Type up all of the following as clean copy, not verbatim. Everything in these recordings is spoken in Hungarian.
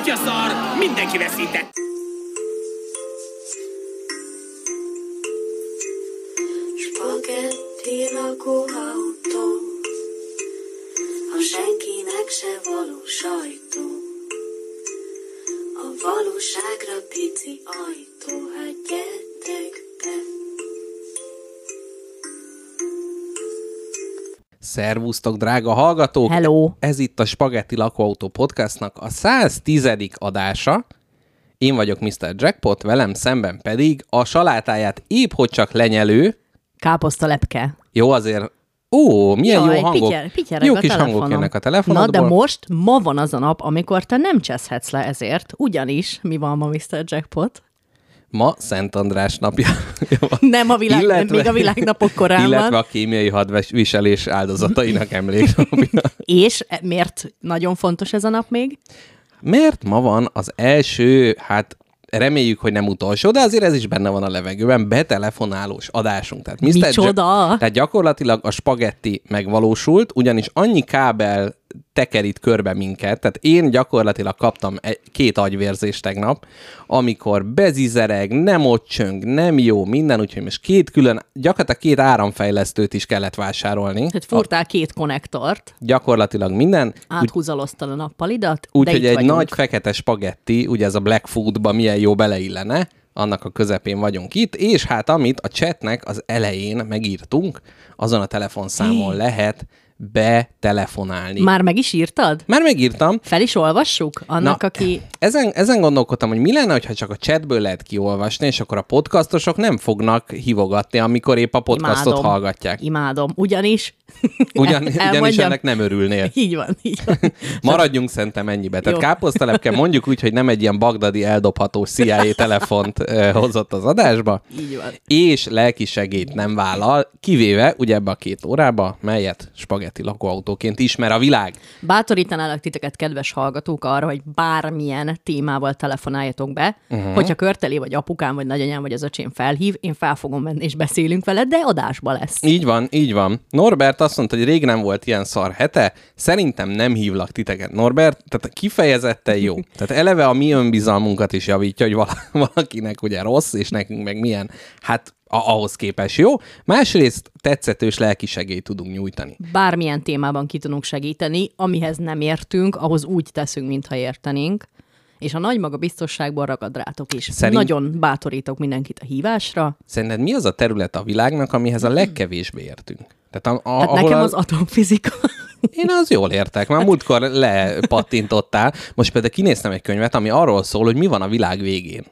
Atyaszar, mindenki veszített. Spagetti lakóautó, a senkinek se való sajtó, a valóságra pici ajtó, hát gyertek be. Szervusztok, drága hallgatók! Hello! Ez itt a Spagetti Lakóautó podcastnak a 110. adása. Én vagyok Mr. Jackpot, velem szemben pedig a salátáját épp hogy csak lenyelő. Káposztalepke. Jó, azért... milyen jó hangok. Jó kis hangok jönnek a telefonodból. Na, de ma van az a nap, amikor te nem cseszhetsz le ezért. Ugyanis, mi van ma, Mr. Jackpot? Ma Szent András napja. Nem még a világnapok korán illetve van. a kémiai hadviselés áldozatainak emléknapja. És miért nagyon fontos ez a nap még? Mert ma van az első, reméljük, hogy nem utolsó, de azért ez is benne van a levegőben, betelefonálós adásunk. Tehát Micsoda? Tehát gyakorlatilag a spagetti megvalósult, ugyanis annyi kábel tekerít körbe minket, tehát én gyakorlatilag kaptam 2 agyvérzést tegnap, amikor bezizereg, nem ott csöng, nem jó, minden, úgyhogy most gyakorlatilag 2 áramfejlesztőt is kellett vásárolni. Tehát furtál 2 konnektort. Gyakorlatilag minden. Áthúzaloztad a nappalidat, Úgyhogy egy vagyunk. Nagy fekete spagetti, ugye ez a Black Foodba milyen jó beleillene, annak a közepén vagyunk itt, és amit a chatnek az elején megírtunk, azon a telefonszámon lehet betelefonálni. Már meg is írtad? Már megírtam. Fel is olvassuk annak, aki... Ezen gondolkodtam, hogy mi lenne, hogyha csak a chatből lehet kiolvasni, és akkor a podcastosok nem fognak hívogatni, amikor épp a podcastot hallgatják. Imádom. Ugyanis ennek nem örülnél. Így van. Maradjunk szerintem ennyibe. Tehát káposztalepke, mondjuk úgy, hogy nem egy ilyen bagdadi eldobható CIA telefont hozott az adásba. Így van. És lelki segélyt nem vállal, kivéve ugye ebbe a 2 órába, melyet spagetti lakóautóként ismer a világ. Bátorítanálak titeket, kedves hallgatók, arra, hogy bármilyen témával telefonáljatok be. Hogyha Körteli, vagy apukám, vagy nagyanyám, vagy az öcsém felhív, én fel fogom menni, és beszélünk vele, de adásba lesz. Így van. Norbert azt mondta, hogy rég nem volt ilyen szar hete, szerintem nem hívlak titeket, Norbert, tehát kifejezetten jó. Tehát eleve a mi önbizalmunkat is javítja, hogy valakinek ugye rossz, és nekünk meg milyen, ahhoz képest jó. Másrészt tetszetős lelki segélyt tudunk nyújtani. Bármilyen témában ki tudunk segíteni, amihez nem értünk, ahhoz úgy teszünk, mintha értenénk. És a nagy magabiztosságból ragad rátok is. Nagyon bátorítok mindenkit a hívásra. Szerinted mi az a terület a világnak, amihez a legkevésbé értünk? Tehát nekem az atomfizika. Én az jól értek, már múltkor lepattintottál. Most például kinéztem egy könyvet, ami arról szól, hogy mi van a világ végén.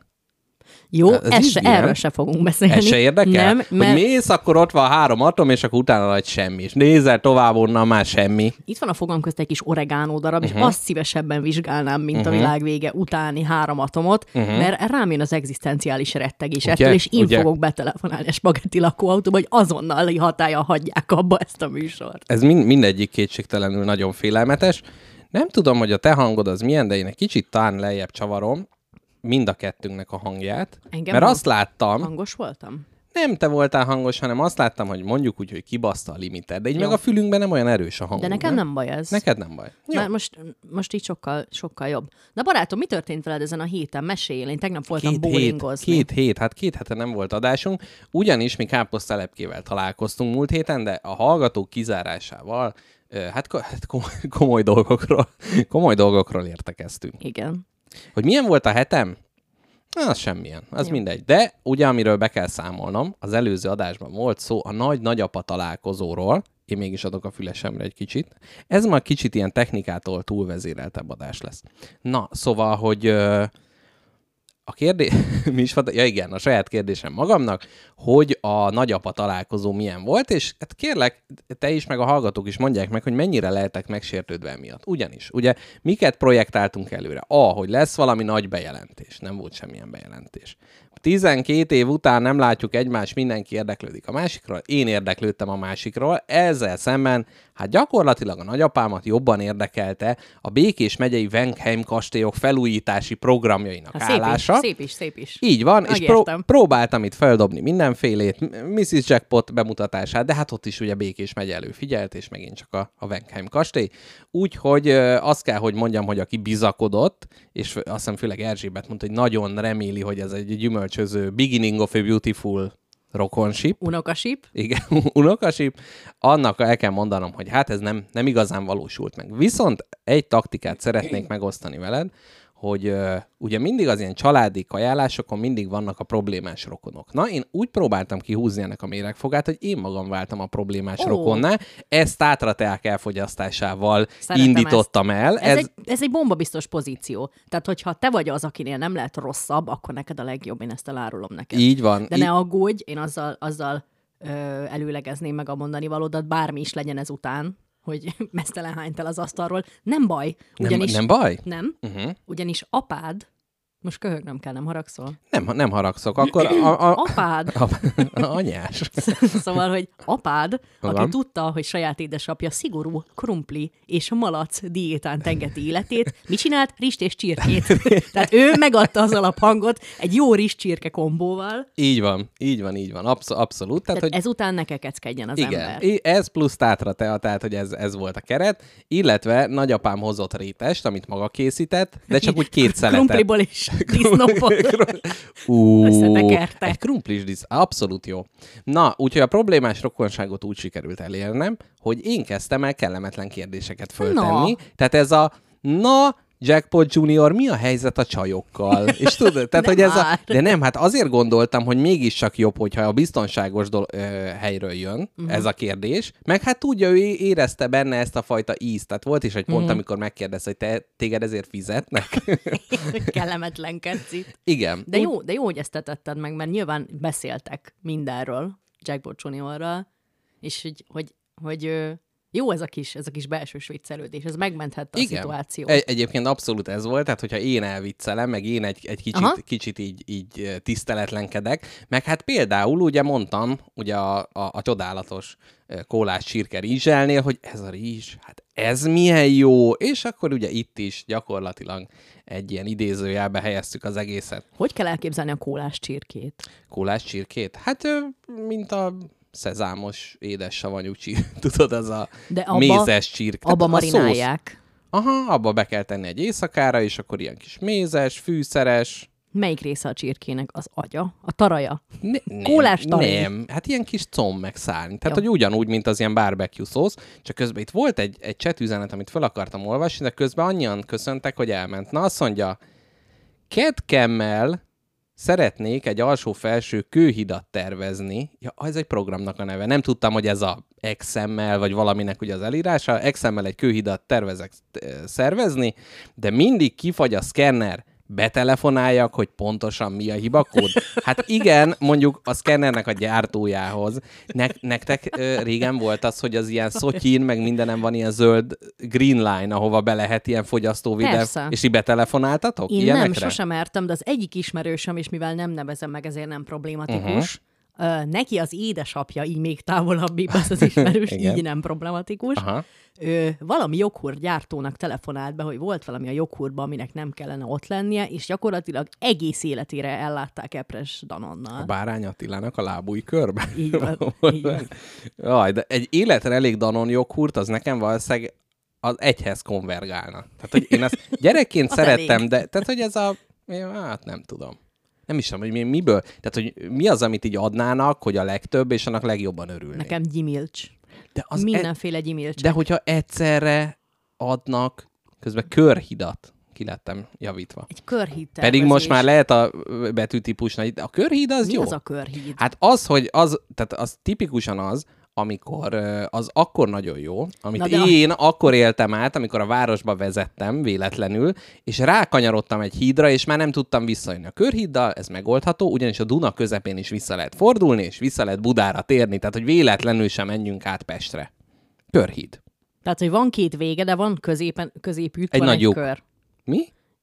Jó, erről se fogunk beszélni. Ez se érdekel? Nem, hogy mész, akkor ott van 3 atom, és akkor utána nagy semmi. És nézel tovább onnan, már semmi. Itt van a fogam közt egy kis oregánó darab, és azt szívesebben vizsgálnám, mint a világ vége utáni 3 atomot, mert rám jön az egzisztenciális rettegés ettől, és én fogok betelefonálni a spagetti lakóautóba, hogy azonnal hatállyal hagyják abba ezt a műsort. Ez mindegyik kétségtelenül nagyon félelmetes. Nem tudom, hogy a te hangod az milyen, de én egy kicsit talán lejjebb csavarom mind a kettőnknek a hangját. Engem mert azt láttam... Hangos voltam? Nem te voltál hangos, hanem azt láttam, hogy mondjuk úgy, hogy kibaszta a limiter. De így meg a fülünkben nem olyan erős a hang. De nekem nem baj ez. Neked nem baj. Már most így sokkal jobb. Na barátom, mi történt veled ezen a héten? Meséljél, én tegnap voltam bowlingozni. 2 hét, 2 hete nem volt adásunk, ugyanis mi káposztalepkével találkoztunk múlt héten, de a hallgatók kizárásával komoly dolgokról értekeztünk. Igen. Hogy milyen volt a hetem? Az semmilyen, mindegy. De ugye, amiről be kell számolnom, az előző adásban volt szó a nagy-nagyapa találkozóról, én mégis adok a fülesemre egy kicsit. Ez már kicsit ilyen technikától túlvezéreltebb adás lesz. Na, szóval, hogy a kérdés... Mi is volt? Ja igen, a saját kérdésem magamnak, hogy a nagyapa találkozó milyen volt, és hát kérlek, te is, meg a hallgatók is mondják meg, hogy mennyire lehetek megsértődve emiatt. Ugyanis, ugye, miket projektáltunk előre? Hogy lesz valami nagy bejelentés. Nem volt semmilyen bejelentés. 12 év után nem látjuk egymást, mindenki érdeklődik a másikról, én érdeklődtem a másikról, ezzel szemben, gyakorlatilag a nagyapámat jobban érdekelte a Békés megyei Wenkheim kastélyok felújítási programjainak állása. Szép is. Így van, és próbáltam itt feldobni mindenfélét, Mrs. Jackpot bemutatását, de hát ott is ugye Békés megye előfigyelt, és megint csak a Wenkheim kastély. Úgyhogy azt kell, hogy mondjam, hogy aki bizakodott, és azt hiszem főleg Erzsébet mondta, hogy nagyon reméli, hogy ez egy gyümölcsöző beginning of a beautiful rokonship. Unokaship. Igen, unokaship. Annak el kell mondanom, hogy hát ez nem igazán valósult meg. Viszont egy taktikát szeretnék megosztani veled, hogy ugye mindig az ilyen családi kajálásokon mindig vannak a problémás rokonok. Na, én úgy próbáltam kihúzni ennek a méregfogát, hogy én magam váltam a problémás rokonná. Ezt tátrateák elfogyasztásával indítottam el. Ez egy bombabiztos pozíció. Tehát, hogyha te vagy az, akinél nem lehet rosszabb, akkor neked a legjobb, én ezt elárulom neked. Így van. De ne aggódj, én azzal előlegezném meg a mondani valódat, bármi is legyen ezután, hogy mesztelen hánytál az asztalról. Nem baj. Ugyanis, nem baj? Nem. Ugyanis apád, most köhögnem kell, nem haragszol? Nem haragszok. Akkor apád. Anyás. Szóval, hogy apád, aki tudta, hogy saját édesapja szigorú krumpli és malac diétán tengeti életét, mit csinált? Rist és csirkét. Tehát ő megadta az alaphangot egy jó rizs-csirke kombóval. Így van. Abszolút. Tehát hogy ezután ne kekeckedjen az ember. Ez plusz tátra tea, tehát hogy ez volt a keret, illetve nagyapám hozott rétest, amit maga készített, de csak úgy 2 szeletet. Krumpliból is disznóból. Egy krumplis disznó. Abszolút jó. Na, úgyhogy a problémás rokonságot úgy sikerült elérnem, hogy én kezdtem el kellemetlen kérdéseket föltenni. Tehát ez Jackpot Junior, mi a helyzet a csajokkal? És tudod, tehát, hogy de nem, hát azért gondoltam, hogy mégiscsak jobb, hogyha a biztonságos helyről jön ez a kérdés, meg hát tudja, ő érezte benne ezt a fajta ízt. Tehát volt is egy pont, amikor megkérdezte, hogy téged ezért fizetnek. Kellemetlen kecit. Igen. De jó, hogy ezt te tetted meg, mert nyilván beszéltek mindenről Jackpot Juniorral, és hogy jó ez a kis belsős viccelődés, ez megmenthette a szituációt. Egyébként abszolút ez volt, tehát hogyha én elviccelem, meg én egy kicsit így tiszteletlenkedek, meg hát például ugye mondtam ugye a csodálatos kólás csirke rizselnél, hogy ez a rizs, hát ez milyen jó, és akkor ugye itt is gyakorlatilag egy ilyen idézőjelbe helyeztük az egészet. Hogy kell elképzelni a kólás csirkét? Kólás csirkét? Hát mint a szezámos, édes savanyú tudod, az a mézes csirke. Abba marinálják. Aha, abba be kell tenni egy éjszakára, és akkor ilyen kis mézes, fűszeres. Melyik része a csirkének? Az agya? A taraja? Kólás taraj? Nem, hát ilyen kis comb meg szárny. Tehát, hogy ugyanúgy, mint az ilyen barbecue szósz, csak közben itt volt egy chat üzenet, amit fel akartam olvasni, de közben annyian köszöntek, hogy elment. Na, azt mondja, Catcammel szeretnék egy alsó-felső kőhidat tervezni. Ja, ez egy programnak a neve. Nem tudtam, hogy ez a XML, vagy valaminek ugye az elírása. XML egy kőhidat tervezek szervezni, de mindig kifagy a szkenner. Betelefonáljak, hogy pontosan mi a hibakód? Hát igen, mondjuk a szkennernek a gyártójához. Nektek régen volt az, hogy az ilyen szotyin, meg mindenem van ilyen zöld green line, ahova be lehet ilyen fogyasztóvédelem, és így betelefonáltatok? Én ilyenekre? Nem, sosem mertem, de az egyik ismerősöm, és mivel nem nevezem meg, ezért nem problématikus. Neki az édesapja így még távolabbi, az ismerős, így nem problematikus. Valami joghurt gyártónak telefonált be, hogy volt valami a joghurtban, aminek nem kellene ott lennie, és gyakorlatilag egész életére ellátták Epres Danonnal. A Bárány Attilának a lábúj körbe? Így van. Jaj, de egy életre elég Danon joghurt, az nekem valószínűleg az egyhez konvergálna. Tehát, hogy én ezt gyerekként szerettem, elég. De tehát, hogy ez hát nem tudom. Nem is tudom, hogy miből. Tehát, hogy mi az, amit így adnának, hogy a legtöbb, és annak legjobban örülnék. Nekem gyimilcs. Mindenféle gyimilcs. De hogyha egyszerre adnak, közben körhidat, ki lettem javítva. Egy körhíd tervezés. Pedig most már lehet a betűtípusnak. A körhíd az jó. Mi az a körhíd? Hát tehát az tipikusan az, amikor az akkor nagyon jó, amit én akkor éltem át, amikor a városba vezettem véletlenül, és rákanyarodtam egy hídra, és már nem tudtam visszajönni a körhíddal, ez megoldható, ugyanis a Duna közepén is vissza lehet fordulni, és vissza lehet Budára térni, tehát hogy véletlenül sem menjünk át Pestre. Körhíd. Tehát, hogy van két vége, de van középút, egy van nagy egy lyuk. kör. Mi?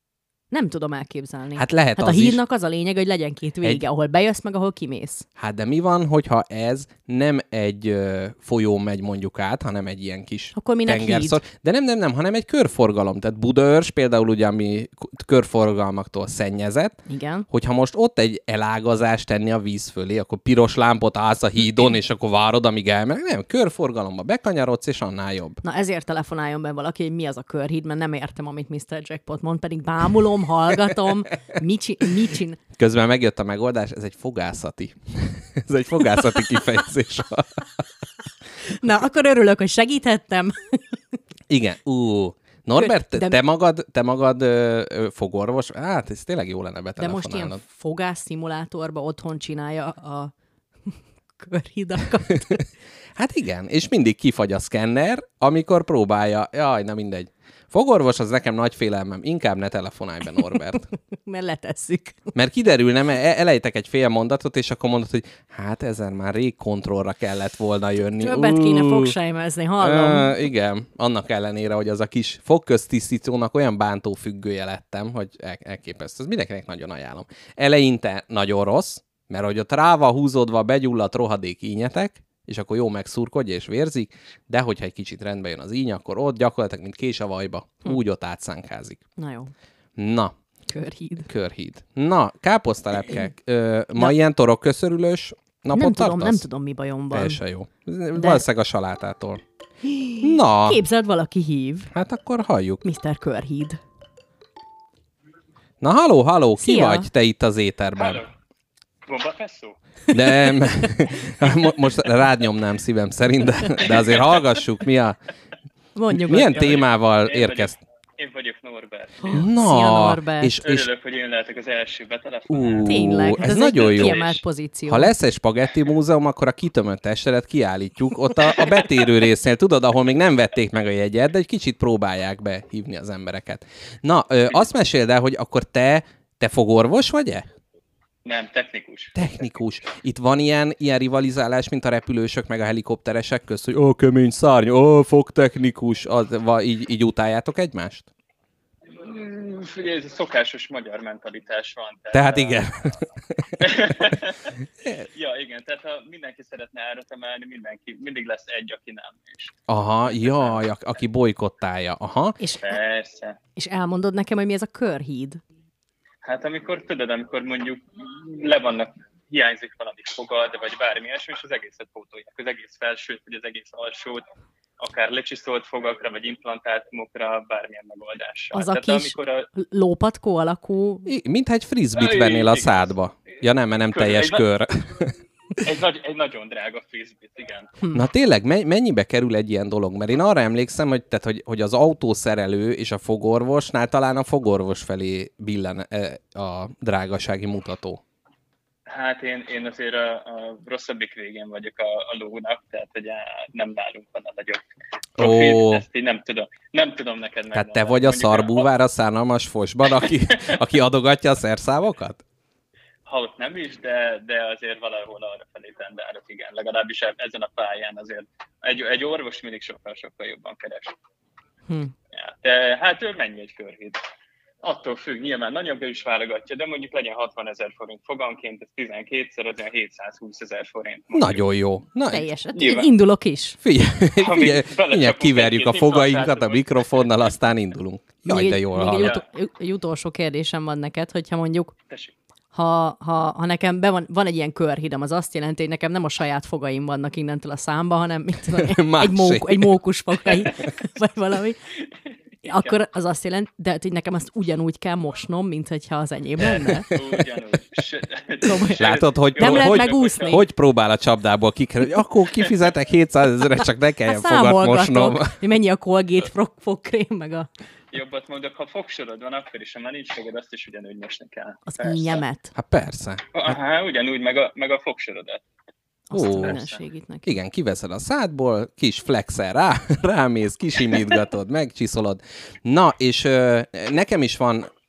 Nem tudom elképzelni. Hát lehet hát az a hídnak is. az a lényeg, hogy legyen két vége, ahol bejössz, meg ahol kimész. Hát de mi van, hogyha ez nem egy folyó megy mondjuk át, hanem egy ilyen kis Akkor minek tengerszor. híd? De nem, hanem egy körforgalom. Tehát Budaörs például ugye, ami körforgalmaktól szennyezett. Igen. Hogyha most ott egy elágazást tenni a víz fölé, akkor piros lámpot állsz a hídon, és akkor várod, amíg elmegy. Nem, körforgalomba bekanyarodsz, és annál jobb. Na ezért telefonáljon be valaki, hogy mi az a körhíd, mert nem értem, amit Mr. Jackpot mond, pedig bámulom, hallgatom, mit csin. Közben megjött a megoldás, ez egy fogászati. Ez egy fogászati kifejezés. Na, akkor örülök, hogy segíthettem. Igen. Norbert, De- te magad fogorvos? Hát ez tényleg jó lenne De most betelefonálnod. ilyen fogásszimulátorba otthon csinálja a körhidakat. Hát igen, és mindig kifagy a szkenner, amikor próbálja. Jaj, na mindegy. Fogorvos az nekem nagy félelmem. Inkább ne telefonálj be, Norbert. Mert letesszük. Mert kiderülne, mert elejtek egy fél mondatot, és akkor mondod, hogy hát ezen már rég kontrollra kellett volna jönni. Többet kéne fogsejmezni, hallom. Igen, annak ellenére, hogy az a kis fogköztisztítónak olyan bántó függője lettem, hogy elképesztő. Ez mindenkinek nagyon ajánlom. Eleinte nagyon rossz, mert hogy ott rá van húzódva begyulladt rohadék ínyetek, és akkor jó megszurkodja és vérzik, de hogyha egy kicsit rendbe jön az íny, akkor ott gyakorlatilag, mint kés a vajba, úgy ott átszánkázik. Na jó, Na, körhíd. Na, káposztalepkek. Ma ilyen torokköszörülős napot tartasz? Nem tudom, mi bajom van. Teljesen jó. Valószínűleg a salátától. Na, Képzeld, valaki hív. hát akkor halljuk. Mr. Körhíd. Na, halló, ki Szia. vagy te itt az éterben? Halló. Bombafesszó? De most rád nyomnám szívem szerint, de azért hallgassuk, Mondjuk. milyen hogy- témával érkezt. Én vagyok Norbert. Na, Szia, Norbert. és Örülök, hogy én lehetek az első betelefonálni. Tényleg, ez nagyon egy jó. kiemelt pozíció. Ha lesz egy spagetti múzeum, akkor a kitömött testelet kiállítjuk ott a betérő résznél, tudod, ahol még nem vették meg a jegyet, de egy kicsit próbálják behívni az embereket. Na, azt meséld el, hogy akkor te fogorvos vagy-e? Nem, technikus. Technikus. Itt van ilyen rivalizálás, mint a repülősök meg a helikopteresek közt, hogy kemény szárny, fogtechnikus, így utáljátok egymást? Ugye ez a szokásos magyar mentalitás van. Tehát igen. Ja, igen, tehát ha mindenki szeretne árat emelni, mindig lesz egy, aki nem is. Aha, jaj, aki bolykottálja. Aha. Persze. És elmondod nekem, hogy mi ez a körhíd? Hát amikor mondjuk hiányzik valami fogad, vagy bármi ilyesmi, és az egészet pótolják. Az egész felsőt, vagy az egész alsót, akár lecsiszolt fogakra, vagy implantátumokra, bármilyen megoldással. Az a Tehát kis amikor lópatkó alakú... Mintha egy frisbit vennél a szádba. Ja nem, mert nem teljes kör. Egy nagyon drága frisbit, igen. Na tényleg, mennyibe kerül egy ilyen dolog? Mert én arra emlékszem, hogy az autószerelő és a fogorvosnál talán a fogorvos felé billen a drágasági mutató. Hát én azért a rosszabbik végén vagyok a lónak, tehát ugye nem nálunk van a nagyobb profit, ezt így nem tudom neked megmondani. Tehát te vagy a szarbúvár a szánalmas fosban, aki adogatja a szerszávokat? Ha ott nem is, de azért valahol arra felé tendálok, igen. Legalábbis ezen a pályán azért egy orvos mindig sokkal jobban keres. Ja, de hát ő mennyi egy körhíd? Attól függ, nyilván nagyobbra is válogatja, de mondjuk legyen 60 000 forint foganként, ez 12-szer, az olyan 720 000 forint. Mondjuk. Nagyon jó. Teljesen. Nyilván. Indulok is. Figyelj, mindjárt kiverjük a fogainkat a mikrofonnal, aztán indulunk. Jaj, de jól hallom. Egy utolsó kérdésem van neked, hogyha mondjuk Tessék. ha nekem van egy ilyen körhidam, az azt jelenti, hogy nekem nem a saját fogaim vannak innentől a számba, hanem mit tudom, egy mókus fogai, vagy valami. Akkor az azt jelenti, de hogy nekem azt ugyanúgy kell mosnom, mint hogyha az enyém lenne. Ugyanúgy. Látod, hogy Nem lehet megúszni. Hogy próbál a csapdából kikerülni, hogy akkor kifizetek 700 000-re, csak ne kelljen fogat mosnom. Hogy mennyi a Colgate fogkrém, meg a... Jobbat mondok, ha fogsorod van, akkor is, ha már nincs fogod, azt is ugyanúgy mosni kell. Az ínyemet. Hát persze. Ugyanúgy, meg a fogsorodat. Azt a mindenségét neki. Igen, kiveszed a szádból, kis flexel rámész, kisimítgatod, megcsiszolod. Na, és nekem is van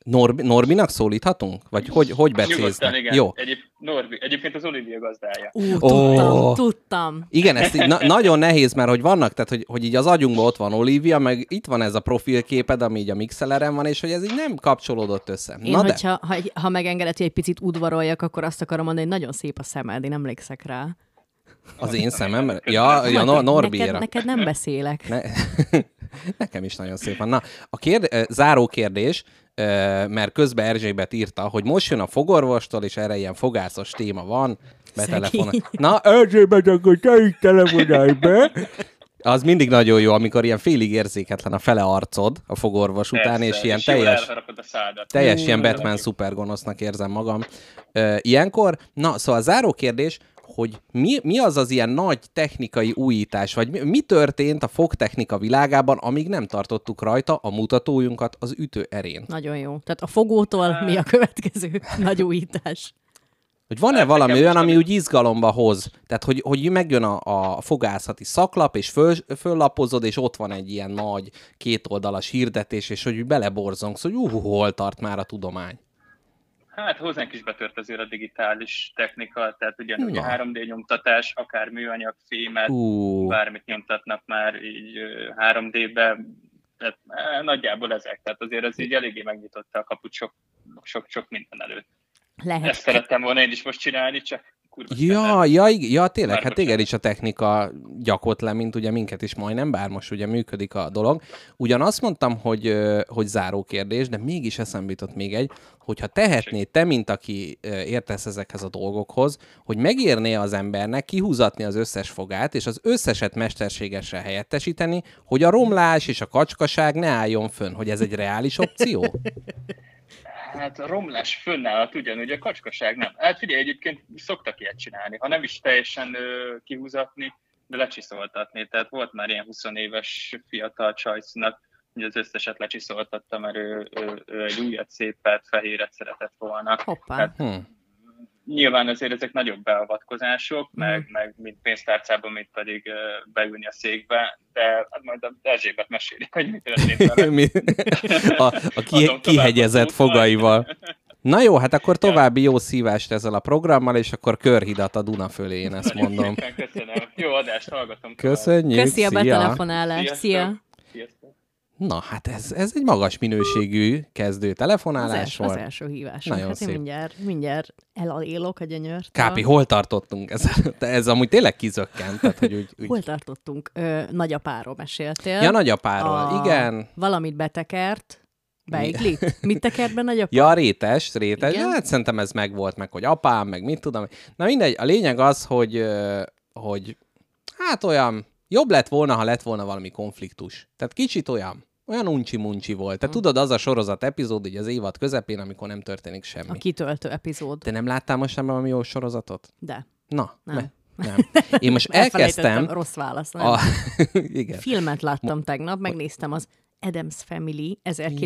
Norbinak szólíthatunk? Vagy hogy becéznek? Igen. Jó. Norbi. Egyébként az Olivia gazdája. Tudtam. Igen, ez nagyon nehéz, mert hogy vannak, tehát hogy így az agyunkban ott van Olivia, meg itt van ez a profilképed, ami így a Mixeleren van, és hogy ez így nem kapcsolódott össze. Ha megengedett, hogy egy picit udvaroljak, akkor azt akarom mondani, hogy nagyon szép a szemed, én emlékszek rá. Az én szemem? Ja, Norbira. Neked nem beszélek. Nekem is nagyon szép van. Na, záró kérdés, mert közben Erzsébet írta, hogy most jön a fogorvostól, és erre ilyen fogászos téma van. Na, Erzsébet, akkor te is telefonálj be! Az mindig nagyon jó, amikor ilyen félig érzéketlen a fele arcod a fogorvos után, és ilyen teljes ilyen Batman szupergonosznak érzem magam. Ilyenkor, na, szóval a záró kérdés, hogy mi az az ilyen nagy technikai újítás, vagy mi történt a fogtechnika világában, amíg nem tartottuk rajta a mutatójunkat az ütőerén. Nagyon jó. Tehát a fogótól mi a következő nagy újítás? Hogy van-e valami olyan, ami úgy izgalomba hoz? Tehát, hogy megjön a fogászati szaklap, és föllapozod, és ott van egy ilyen nagy kétoldalas hirdetés, és hogy beleborzongsz, hogy hol tart már a tudomány. Hát hozzánk is betört azért a digitális technika, tehát ugyanúgy a 3D nyomtatás, akár műanyag, fémet, bármit nyomtatnak már így 3D-be, tehát nagyjából ezek, tehát azért ez így eléggé megnyitotta a kaput sok minden előtt. Lehet. Ezt szerettem volna én is most csinálni, csak Ja, tényleg, hát téged is a technika gyakott le, mint ugye minket is majdnem, bár most ugye működik a dolog. Ugyan azt mondtam, hogy záró kérdés, de mégis eszembe jutott még egy, hogyha tehetnéd te, mint aki értesz ezekhez a dolgokhoz, hogy megérné az embernek kihúzatni az összes fogát, és az összeset mesterségesen helyettesíteni, hogy a romlás és a kacskaság ne álljon fönn, hogy ez egy reális opció? Hát a romlás fönnállat ugyanúgy, a kacskaság nem. Hát figyelj, egyébként szoktak ilyet csinálni, ha nem is teljesen kihúzatni, de lecsiszoltatni. Tehát volt már ilyen 20 éves fiatal csajsznak, hogy az összeset lecsiszoltatta, mert ő egy újat, szépet, fehéret szeretett volna. Hoppá. Nyilván azért ezek nagyobb beavatkozások, meg mint pénztárcában, mint pedig beülni a székbe, de hát majd a Erzsébet meséli, hogy mi történt vele. a kihegyezett fogaival. Na jó, hát akkor további jó szívást ezzel a programmal, és akkor körhidat a Duna fölé, én ezt mondom. Köszönöm. Jó adást, hallgatom. Köszönjük. Köszi a betelefonálást. Szia. Na, hát ez egy magas minőségű kezdő telefonálás volt. Az első hívás. Nagyon hát szép. Mindjárt elalélok a gyönyört. Kápi, hol tartottunk? Ez amúgy tényleg kizökkent. Tehát, hogy úgy... Hol tartottunk? Nagyapáról meséltél. Ja, nagyapáról, igen. Valamit betekert. Beiglit? Mit tekert be nagyapá? Ja, rétes. Ja, hát szerintem ez megvolt, meg hogy apám, meg mit tudom. Na mindegy, a lényeg az, hogy hát olyan jobb lett volna, ha lett volna valami konfliktus. Tehát kicsit olyan uncsi-muncsi volt. Te tudod, az a sorozat epizód, így az évad közepén, amikor nem történik semmi. A kitöltő epizód. Te nem láttál most nem valami jó sorozatot? De. Na, nem. Én most elkezdtem... Rossz válasz, nem? Igen. Filmet láttam tegnap, megnéztem az Addams Family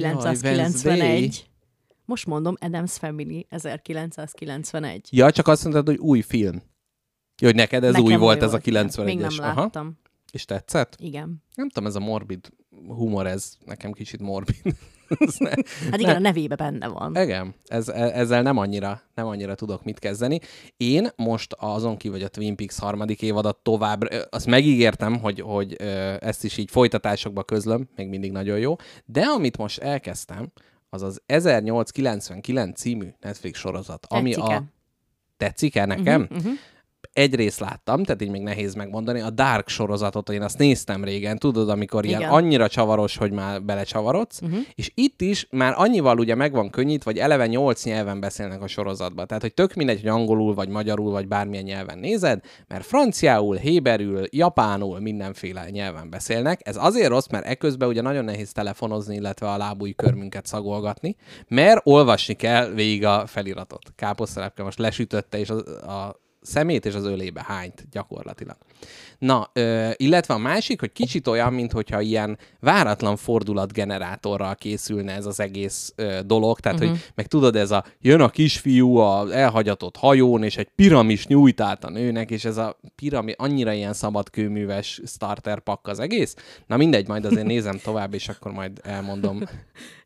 1991. Most mondom, Addams Family 1991. Ja, csak azt mondtad, hogy új film. Jó, hogy neked ez új volt, ez a 91-es. Még nem láttam. Aha. És tetszett? Igen. Nem tudom, ez a morbid humor, ez nekem kicsit morbid. Hát igen, a nevébe benne van. Igen, ezzel nem annyira tudok mit kezdeni. Én most azon kívül, hogy a Twin Peaks harmadik évadat tovább, azt megígértem, hogy ezt is így folytatásokba közlöm, még mindig nagyon jó, de amit most elkezdtem, az az 1899 című Netflix sorozat, ami Tetszik-e nekem? Egyrészt láttam, tehát így még nehéz megmondani, a Dark sorozatot, én azt néztem régen, tudod, amikor ilyen annyira csavaros, hogy már belecsavarodsz, és itt is már annyival ugye meg van könnyít, vagy eleve 8 nyelven beszélnek a sorozatban. Tehát, hogy tök mindegy, hogy angolul, vagy magyarul, vagy bármilyen nyelven nézed, mert franciául, héberül, japánul, mindenféle nyelven beszélnek. Ez azért rossz, mert eközben ugye nagyon nehéz telefonozni, illetve a lábúj körmünket szagolgatni, mert olvasni kell végig a feliratot. Káposztelepke most lesütötte, és a szemét és az ölébe hányt gyakorlatilag. Na, illetve a másik, hogy kicsit olyan, mintha ilyen váratlan fordulatgenerátorral készülne ez az egész dolog, tehát, hogy meg tudod, jön a kisfiú az elhagyatott hajón, és egy piramis nyújt át a nőnek, és ez a piramis annyira ilyen szabadkőműves starter pakk az egész. Na mindegy, majd azért nézem tovább, és akkor majd elmondom.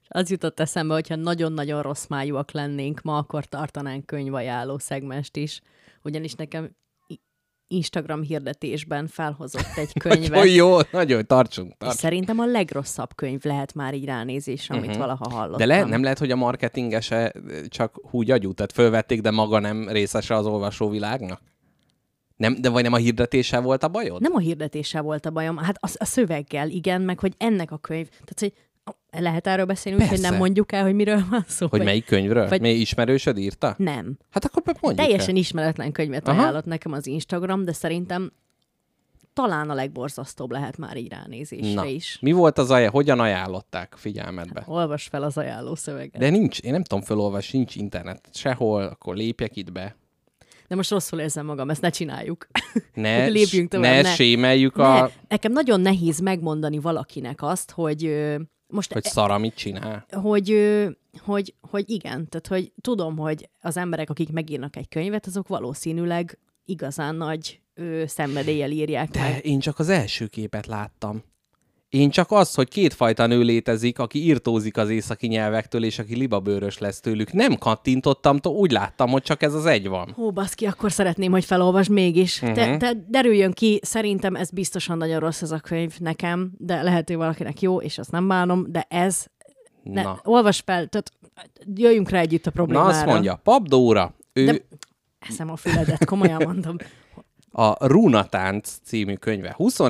Az jutott eszembe, hogyha nagyon-nagyon rossz májúak lennénk ma, akkor tartanánk könyvajánló szegmest is. Ugyanis nekem Instagram hirdetésben felhozott egy könyvet. Nagyon jó, nagyon tartsunk. És szerintem a legrosszabb könyv lehet már így ránézésre, amit valaha hallottam. De nem lehet, hogy a marketingese csak húgy agyú, tehát fölvették, de maga nem részese az olvasóvilágnak? Vagy nem a hirdetéssel volt a bajod? Nem a hirdetéssel volt a bajom, hát a szöveggel, igen, meg hogy ennek a könyv, tehát hogy lehet erről beszélni, hogy nem mondjuk el, hogy miről van szó. Hogy melyik könyvről? Vagy... Mely ismerősöd írta? Nem. Hát akkor mondjuk teljesen ismeretlen könyvet ajánlott nekem az Instagram, de szerintem talán a legborzasztóbb lehet már így ránézésre is. Mi volt az hogyan ajánlották figyelmedbe? Hát, olvasd fel az ajánló szöveget. De nincs, én nem tudom felolvasni, nincs internet sehol, akkor lépjek itt be. De most rosszul érzem magam, ezt ne csináljuk. Lépjünk tovább. Ne sémeljük Nekem nagyon nehéz megmondani valakinek azt, hogy most... Hogy szar, mit csinál? Hogy igen, tehát hogy tudom, hogy az emberek, akik megírnak egy könyvet, azok valószínűleg igazán nagy szenvedéllyel írják de meg. Én csak az első képet láttam. Én csak az, hogy kétfajta nő létezik, aki irtózik az északi nyelvektől, és aki libabőrös lesz tőlük. Nem kattintottam, úgy láttam, hogy csak ez az egy van. Hó, baszki, akkor szeretném, hogy felolvasd mégis. Te derüljön ki, szerintem ez biztosan nagyon rossz ez a könyv nekem, de lehet, hogy valakinek jó, és azt nem bánom, de ez... olvasd fel, tehát jöjjünk rá együtt a problémára. Na azt mondja, Pap Dóra, ő... Eszem a füledet, komolyan mondom. A Rúnatánc című könyve.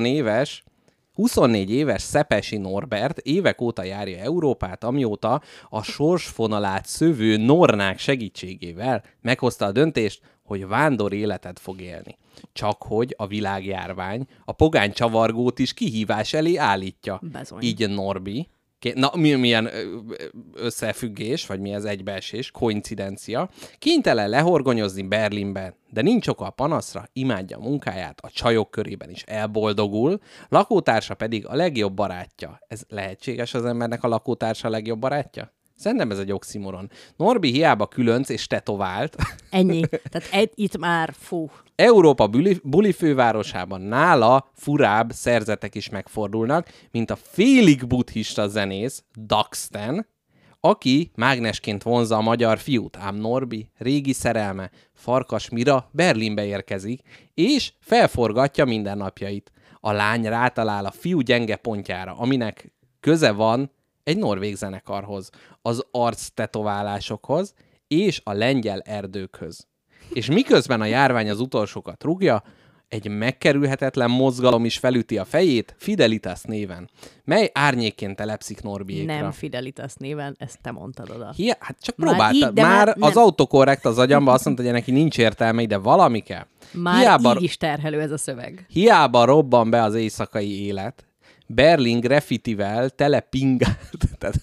24 éves Szepesi Norbert évek óta járja Európát, amióta a sorsfonalát szövő nornák segítségével meghozta a döntést, hogy vándor életet fog élni. Csak hogy a világjárvány a pogány csavargót is kihívás elé állítja. Bezony. Így Norbi, milyen összefüggés, vagy mi az egybeesés, koincidencia, kénytelen lehorgonyozni Berlinben, de nincs oka a panaszra, imádja a munkáját, a csajok körében is elboldogul, lakótársa pedig a legjobb barátja. Ez lehetséges az embernek a lakótársa a legjobb barátja? Szerintem ez egy oximoron. Norbi hiába különc és tetovált. Ennyi. Tehát itt már fú. Európa buli fővárosában nála furább szerzetek is megfordulnak, mint a félig buddhista zenész Daxten, aki mágnesként vonzza a magyar fiút, ám Norbi régi szerelme, Farkas Mira Berlinbe érkezik, és felforgatja mindennapjait. A lány rátalál a fiú gyenge pontjára, aminek köze van egy norvég zenekarhoz, az arctetoválásokhoz és a lengyel erdőkhöz. És miközben a járvány az utolsókat rúgja, egy megkerülhetetlen mozgalom is felüti a fejét Fidelitas néven, mely árnyékként telepszik Norbiékra. Nem Fidelitas néven, ezt te mondtad oda. Hát csak próbáltad. Már az autokorrekt az agyamba azt mondta, hogy neki nincs értelme, de valami kell. Már így is terhelő ez a szöveg. Hiába robban be az éjszakai élet, Berlin graffitivel telepingált.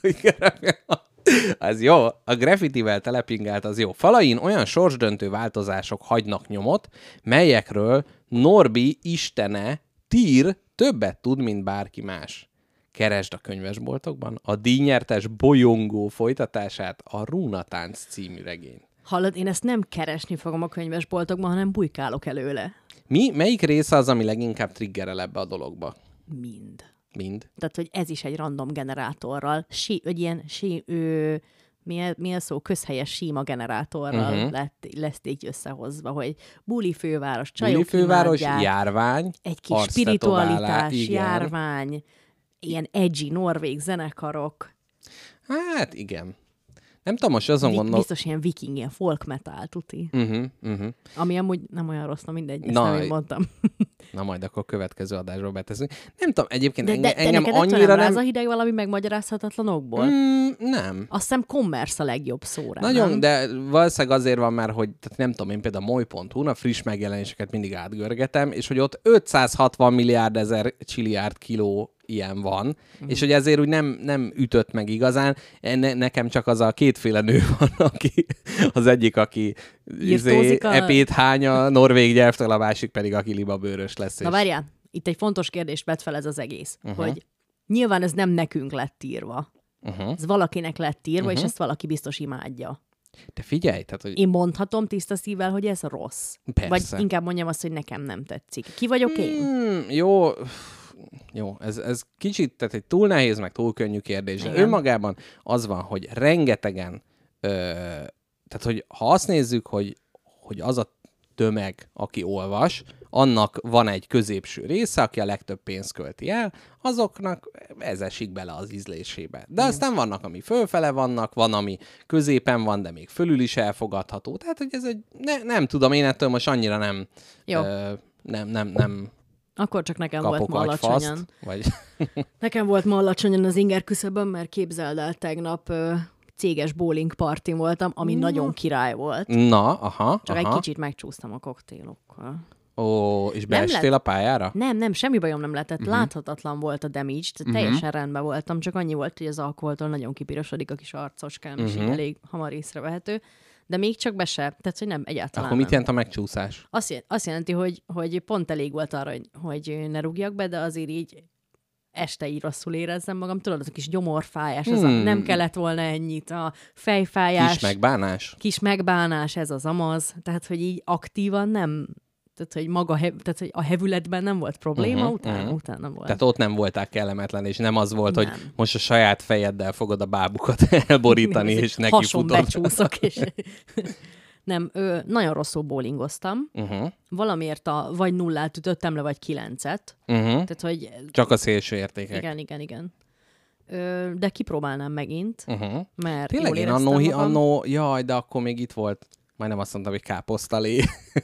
Az jó, a graffitivel telepingált, az jó. Falain olyan sorsdöntő változások hagynak nyomot, melyekről Norbi istene, Tyr többet tud, mint bárki más. Keresd a könyvesboltokban a díjnyertes bolyongó folytatását, a Rúnatánc című regényt. Hallod, én ezt nem keresni fogom a könyvesboltokban, hanem bujkálok előle. Melyik része az, ami leginkább triggerel ebbe a dologba? Mind. Tehát, hogy ez is egy random generátorral, egy ilyen mi a szó, közhelyes síma generátorral lesz így összehozva, hogy buli főváros, csajok imádják, járvány, egy kis spiritualitás, járvány, ilyen edgy norvég zenekarok. Hát igen. Nem tudom, most azon gondolom... Biztos ilyen viking, ilyen folk metal, tuti. Ami amúgy nem olyan rossz, mindegy, ezt nem én mondtam. Na majd akkor a következő adásról beteszünk. Nem tudom, egyébként engem annyira nem... a hideg valami megmagyarázhatatlanokból? Nem. Azt hiszem commerce a legjobb szóra. Nagyon, nem? De valószínűleg azért van már, hogy tehát nem tudom, én például moly.hu-n a friss megjelenéseket mindig átgörgetem, és hogy ott 560 milliárd ezer csiliárd kiló ilyen van, és hogy ezért úgy nem ütött meg igazán. Nekem csak az a kétféle nő van, aki az egyik, aki epét hány a norvég nyelvtől, a másik pedig, aki libabőrös lesz. Na várjál, itt egy fontos kérdést vet fel ez az egész, hogy nyilván ez nem nekünk lett írva. Ez valakinek lett írva, és ezt valaki biztos imádja. De figyelj, tehát, hogy... Én mondhatom tiszta szívvel, hogy ez rossz. Persze. Vagy inkább mondjam azt, hogy nekem nem tetszik. Ki vagyok én? Jó... jó, ez kicsit, tehát egy túl nehéz, meg túl könnyű kérdés. De önmagában az van, hogy rengetegen, tehát hogy ha azt nézzük, hogy az a tömeg, aki olvas, annak van egy középső része, aki a legtöbb pénzt költi el, azoknak ez esik bele az ízlésébe. De aztán vannak, ami fölfele vannak, van, ami középen van, de még fölül is elfogadható. Tehát, hogy ez egy, nem tudom, én ettől most annyira nem akkor csak nekem kapok volt ma alacsonyan. Vagy... Nekem volt ma alacsonyan az inger küszöbön, mert képzeld el, tegnap céges bowling partin voltam, ami nagyon király volt. Na, aha. Csak egy kicsit megcsúsztam a koktélokkal. Ó, és beestél a pályára? Nem, semmi bajom nem lehetett. Láthatatlan volt a damage, teljesen rendben voltam, csak annyi volt, hogy az alkoholtól nagyon kipirosodik a kis arcoskám, és így elég hamar észrevehető. De még csak be se, tehát hogy nem, egyáltalán Akkor mit jelent a megcsúszás? Azt jelenti, hogy pont elég volt arra, hogy ne rúgjak be, de azért így este így rosszul érezzem magam. Tudod, az a kis gyomorfájás, az nem kellett volna ennyit, a fejfájás. Kis megbánás, ez az amaz. Tehát, hogy így aktívan nem... Tehát, hogy a hevületben nem volt probléma, utána nem volt. Tehát ott nem voltál kellemetlen, és nem az volt, hogy most a saját fejeddel fogod a bábukat elborítani, és neki hason becsúszok, és... Nem, nagyon rosszul bowlingoztam. Valamiért vagy 0-át ütöttem le, vagy 9-et. Tehát, hogy... Csak a szélső értékek. Igen. De kipróbálnám megint, mert tényleg én annó, jaj, de akkor még itt volt, majdnem azt mondtam, hogy káposztalé.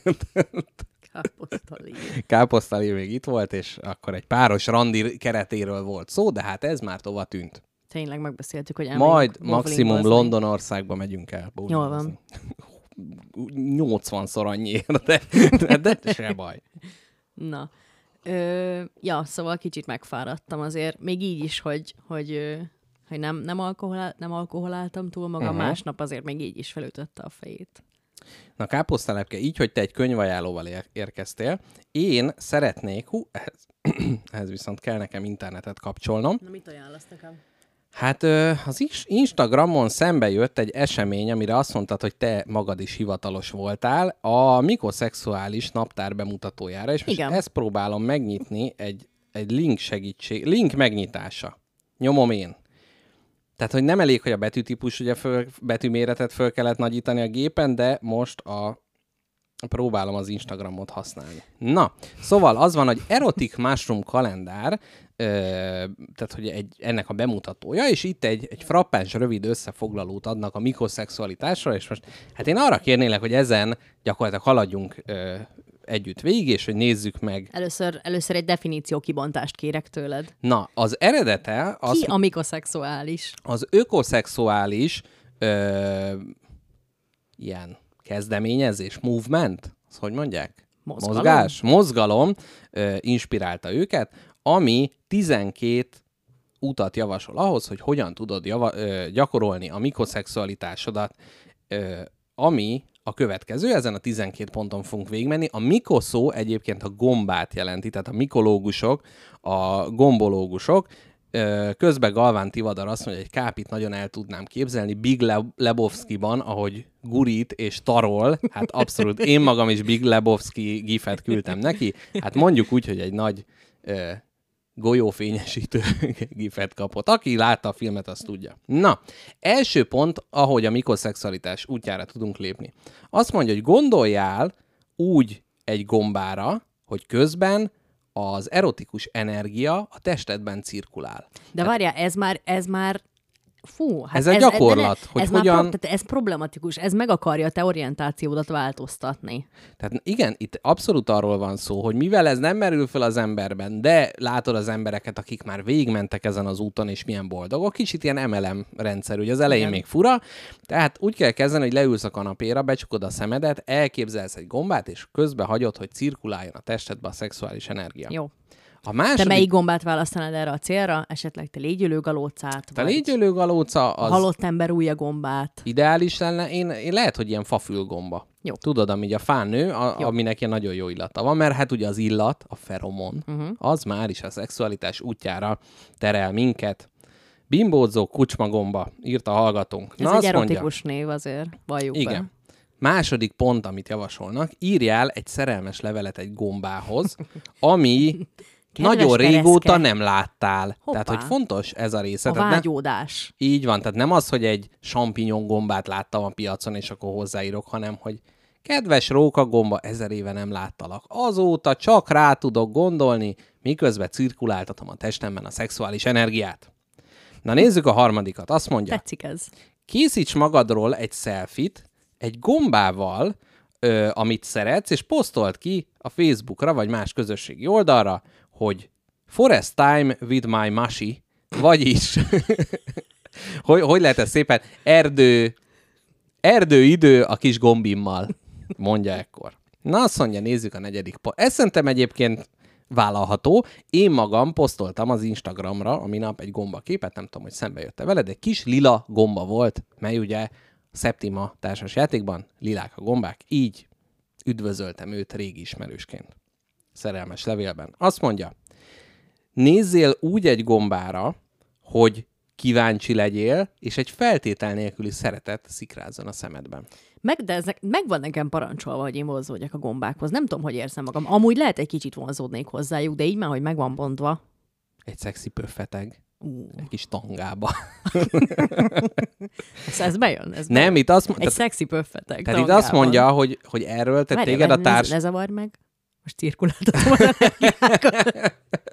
Káposztalé még itt volt, és akkor egy páros randi keretéről volt szó, de hát ez már tova tűnt. Tényleg megbeszéltük, hogy majd maximum Londonországba megyünk el. Jól van. 80-szor annyiért, de se baj. Na. Szóval kicsit megfáradtam azért, még így is, hogy nem alkoholáltam túl magam, másnap azért még így is felütötte a fejét. Na, káposztalepke, így, hogy te egy könyvajánlóval érkeztél, én szeretnék, ehhez viszont kell nekem internetet kapcsolnom. Na, mit ajánlasz nekem? Hát az Instagramon szembe jött egy esemény, amire azt mondtad, hogy te magad is hivatalos voltál, a mikoszexuális naptár bemutatójára, és most ezt próbálom megnyitni, egy link megnyitása. Nyomom én. Tehát, hogy nem elég, hogy a betűtípus, ugye betűméretet föl kellett nagyítani a gépen, de most próbálom az Instagramot használni. Na, szóval az van, hogy Erotic Mushroom kalendár, tehát, hogy ennek a bemutatója, és itt egy frappáns rövid összefoglalót adnak a mikoszexualitásról, és most hát én arra kérnélek, hogy ezen gyakorlatilag haladjunk együtt végig, és hogy nézzük meg. Először egy definíció kibontást kérek tőled. Na, az eredete... Ki a mikoszexuális? Az ökoszexuális ilyen kezdeményezés, movement, azt hogy mondják? Mozgalom inspirálta őket, ami 12 utat javasol ahhoz, hogy hogyan tudod gyakorolni a mikoszexualitásodat, ami a következő, ezen a 12 ponton fogunk végigmenni. A miko szó egyébként a gombát jelenti, tehát a mikológusok, a gombológusok. Közben Galván Tivadar azt mondja, hogy Kápit nagyon el tudnám képzelni Big Lebowski-ban, ahogy gurít és tarol. Hát abszolút, én magam is Big Lebowski gifet küldtem neki. Hát mondjuk úgy, hogy egy nagy golyófényesítő gifet kapott. Aki látta a filmet, azt tudja. Na, első pont, ahogy a mikoszexualitás útjára tudunk lépni. Azt mondja, hogy gondoljál úgy egy gombára, hogy közben az erotikus energia a testedben cirkulál. De várjál, ez már fú, hát ez egy gyakorlat, hogy ez hogyan... ez problematikus, ez meg akarja a te orientációdat változtatni. Tehát igen, itt abszolút arról van szó, hogy mivel ez nem merül fel az emberben, de látod az embereket, akik már végigmentek ezen az úton, és milyen boldogok, kicsit ilyen MLM rendszer, ugye az elején még fura, tehát úgy kell kezdeni, hogy leülsz a kanapéra, becsukod a szemedet, elképzelsz egy gombát, és közben hagyod, hogy cirkuláljon a testedbe a szexuális energia. Jó. A második... Te melyik gombát választanád erre a célra? Esetleg te légyölőgalócát? A légyölőgalóca az... halott ember ujja gombát. Ideális lenne. Én lehet, hogy ilyen fafülgomba. Jó. Tudod, amíg a fán nő, aminek ilyen nagyon jó illata van, mert hát ugye az illat, a feromon, az már is a szexualitás útjára terel minket. Bimbódzó kucsmagomba, írt a hallgatónk. Ez egy erotikus név azért, valljuk be. Igen. Második pont, amit javasolnak, írjál egy szerelmes levelet egy gombához, ami nagyon régóta nem láttál. Hoppá. Tehát, hogy fontos ez a része. A vágyódás. Így van, tehát nem az, hogy egy champignon gombát láttam a piacon, és akkor hozzáírok, hanem, hogy kedves rókagomba, 1000 éve nem láttalak. Azóta csak rá tudok gondolni, miközben cirkuláltatom a testemben a szexuális energiát. Na nézzük a harmadikat. Azt mondja. Tetszik ez. Készíts magadról egy selfie-t egy gombával, amit szeretsz, és posztold ki a Facebookra, vagy más közösségi oldalra, hogy Forest time with my mashi, vagyis, hogy lehet ez szépen, erdőidő a kis gombimmal, mondja ekkor. Na azt mondja, nézzük a 4. pont. Ezt szerintem egyébként vállalható. Én magam posztoltam az Instagramra a minap egy gomba képet, nem tudom, hogy szembe jött-e vele, de kis lila gomba volt, mely ugye Septima társas játékban lilák a gombák, így üdvözöltem őt régi ismerősként. Szerelmes levélben. Azt mondja, nézzél úgy egy gombára, hogy kíváncsi legyél, és egy feltétel nélküli szeretet szikrázzon a szemedben. De ezek megvan nekem parancsolva, hogy én vonzódjak a gombákhoz. Nem tudom, hogy érzem magam. Amúgy lehet egy kicsit vonzódnék hozzájuk, de így már, hogy meg van bontva. Egy szexi pöffeteg. Egy kis tangába. Ez bejön. Ez nem, bejön. Itt azt egy szexi pöffeteg tehát itt azt mondja, hogy erről te téged a társ... Ne zavard meg. Most cirkuláltatom az energiákat.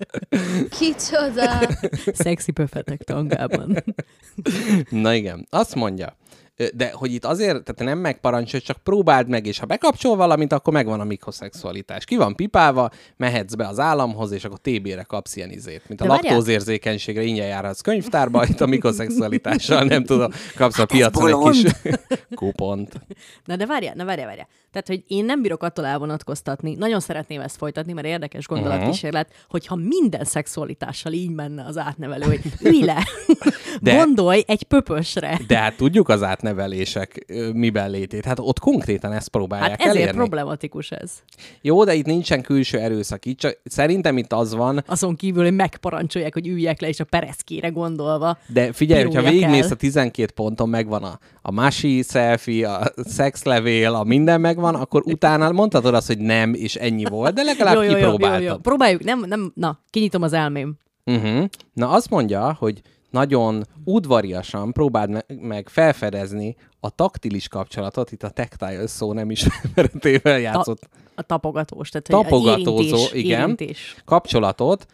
Kicsoda! Szexi pöffeteg tangában. Na igen, azt mondja, de hogy itt azért, tehát nem megparancsolj, csak próbáld meg, és ha bekapcsol valamit, akkor megvan a mikroszexualitás. Ki van pipálva, mehetsz be az államhoz, és akkor TB-re kapsz ilyen izét. Mint a laktózérzékenységre ingyen járhatsz könyvtárba, itt a mikroszexualitással nem tudom, kapsz a piacon egy kis kupont. Na de várjál. Tehát, hogy én nem bírok attól elvonatkoztatni, nagyon szeretném ezt folytatni, mert érdekes gondolatkísérlet, hogyha minden szexualitással így menne az átnevelő, hogy ülj le, gondolj egy pöpösre. De hát tudjuk az átnevelések miben létét. Hát ott konkrétan ezt próbálják hát ezért elérni. Problematikus ez. Jó, de itt nincsen külső erőszak. Itt csak szerintem itt az van... Azon kívül, hogy megparancsolják, hogy üljek le, és a pereszkére gondolva. De figyelj, hogyha végigmész a 12 ponton, megvan a masi selfie, a szexlevél, a minden megvan, akkor utána mondhatod azt, hogy nem, és ennyi volt, de legalább kipróbáltad. Jó. Próbáljuk, na, kinyitom az elmém. Na azt mondja, hogy nagyon udvariasan próbáld meg felfedezni a taktilis kapcsolatot, itt a tactile szó nem ismeretével játszott. A tapogatós, tehát tapogatózó, érintés. Kapcsolatot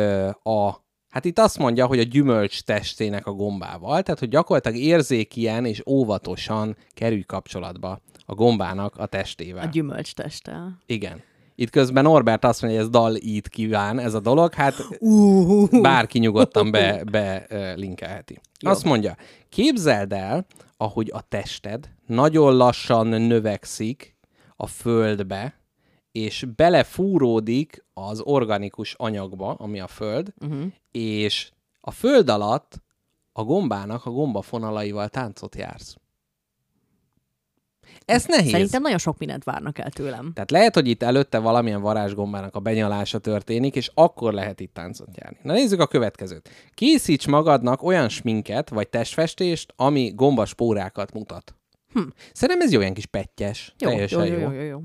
hát itt azt mondja, hogy a gyümölcs testének a gombával, tehát hogy gyakorlatilag érzékien és óvatosan kerülj kapcsolatba a gombának a testével. A gyümölcs testtel. Igen. Itt közben Norbert azt mondja, hogy ez dal-ít kíván ez a dolog, hát bárki nyugodtan linkelheti. Azt mondja, képzeld el, ahogy a tested nagyon lassan növekszik a földbe, és belefúródik az organikus anyagba, ami a föld, és a föld alatt a gombának a gombafonalaival táncot jársz. Ez nehéz. Szerintem nagyon sok mindent várnak el tőlem. Tehát lehet, hogy itt előtte valamilyen varázsgombának a benyalása történik, és akkor lehet itt táncot járni. Na nézzük a következőt. Készíts magadnak olyan sminket, vagy testfestést, ami gombaspórákat mutat. Szerintem ez jó, olyan kis pettyes. Jó.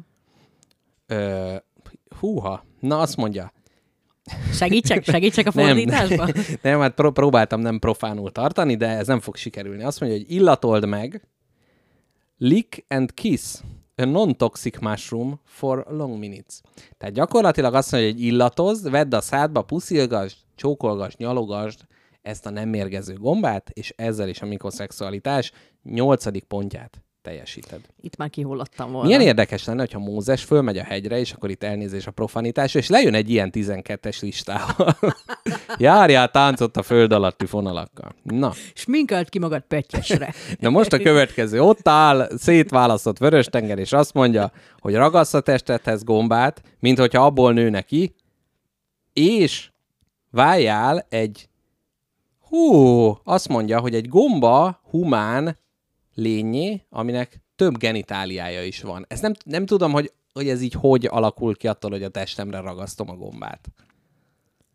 Húha. Na azt mondja. Segítsek a fordításba? Nem, hát próbáltam nem profánul tartani, de ez nem fog sikerülni. Azt mondja, hogy illatold meg lick and kiss a non-toxic mushroom for long minutes. Tehát gyakorlatilag azt mondja, hogy illatozd, vedd a szádba, puszilgasd, csókolgasd, nyalogasd ezt a nem mérgező gombát, és ezzel is a mikroszexualitás 8. pontját teljesíted. Itt már kihullattam volna. Milyen érdekes lenne, hogyha Mózes fölmegy a hegyre, és akkor itt elnézés a profanitásra, és lejön egy ilyen 12-es listával. Járjál táncot a föld alatti fonalakkal. Na. Sminkelt ki magad pettyesre. Na most a következő. Ott áll szétválasztott Vörös-tenger, és azt mondja, hogy ragasz a testedhez gombát, mint hogyha abból nőne ki, és váljál egy azt mondja, hogy egy gomba humán lényé, aminek több genitáliája is van. Ezt nem tudom, hogy ez így hogy alakul ki attól, hogy a testemre ragasztom a gombát.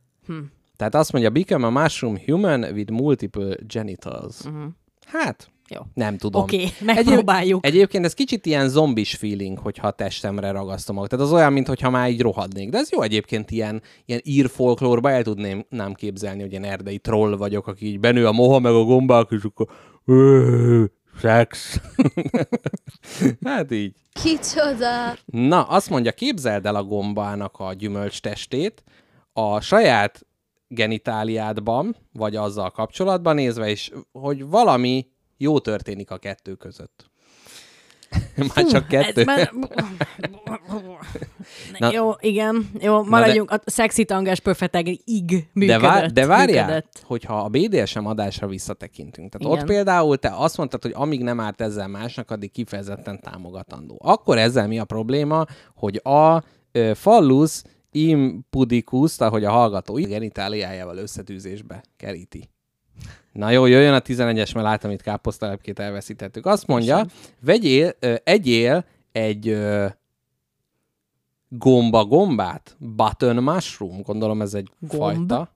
Tehát azt mondja, become a mushroom human with multiple genitals. Hát, Jó. Nem tudom. Oké, megpróbáljuk. Egyébként ez kicsit ilyen zombis feeling, hogyha a testemre ragasztom magam. Tehát az olyan, mintha már így rohadnék. De ez jó egyébként ilyen ír folklórba el tudnám képzelni, hogy én erdei troll vagyok, aki így benő a moha meg a gombák, és akkor szex. Hát így. Kicsoda! Na, azt mondja, képzeld el a gombának a gyümölcs testét, a saját genitáliádban, vagy azzal kapcsolatban nézve, és hogy valami jó történik a kettő között. Már csak kettő. Jó, igen. Jó, maradjunk. A szexi tangás pöfetegig működött. De várjál, hogyha a BDSM adásra visszatekintünk. Tehát igen. Ott például te azt mondtad, hogy amíg nem árt ezzel másnak, addig kifejezetten támogatandó. Akkor ezzel mi a probléma, hogy a phallus impudicus, ahogy a hallgató genitáliájával összetűzésbe keríti. Na jó, jöjjön a 11-es, mert látom, itt káposztalepkét elveszítettük. Azt mondja, egyél egy gombát, button mushroom, gondolom ez egy fajta.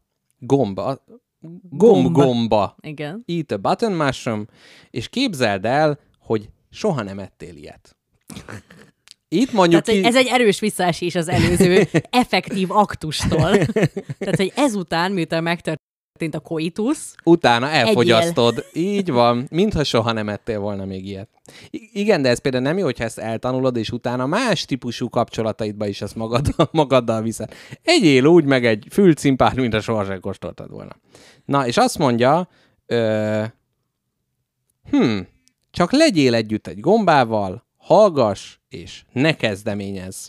Gomba. Igen. Eat a button mushroom, és képzeld el, hogy soha nem ettél ilyet. Itt mondjuk tehát, ez egy erős visszaesés az előző effektív aktustól. Tehát, hogy ezután, miután megtörtént a koitus, utána elfogyasztod. Így van, mintha soha nem ettél volna még ilyet. Igen, de ez például nem jó, hogyha ezt eltanulod, és utána más típusú kapcsolataidba is ezt magaddal viszed. Egyél úgy meg egy fülcimpát, mint a sohasem kóstoltad volna. Na, és azt mondja, csak legyél együtt egy gombával, hallgass, és ne kezdeményezz.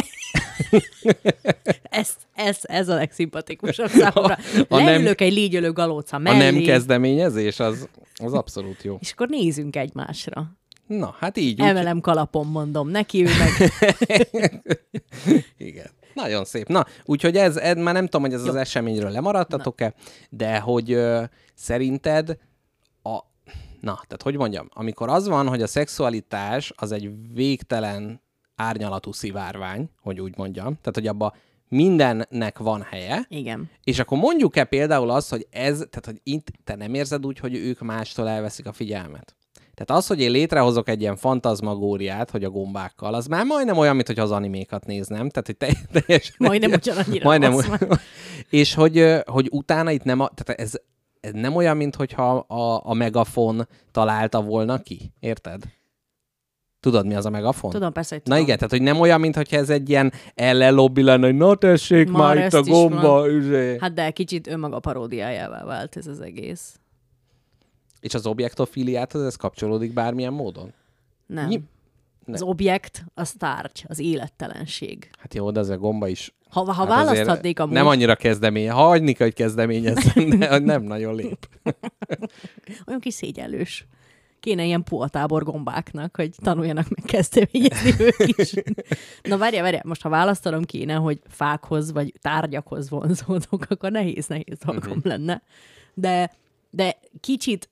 Ez a legszimpatikusabb számomra. Leülök egy légyölő galóca mellé. A nem kezdeményezés, az abszolút jó. És akkor nézzünk egymásra. Na, hát így. Emelem kalapom, mondom neki, ő meg. Igen. Nagyon szép. Na, úgyhogy ez már nem tudom, hogy ez jó. Az eseményről lemaradtatok-e, de hogy szerinted tehát hogy mondjam, amikor az van, hogy a szexualitás az egy végtelen árnyalatú szivárvány, hogy úgy mondjam, tehát hogy abban mindennek van helye. Igen. És akkor mondjuk-e például azt, hogy tehát hogy itt te nem érzed úgy, hogy ők mástól elveszik a figyelmet? Tehát az, hogy én létrehozok egy ilyen fantazmagóriát, hogy a gombákkal, az már majdnem olyan, mint hogy az animékat néznem. Tehát, hogy teljesen... Majdnem ugyanannyira. Majdnem és hogy utána itt nem... Tehát ez nem olyan, mintha a Megafon találta volna ki. Érted? Tudod, mi az a Megafon? Tudom, persze, hogy tudom. Na igen, tehát hogy nem olyan, mintha ez egy ilyen ellenlobby lenne, hogy na tessék, már itt a gomba. Hát de kicsit önmaga paródiájává vált ez az egész. És az objektofíliáthoz ez kapcsolódik bármilyen módon? Nem. Az objekt, az tárgy, az élettelenség. Hát jó, de ez a gomba is... Ha választhatnék amúgy... Nem annyira hagyni, hogy kezdeményezzen, de nem nagyon lép. Olyan kis szégyellős. Kéne ilyen puatábor gombáknak, hogy tanuljanak meg kezdeményezni ők is. Na várjál, most ha választanom kéne, hogy fákhoz vagy tárgyakhoz vonzódok, akkor nehéz dolgom lenne. De kicsit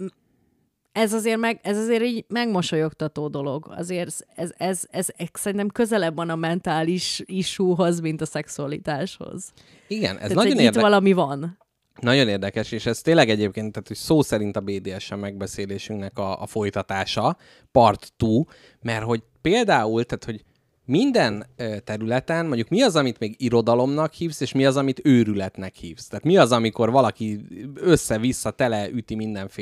ez azért így megmosolyogtató dolog. Azért ez szerintem közelebb van a mentális issúhoz, mint a szexualitáshoz. Igen, ez tehát, nagyon érdekes. Itt valami van. Nagyon érdekes, és ez tényleg egyébként, tehát, hogy szó szerint a BDSM megbeszélésünknek a folytatása, part 2, mert hogy például, tehát, hogy minden területen, mondjuk mi az, amit még irodalomnak hívsz, és mi az, amit őrületnek hívsz. Tehát mi az, amikor valaki össze-vissza teleüti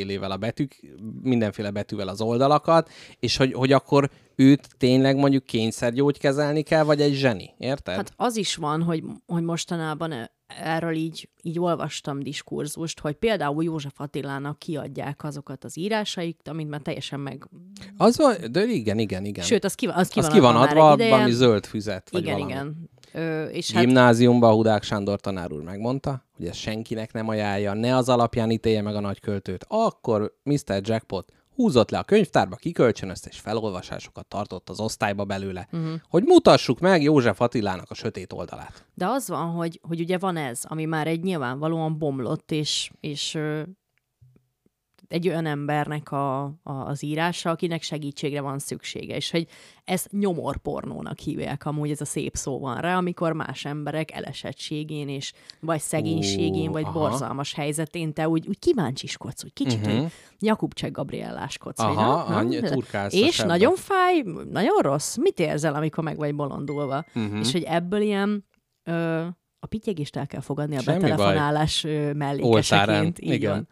mindenféle betűvel az oldalakat, és hogy akkor őt tényleg mondjuk kényszergyógykezelni kell, vagy egy zseni, érted? Hát az is van, hogy mostanában erről így olvastam diskurzust, hogy például József Attilának kiadják azokat az írásait, amit már teljesen meg... Az van, de igen. Sőt, az ki van adva, valami zöld füzet, vagy igen, valami. Igen. És gimnáziumban Hudák Sándor tanár úr megmondta, hogy ezt senkinek nem ajánlja, ne az alapján ítélje meg a nagyköltőt. Akkor Mr. Jackpot húzott le a könyvtárba, kikölcsönözte, és felolvasásokat tartott az osztályba belőle, hogy mutassuk meg József Attilának a sötét oldalát. De az van, hogy ugye van ez, ami már egy nyilvánvalóan bomlott, és egy olyan embernek az írása, akinek segítségre van szüksége, és hogy ezt nyomorpornónak hívják amúgy, ez a szép szó van rá, amikor más emberek elesettségén, és vagy szegénységén, vagy borzalmas helyzetén te úgy kíváncsiskodsz, úgy kicsit, hogy Jakubcsek Gabrielláskodsz. Turkálsz. És nagyon fáj, nagyon rossz. Mit érzel, amikor meg vagy bolondulva? És hogy ebből ilyen a pittyegést el kell fogadni a betelefonálás mellékeseként. Igen. Van.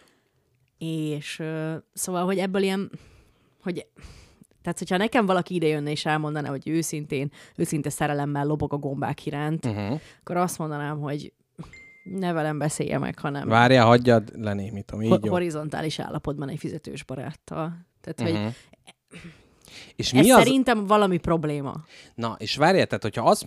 És szóval, hogy ebből ilyen, hogy tehát, hogyha nekem valaki ide jönne és elmondaná, hogy őszinte szerelemmel lobog a gombák iránt, akkor azt mondanám, hogy ne velem beszélje meg, hanem... Várjál, hagyjad lenémítom, így jó. Horizontális állapotban egy fizetős baráttal. Tehát, hogy és ez szerintem valami probléma. Na, és várjál, tehát, hogyha azt...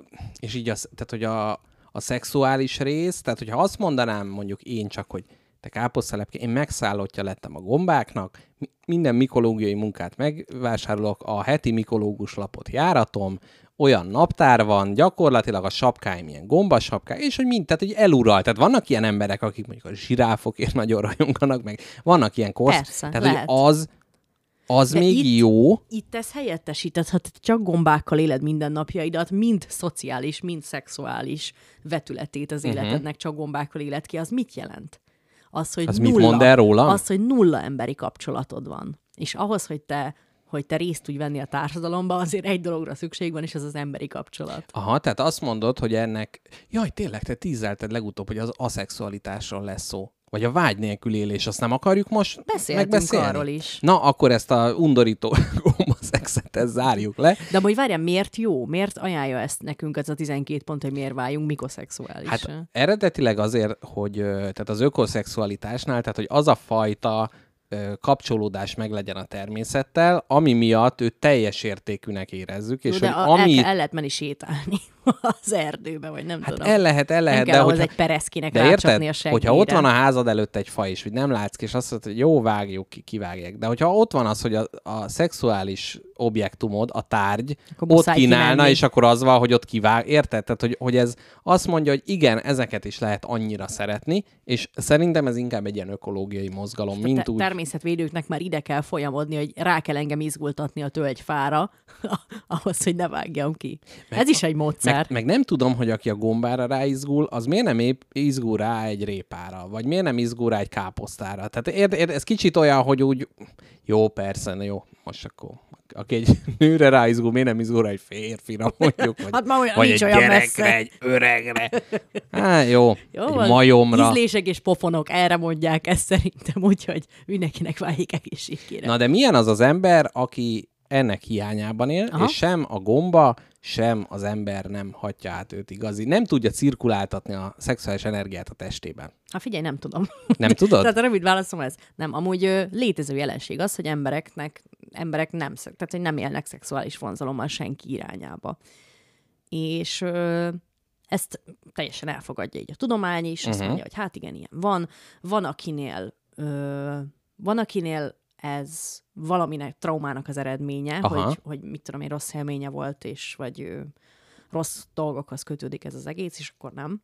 és így tehát, hogy a szexuális rész, tehát, hogyha azt mondanám mondjuk én csak, hogy te káposztelepke, én megszállottja lettem a gombáknak, minden mikológiai munkát megvásárolok, a heti mikológus lapot járatom, olyan naptár van, gyakorlatilag a sapkáim ilyen gombasapkák, és hogy tehát hogy elural. Tehát vannak ilyen emberek, akik mondjuk a zsiráfokért nagyon rajonganak, meg vannak ilyen Persze, tehát lehet. hogy az még jó. Itt ez helyettesített, ha te csak gombákkal éled mindennapjaidat, mind szociális, mind szexuális vetületét az életednek csak gombákkal éled ki, az mit jelent? Az, hogy mit mond el róla? Az, hogy nulla emberi kapcsolatod van. És ahhoz, hogy te részt tudj venni a társadalomba, azért egy dologra szükség van, és ez az emberi kapcsolat. Aha, tehát azt mondod, hogy ennek... Jaj, tényleg, te tízelted legutóbb, hogy az aszexualitásról lesz szó. Vagy a vágy nélkül élés, azt nem akarjuk most megbeszélni? Arról is. Na, akkor ezt a undorító gombaszexet zárjuk le. De amúgy várjál, miért jó? Miért ajánlja ezt nekünk ez a 12 pont, hogy miért váljunk mikoszexuális? Hát eredetileg azért, hogy tehát az ökoszexualitásnál, tehát hogy az a fajta kapcsolódás meglegyen a természettel, ami miatt őt teljes értékűnek érezzük. És de hogy el lehet menni sétálni az erdőbe, vagy nem tudom. El lehet. Nem kell ahhoz egy pereszkinek rácsapni a seggére. Hogyha ott van a házad előtt egy fa is, hogy nem látsz ki, és azt mondod, hogy jó, vágjuk, kivágják. De hogyha ott van az, hogy a szexuális objektumod, a tárgy, ott kínálna, és akkor az van, hogy ott kivág. Érted? Tehát, hogy ez azt mondja, hogy igen, ezeket is lehet annyira szeretni, és szerintem ez inkább egy ilyen ökológiai mozgalom, mint úgy. Természetvédőknek már ide kell folyamodni, hogy rá kell engem izgultatni a tölgyfára, ahhoz, hogy ne vágjam ki. Ez is egy módszer. Meg nem tudom, hogy aki a gombára ráizgul, az miért nem izgul rá egy répára, vagy miért nem izgul rá egy káposztára. Tehát ez kicsit olyan, hogy úgy, jó, persze, jó, most akkor aki egy nőre ráizgul, miért nem izgul rá egy férfira, mondjuk, vagy egy gyerekre, messze. Egy öregre. Jó, egy majomra. Ízlések és pofonok, erre mondják ezt szerintem, úgyhogy mindenkinek váljék egészségére. Na de milyen az az ember, aki ennek hiányában él, és sem a gomba, sem az ember nem hagyja át őt igazi. Nem tudja cirkuláltatni a szexuális energiát a testében. Figyelj, nem tudom. Nem tudod? Tehát a rövid válaszom ez. Nem, amúgy létező jelenség az, hogy emberek nem, tehát hogy nem élnek szexuális vonzalommal senki irányába. És ezt teljesen elfogadja így a tudomány is, azt mondja, hogy hát igen, ilyen van. Van akinél ez valaminek, traumának az eredménye, hogy mit tudom én, rossz élménye volt, és vagy rossz dolgokhoz kötődik ez az egész, és akkor nem.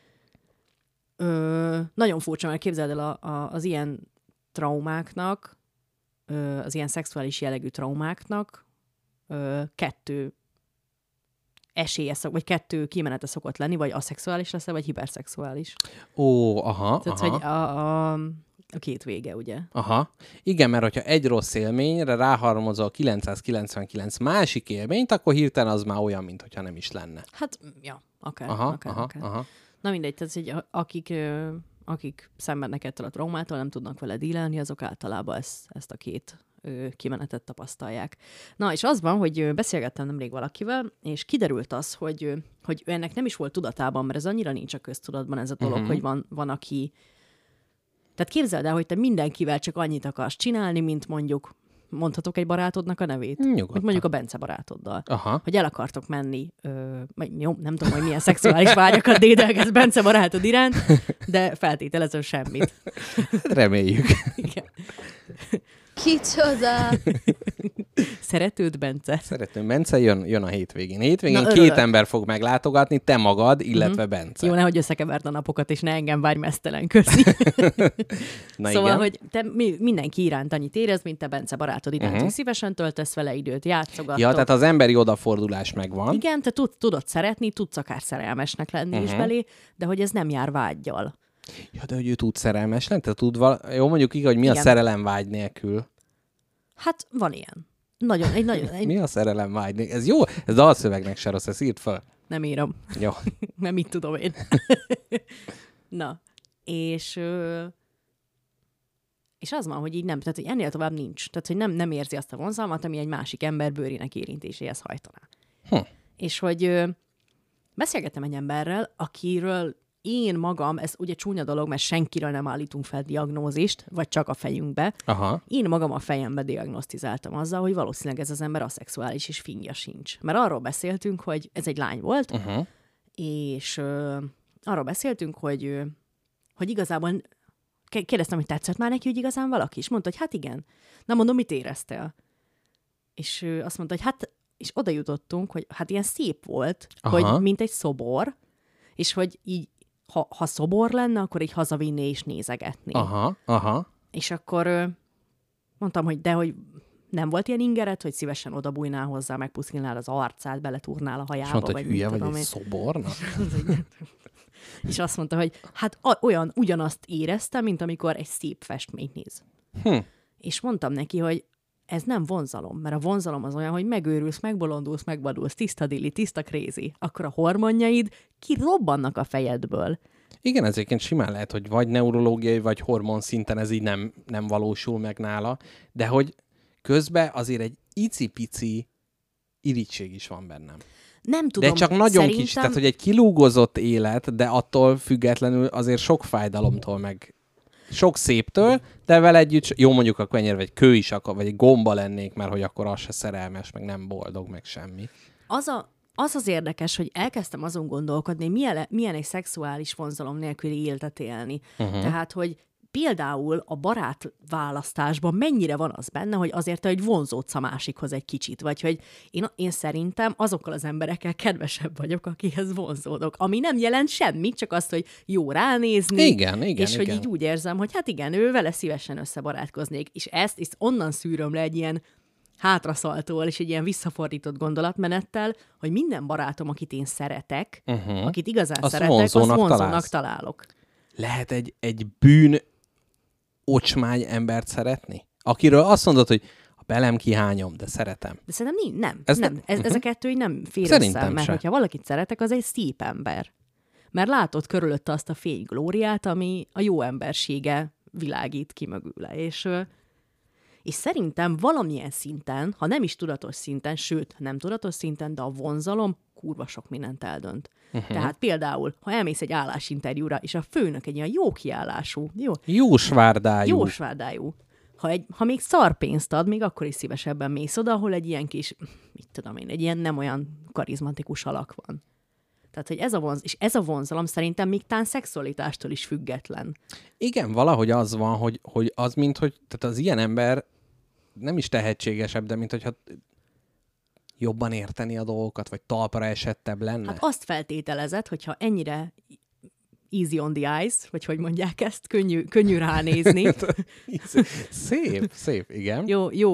Nagyon furcsa, mert képzeld el az ilyen traumáknak, az ilyen szexuális jellegű traumáknak 2 esélye vagy 2 kimenete szokott lenni, vagy aszexuális lesz, vagy hiperszexuális. Tehát, hogy a 2 vége, ugye? Igen, mert hogyha egy rossz élményre ráharmozol 999 másik élményt, akkor hirtelen az már olyan, mintha nem is lenne. Hát, ja, akár. Na mindegy, tehát hogy akik szenvednek ettől a traumától, nem tudnak vele dílelni, azok általában ezt a 2 kimenetet tapasztalják. Na, és az van, hogy beszélgettem nemrég valakivel, és kiderült az, hogy ő ennek nem is volt tudatában, mert ez annyira nincs a köztudatban ez a dolog, hogy van aki... Tehát képzeld el, hogy te mindenkivel csak annyit akarsz csinálni, mint mondhatok egy barátodnak a nevét? Nyugodtan. Mint mondjuk a Bence barátoddal. Aha. Hogy el akartok menni, jó, nem tudom, hogy milyen szexuális vágyakat dédelgetsz Bence barátod iránt, de feltételezem semmit. Reméljük. Igen. Kicsoda! Szeretőd, Bence? Szeretőm, Bence jön a hétvégén. Hétvégén két ember fog meglátogatni, te magad, illetve Bence. Jó, nehogy összekeverd a napokat, és ne engem várj mesztelen közi. Szóval, igen. Hogy te mindenki iránt annyit érez, mint te Bence barátod iránt, hogy szívesen töltesz vele időt, játszogattok. Ja, tehát az emberi odafordulás megvan. Igen, te tudod szeretni, tudsz akár szerelmesnek lenni is belé, de hogy ez nem jár vággyal. Ja, de hogy ő tud szerelmes lenni? Te tud Jó, mondjuk így, hogy mi a szerelem vágy nélkül. Hát van ilyen. Mi a szerelem vágy nélkül? Ez jó? Ez dalszövegnek se rossz, ezt írd fel. Nem írom. Jó. Mert mit tudom én. Na, és az van, hogy így nem, tehát hogy ennél tovább nincs. Tehát, hogy nem érzi azt a vonzalmat, ami egy másik ember bőrének érintéséhez hajtaná. És hogy beszélgettem egy emberrel, akiről én magam, ez ugye csúnya dolog, mert senkiről nem állítunk fel diagnózist, vagy csak a fejünkbe. Aha. Én magam a fejembe diagnosztizáltam azzal, hogy valószínűleg ez az ember aszexuális, és fingja sincs. Mert arról beszéltünk, hogy ez egy lány volt, és arról beszéltünk, hogy igazából kérdeztem, hogy tetszett már neki, hogy igazán valaki, és mondta, hogy hát igen. Na mondom, mit éreztél? És azt mondta, hogy hát, és oda jutottunk, hogy hát ilyen szép volt, hogy mint egy szobor, és hogy így ha szobor lenne, akkor így hazavinné és nézegetné. És akkor mondtam, hogy de hogy nem volt ilyen ingeret, hogy szívesen odabújnál hozzá, megpuszilnál az arcát, beletúrnál a hajába. És mondta, hogy hülye vagy egy szoborna? És azt mondta, hogy hát ugyanazt éreztem, mint amikor egy szép festményt néz. És mondtam neki, hogy ez nem vonzalom, mert a vonzalom az olyan, hogy megőrülsz, megbolondulsz, megvadulsz, tiszta dili, tiszta crazy. Akkor a hormonjaid kirobbannak a fejedből. Igen, ez egyébként simán lehet, hogy vagy neurológiai, vagy hormon szinten ez így nem valósul meg nála, de hogy közben azért egy icipici irigység is van bennem. Nem tudom, de csak nagyon kicsi, tehát hogy egy kilúgozott élet, de attól függetlenül azért sok fájdalomtól meg sok széptől, de vele együtt, jó mondjuk akkor ennyire, vagy kő is akar, vagy egy gomba lennék, mert hogy akkor az se szerelmes, meg nem boldog, meg semmi. Az érdekes, hogy elkezdtem azon gondolkodni, milyen egy szexuális vonzalom nélküli életet élni. Tehát, hogy például a barát választásban mennyire van az benne, hogy azért te egy vonzódsz a másikhoz egy kicsit, vagy hogy én szerintem azokkal az emberekkel kedvesebb vagyok, akihez vonzódok, ami nem jelent semmit, csak azt, hogy jó ránézni, és hogy így úgy érzem, hogy hát igen, ő vele szívesen összebarátkoznék, és ezt onnan szűröm le egy ilyen hátraszaltóval és egy ilyen visszafordított gondolatmenettel, hogy minden barátom, akit én szeretek, akit igazán szeretek, azt vonzónak találok. Lehet egy bűn ocsmány embert szeretni? Akiről azt mondod, hogy belem kihányom, de szeretem. De szerintem nem. Ez a kettő így nem fér össze, mert hogyha valakit szeretek, az egy szép ember. Mert látod körülötte azt a fényglóriát, ami a jó embersége világít ki mögüle. És szerintem valamilyen szinten, ha nem is tudatos szinten, sőt, nem tudatos szinten, de a vonzalom kurva sok mindent eldönt. Tehát például, ha elmész egy állásinterjúra, és a főnök egy ilyen jó kiállású, jósvárdájú. Ha még szarpénzt ad, még akkor is szívesebben mész oda, ahol egy ilyen kis, mit tudom én, egy ilyen nem olyan karizmatikus alak van. Tehát, hogy ez a vonzalom szerintem még tán szexualitástól is független. Igen, valahogy az van, hogy az, mint hogy tehát az ilyen ember nem is tehetségesebb, de mint hogyha jobban érteni a dolgokat, vagy talpra esettebb lenne. Hát azt feltételezed, hogyha ennyire easy on the eyes, vagy hogy mondják ezt, könnyű ránézni. Szép, igen.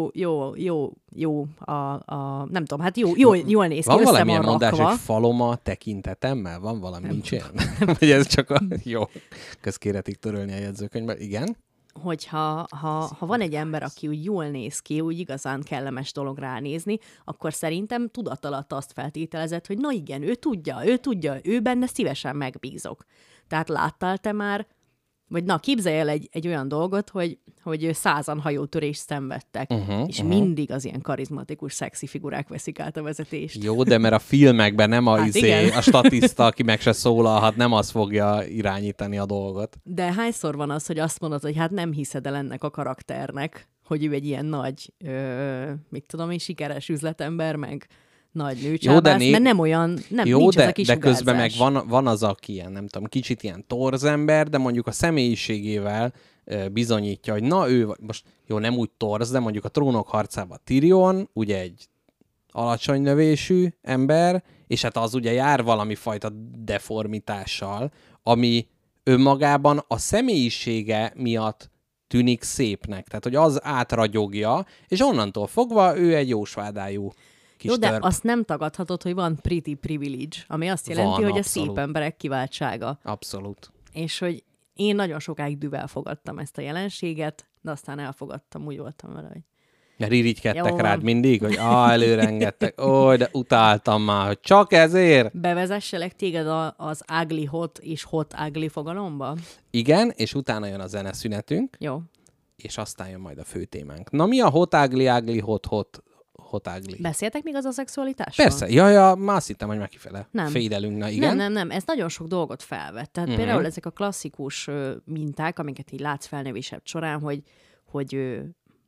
Jó, nem tudom, hát jól néz ki, van valamilyen mondás, hogy falom a tekintetemmel? Van valami, nincs ilyen? Vagy ez csak jó, közkéretik törölni a jegyzőkönyvben. Igen? Hogyha van egy ember, aki úgy jól néz ki, úgy igazán kellemes dolog ránézni, akkor szerintem tudatalatt azt feltételezett, hogy na igen, ő tudja, ő benne szívesen megbízok. Tehát láttál te már, vagy na, képzelj el egy olyan dolgot, hogy 100-an hajótörést szenvedtek, és mindig az ilyen karizmatikus, szexi figurák veszik át a vezetést. Jó, de mert a filmekben nem a statiszta, aki meg se szólalhat, nem az fogja irányítani a dolgot. De hányszor van az, hogy azt mondod, hogy hát nem hiszed el ennek a karakternek, hogy ő egy ilyen nagy, mit tudom én, sikeres üzletember, meg nagy nőcsábász, mert nem olyan, nincs az a kisugárzás. De közben meg van az, aki ilyen, nem tudom, kicsit ilyen torzember, de mondjuk a személyiségével bizonyítja, hogy na ő, most jó, nem úgy torz, de mondjuk a Trónok harcában Tyrion, ugye egy alacsony növésű ember, és hát az ugye jár valami fajta deformitással, ami önmagában a személyisége miatt tűnik szépnek. Tehát, hogy az átragyogja, és onnantól fogva ő egy jósvádájú kis jó, de törp. azt nem tagadhatod, hogy van pretty privilege, ami azt jelenti, hogy abszolút. A szép emberek kiváltsága. Abszolút. És hogy én nagyon sokáig dühvel fogadtam ezt a jelenséget, de aztán elfogadtam, úgy voltam vele, hogy Mert irigykedtek rád mindig, hogy előrengettek, de utáltam már, hogy csak ezért. Bevezesselek téged az ugly hot és hot ugly fogalomba? Igen, és utána jön a zeneszünetünk. Jó. És aztán jön majd a fő témánk. Na mi a hot ugly, hot ugly? Beszéltek még az a szexualitásról? Persze, ja, már azt hittem, hogy megkifele. Nem. Fédelünk, na igen. Nem, ez nagyon sok dolgot felvett. Tehát például ezek a klasszikus minták, amiket így látsz felnövésebb során, hogy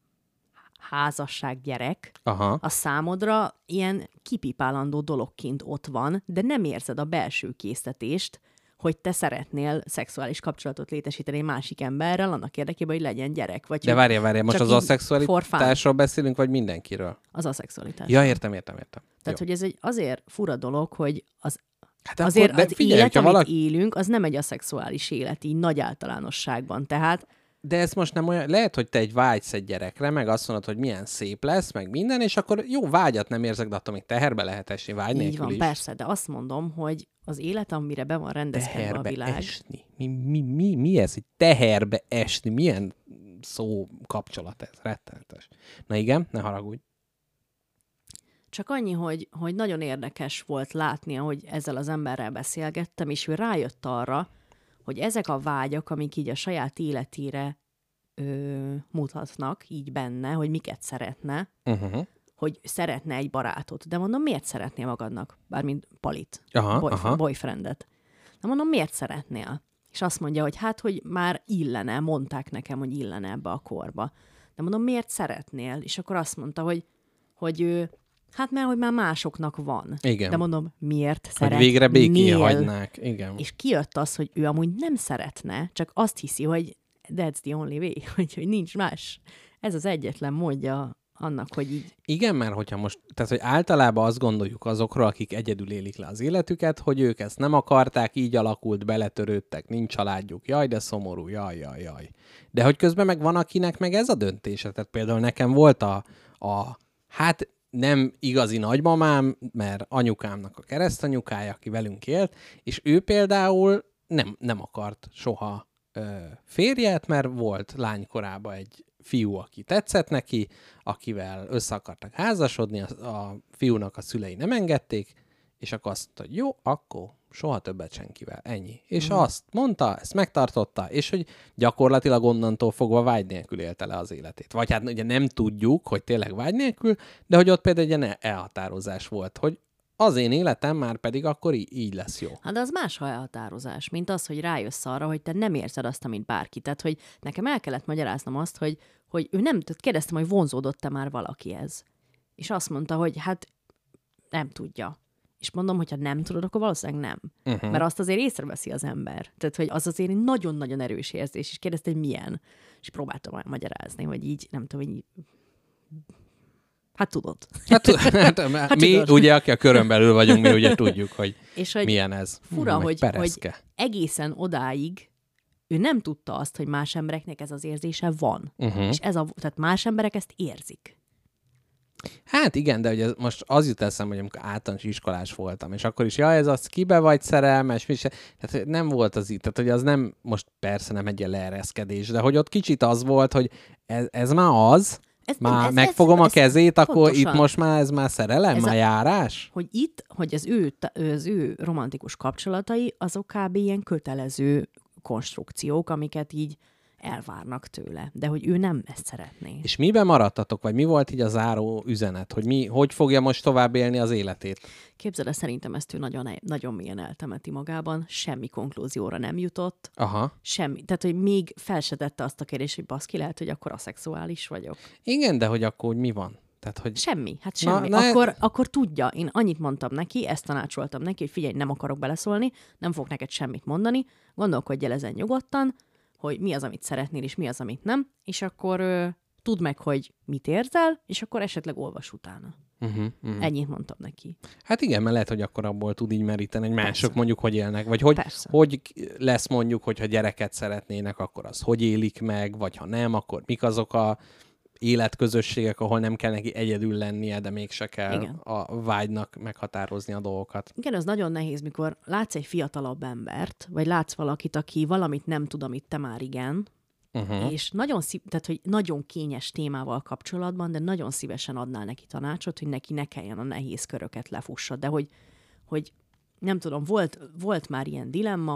házasság, gyerek, a számodra ilyen kipipálandó dologként ott van, de nem érzed a belső késztetést, hogy te szeretnél szexuális kapcsolatot létesíteni egy másik emberrel, annak érdekében, hogy legyen gyerek. Vagy de várjál, most az aszexualitásról beszélünk, vagy mindenkiről? Az aszexualitás. Ja, értem. Tehát, hogy ez egy azért fura dolog, hogy hát azért akkor, az figyelj, élet, amit élünk, az nem egy aszexuális élet, így nagy általánosságban. Tehát de ez most nem olyan, lehet, hogy te vágysz egy gyerekre, meg azt mondod, hogy milyen szép lesz, meg minden, és akkor jó, vágyat nem érzek, de attól még teherbe lehet esni, vágy nélkül is. Így van, persze, de azt mondom, hogy az élet, amire be van rendezkedve teherbe a világ. Esni? Mi ez, hogy teherbe esni? Milyen szó kapcsolat ez? Rettenetes. Na igen, ne haragudj. Csak annyi, hogy nagyon érdekes volt látni, hogy ezzel az emberrel beszélgettem, és ő rájött arra, hogy ezek a vágyak, amik így a saját életére mutatnak így benne, hogy miket szeretne, hogy szeretne egy barátot. De mondom, miért szeretnél magadnak? Bármint Palit, boyfriendet. De mondom, miért szeretnél? És azt mondja, hogy hát, hogy már illene, mondták nekem, hogy illene ebbe a korba. De mondom, miért szeretnél? És akkor azt mondta, hogy ő hát mert, hogy már másoknak van. Igen. De mondom, miért szeretnél? Hogy végre békén hagynák. Igen. És kijött az, hogy ő amúgy nem szeretne, csak azt hiszi, hogy that's the only way, hogy nincs más. Ez az egyetlen módja annak, hogy így... Igen, mert hogyha most, tehát hogy általában azt gondoljuk azokról, akik egyedül élik le az életüket, hogy ők ezt nem akarták, így alakult, beletörődtek, nincs családjuk, jaj, de szomorú, jaj. De hogy közben meg van, akinek meg ez a döntése. Tehát például nekem volt hát nem igazi nagymamám, mert anyukámnak a keresztanyukája, aki velünk élt, és ő például nem akart soha férjet, mert volt lánykorában egy fiú, aki tetszett neki, akivel össze akartak házasodni, a fiúnak a szülei nem engedték, és akkor azt mondta, hogy jó, akkor soha többet senkivel, ennyi. És azt mondta, ezt megtartotta, és hogy gyakorlatilag onnantól fogva vágy nélkül élte le az életét. Vagy hát ugye nem tudjuk, hogy tényleg vágy nélkül, de hogy ott például egy ilyen elhatározás volt, hogy az én életem már pedig akkor így lesz jó. Hát de az más elhatározás, mint az, hogy rájössz arra, hogy te nem érzed azt, amit bárki. Tehát, hogy nekem el kellett magyaráznom azt, hogy ő nem, tehát kérdeztem, hogy vonzódott-e már valakihez. És azt mondta, hogy hát nem tudja. És mondom, hogyha nem tudod, akkor valószínűleg nem. Mert azt azért észreveszi az ember. Tehát, hogy az azért egy nagyon-nagyon erős érzés. És kérdezte, hogy milyen. És próbáltam magyarázni, hogy így, nem tudom, hogy így... Hát tudod. Hát mi tudod. Ugye, aki a körön belül vagyunk, mi ugye tudjuk, hogy és milyen ez. Fura, hogy egészen odáig ő nem tudta azt, hogy más embereknek ez az érzése van. És tehát más emberek ezt érzik. Hát igen, de ugye most az jut eszembe, hogy amikor általános iskolás voltam, és akkor is, ez az kibe vagy szerelmes, tehát nem volt az így, tehát hogy az nem, most persze nem egy ilyen leereszkedés, de hogy ott kicsit az volt, hogy ez már az, már megfogom a kezét, akkor pontosan. Itt most már ez már szerelem, ez már járás? Hogy itt, hogy az ő romantikus kapcsolatai, azok kb. Ilyen kötelező konstrukciók, amiket így elvárnak tőle, de hogy ő nem ezt szeretné. És miben maradtatok, vagy mi volt így a záró üzenet, hogy hogy fogja most tovább élni az életét? Képzeld el, szerintem ezt ő nagyon, nagyon mélyen eltemeti magában, semmi konklúzióra nem jutott. Semmi. Tehát, hogy még fel se tette azt a kérdést, hogy baszki, lehet, hogy akkor aszexuális vagyok. Igen, de hogy akkor mi van? Tehát, hogy... Semmi, hát semmi. Akkor tudja. Én annyit mondtam neki, ezt tanácsoltam neki, hogy figyelj, nem akarok beleszólni, nem fogok neked semmit mondani, gondolkodj el ezen nyugodtan, hogy mi az, amit szeretnél, és mi az, amit nem, és akkor tudd meg, hogy mit érzel, és akkor esetleg olvas utána. Ennyit mondtam neki. Hát igen, mert lehet, hogy akkor abból tud így meríteni, hogy mások mondjuk hogy élnek, vagy hogy lesz mondjuk, hogyha gyereket szeretnének, akkor az hogy élik meg, vagy ha nem, akkor mik azok a életközösségek, ahol nem kell neki egyedül lennie, de mégse kell a vágynak meghatározni a dolgokat. Igen, az nagyon nehéz, mikor látsz egy fiatalabb embert, vagy látsz valakit, aki valamit nem tud, amit te már igen, és tehát, hogy nagyon kényes témával kapcsolatban, de nagyon szívesen adnál neki tanácsot, hogy neki ne kelljen a nehéz köröket lefussad. De hogy nem tudom, volt már ilyen dilemma,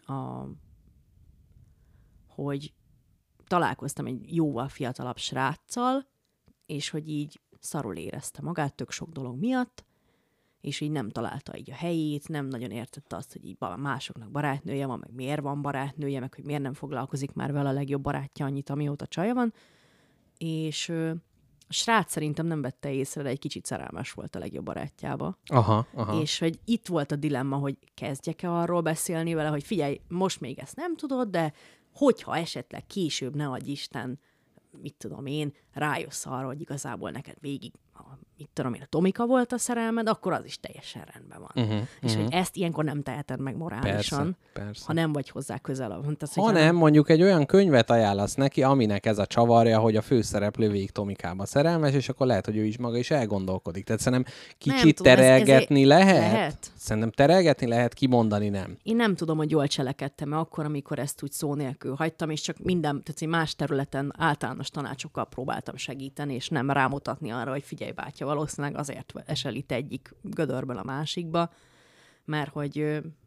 hogy találkoztam egy jóval fiatalabb sráccal, és hogy így szarul érezte magát tök sok dolog miatt, és így nem találta így a helyét, nem nagyon értette azt, hogy így másoknak barátnője van, meg miért van barátnője, meg hogy miért nem foglalkozik már vele a legjobb barátja annyit, amióta csaja van. És a srác szerintem nem vette észre, de egy kicsit szerelmes volt a legjobb barátjába. Aha. És hogy itt volt a dilemma, hogy kezdjek-e arról beszélni vele, hogy figyelj, most még ezt nem tudod, de hogyha esetleg később, ne adj Isten, mit tudom én, rájössz arra, hogy igazából neked végig, mit tudom én, a Tomika volt a szerelmed, akkor az is teljesen rendben van. És hogy ezt ilyenkor nem teheted meg morálisan, persze. ha nem vagy hozzá közel. Nem, mondjuk egy olyan könyvet ajánlasz neki, aminek ez a csavarja, hogy a főszereplő végig Tomikába szerelmes, és akkor lehet, hogy ő is maga is elgondolkodik. Tehát szerintem kicsit terelgetni lehet. Szerintem terelgetni lehet, kimondani nem. Én nem tudom, hogy jól cselekedtem, mert akkor, amikor ezt úgy szó nélkül hagytam, és csak tehát más területen általános tanácsokkal próbáltam segíteni, és nem rámutatni arra, hogy figyelj, bátya, valószínűleg azért esel itt egyik gödörből a másikba, mert hogy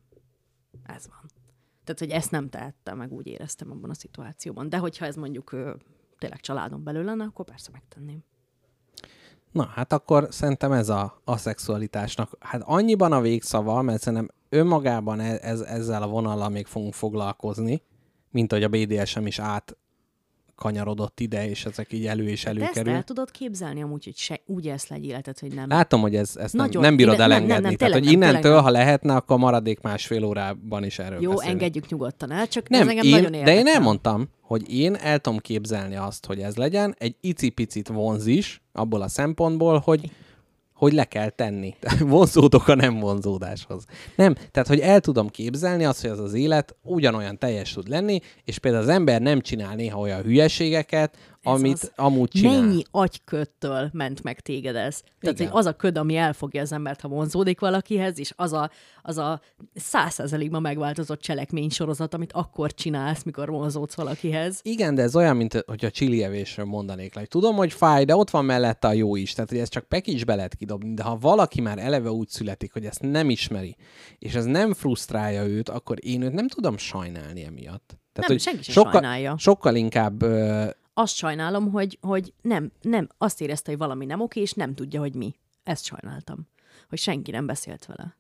ez van. Tehát, hogy ezt nem tehettem, meg úgy éreztem abban a szituációban. De hogyha ez mondjuk tényleg családon belül lenne, akkor persze megtenném. Na, hát akkor szerintem ez a szexualitásnak. Hát annyiban a végszava, mert szerintem önmagában ezzel a vonallal még fogunk foglalkozni, mint hogy a BDSM is kanyarodott ide, és ezek így előkerül. Ezt el tudod képzelni amúgy, hogy úgy élsz le egy életet, hogy nem... Látom, hogy ezt nem bírod elengedni. Nem, tehát, hogy innentől, ha lehetne, akkor maradék 1,5 órában is erről beszélni. Engedjük nyugodtan el, csak ez engem nagyon érdekel. De én elmondtam, hogy én el tudom képzelni azt, hogy ez legyen, egy icipicit vonz is, abból a szempontból, hogy le kell tenni. Vonzódok a nem vonzódáshoz. Nem, tehát, hogy el tudom képzelni azt, hogy az élet ugyanolyan teljes tud lenni, és például az ember nem csinál néha olyan hülyeségeket, amit amúgy csinál. Mennyi agyködtől ment meg téged ez? Tehát, hogy az a köd, ami elfogja az embert, ha vonzódik valakihez, és az a 100%-ban megváltozott cselekménysorozat, amit akkor csinálsz, mikor vonzódsz valakihez. Igen, de ez olyan, mint hogyha chilievésről mondanék le. Tudom, hogy fáj, de ott van mellette a jó is. Tehát, hogy ezt csak pekicsbe lehet kidobni, de ha valaki már eleve úgy születik, hogy ezt nem ismeri, és ez nem frusztrálja őt, akkor én őt nem tudom sajnálni emiatt. Tehát, nem, senki sem sajnálja. Sokkal inkább... Azt sajnálom, hogy nem, azt érezte, hogy valami nem oké, és nem tudja, hogy mi. Ezt sajnáltam. Hogy senki nem beszélt vele.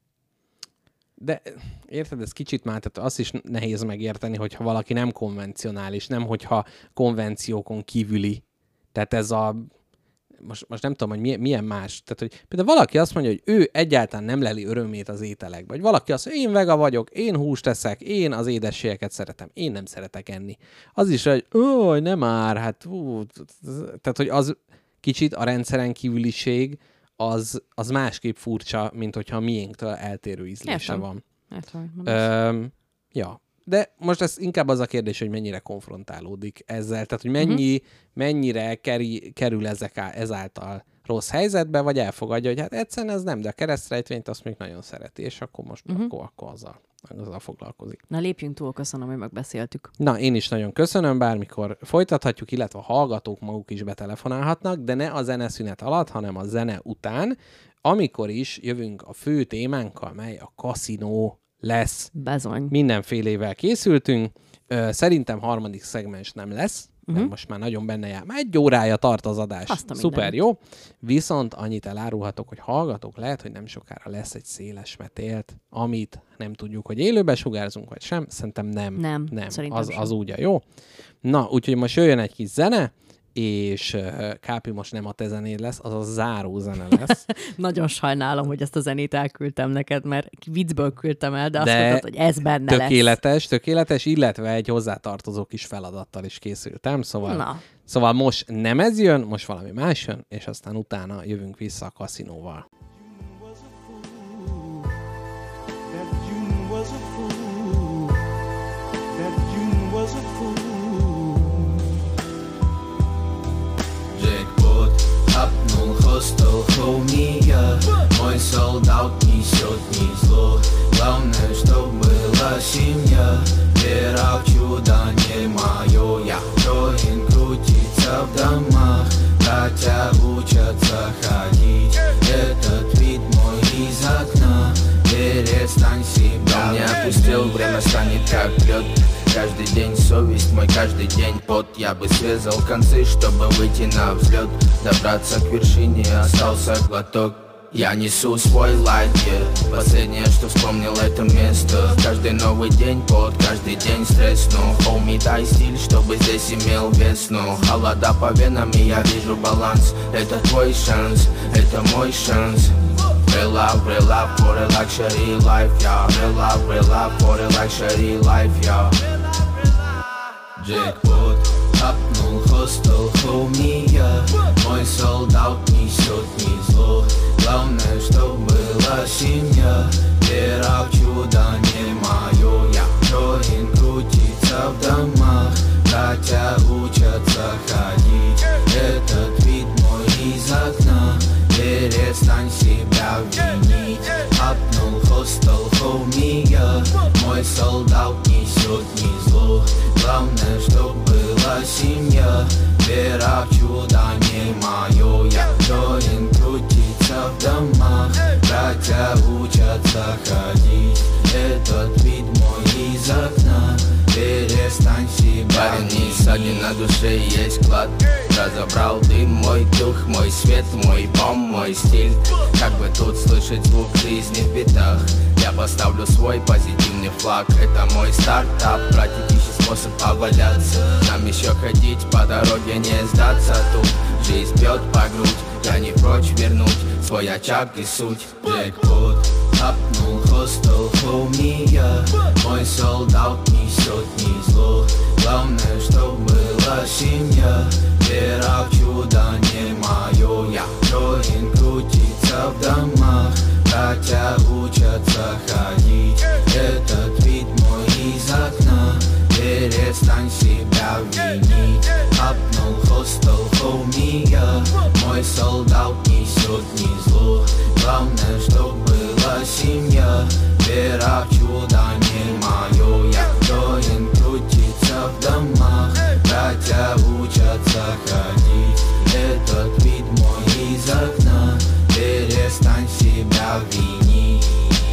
De érted, ez kicsit már, tehát azt is nehéz megérteni, hogyha valaki nem konvencionális, nem hogyha konvenciókon kívüli. Tehát ez a... Most nem tudom, hogy milyen más. Tehát, hogy például valaki azt mondja, hogy ő egyáltalán nem leli örömét az ételekbe. Vagy valaki azt mondja, én vega vagyok, én húst eszek, én az édességeket szeretem, én nem szeretek enni. Az is, hogy nem már, hát tehát, hogy az kicsit a rendszeren kívüliség az másképp furcsa, mint hogyha a miénktől eltérő ízlése van. Ja. De most ez inkább az a kérdés, hogy mennyire konfrontálódik ezzel, tehát hogy mennyire kerül ezáltal rossz helyzetbe, vagy elfogadja, hogy hát egyszerűen ez nem, de a keresztrejtvényt azt még nagyon szereti, és akkor most akkor azzal foglalkozik. Na lépjünk túl, köszönöm, hogy megbeszéltük. Na, én is nagyon köszönöm, bármikor folytathatjuk, illetve a hallgatók maguk is betelefonálhatnak, de ne a zeneszünet alatt, hanem a zene után, amikor is jövünk a fő témánkkal, mely a kaszinó lesz. Bezony. Mindenfélével készültünk. Szerintem harmadik szegmens nem lesz, mert most már nagyon benne jár. Már 1 órája tart az adás. Szuper jó. Viszont annyit elárulhatok, hogy hallgatók, lehet, hogy nem sokára lesz egy széles metélt, amit nem tudjuk, hogy élőben sugárzunk, vagy sem. Szerintem nem. Nem. Az úgy a jó. Na, úgyhogy most jöjjön egy kis zene, és Kápi most nem a te zenéd lesz, az a záró zene lesz. Nagyon sajnálom, hogy ezt a zenét elküldtem neked, mert viccből küldtem el, de azt mondtad, hogy ez benne lesz. Tökéletes, illetve egy hozzátartozó kis feladattal is készültem, szóval most nem ez jön, most valami más jön, és aztán utána jövünk vissza a kaszinóval. Апнул хостел хоумия, мой солдат несет не зло. Главное, чтоб была семья, вера в чудо не мое. Я Джоин крутится в домах, братья учатся ходить. Этот вид мой из окна, перестань себя. Дом не опустил, время станет как лед. Каждый день совесть мой, каждый день пот. Я бы срезал концы, чтобы выйти на взлет. Добраться к вершине, остался глоток. Я несу свой лайт, yeah. Последнее, что вспомнил, это место. Каждый новый день пот, каждый день стресс. Но, хоуми, дай стиль, чтобы здесь имел вес. Но холода по венам, и я вижу баланс. Это твой шанс, это мой шанс. Real love for a luxury life, yeah. Real love for a luxury life, yeah. Джекпот, апнул хостел хоумия, мой солдат несет не зло. Главное, чтоб была семья, вера в чудо не мое. Я Джоин крутится в домах, братья учатся ходить. Этот вид мой из окна, перестань себя винить. Апнул хостел хоумия, мой солдат несет не зло. Главное, чтоб была семья, вера в чудо не мое. Я Джоин крутится в домах, братья учатся ходить. Этот вид мой из окна, перестань себя винить. Парень, на душе есть клад, разобрал дым, мой дух, мой свет, мой бом, мой стиль. Как бы тут слышать звук жизни в битах, я поставлю свой позитивный флаг. Это мой стартап, братик ищет способ поваляться. Нам еще ходить по дороге, не сдаться. Тут жизнь бьет по грудь, я не прочь вернуть свой очаг и суть. Джекпот, апнул хостел хоумия, мой солдат несет не зло. Главное, чтоб была семья, вера в чудо не мое. Я Джоин крутится в домах, братья учатся ходить. Этот вид мой из окна, перестань себя винить. Апнул хостел хоумия, мой солдат несет не зло. Главное, чтоб была семья, вера в чудо не мое. Я Джоин крутится в домах, братья учатся ходить. Этот вид мой из окна, перестань себя винить.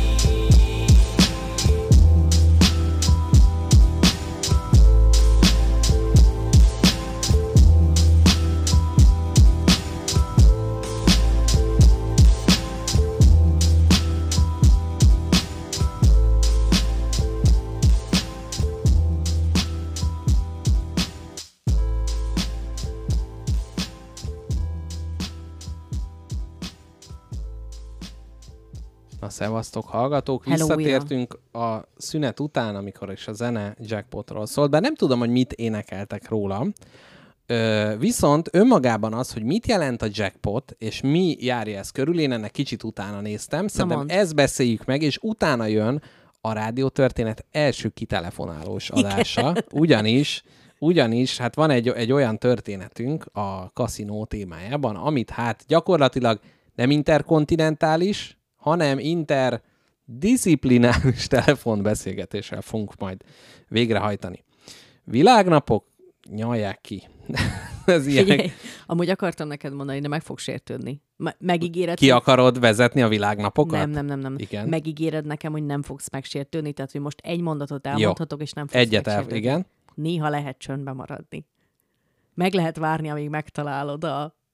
Szevasztok, hallgatók! Visszatértünk a szünet után, amikor is a zene Jackpotról szólt, bár nem tudom, hogy mit énekeltek róla. Viszont önmagában az, hogy mit jelent a jackpot, és mi járja ezt körül, én ennek kicsit utána néztem. Szerintem ezt beszéljük meg, és utána jön a rádiótörténet első kitelefonálós adása. Ugyanis hát van egy olyan történetünk a kaszinó témájában, amit hát gyakorlatilag nem interkontinentális, hanem interdisziplináris telefonbeszélgetéssel fogunk majd végrehajtani. Világnapok, nyalják ki. Ez Figyelj, amúgy akartam neked mondani, de meg fog sértődni. Megígéred... Ki akarod vezetni a világnapokat? Nem. Igen. Megígéred nekem, hogy nem fogsz megsértődni, tehát hogy most egy mondatot elmondhatok, és nem fogsz megsértődni. Igen. Néha lehet csöndbe maradni. Meg lehet várni, amíg megtalálod a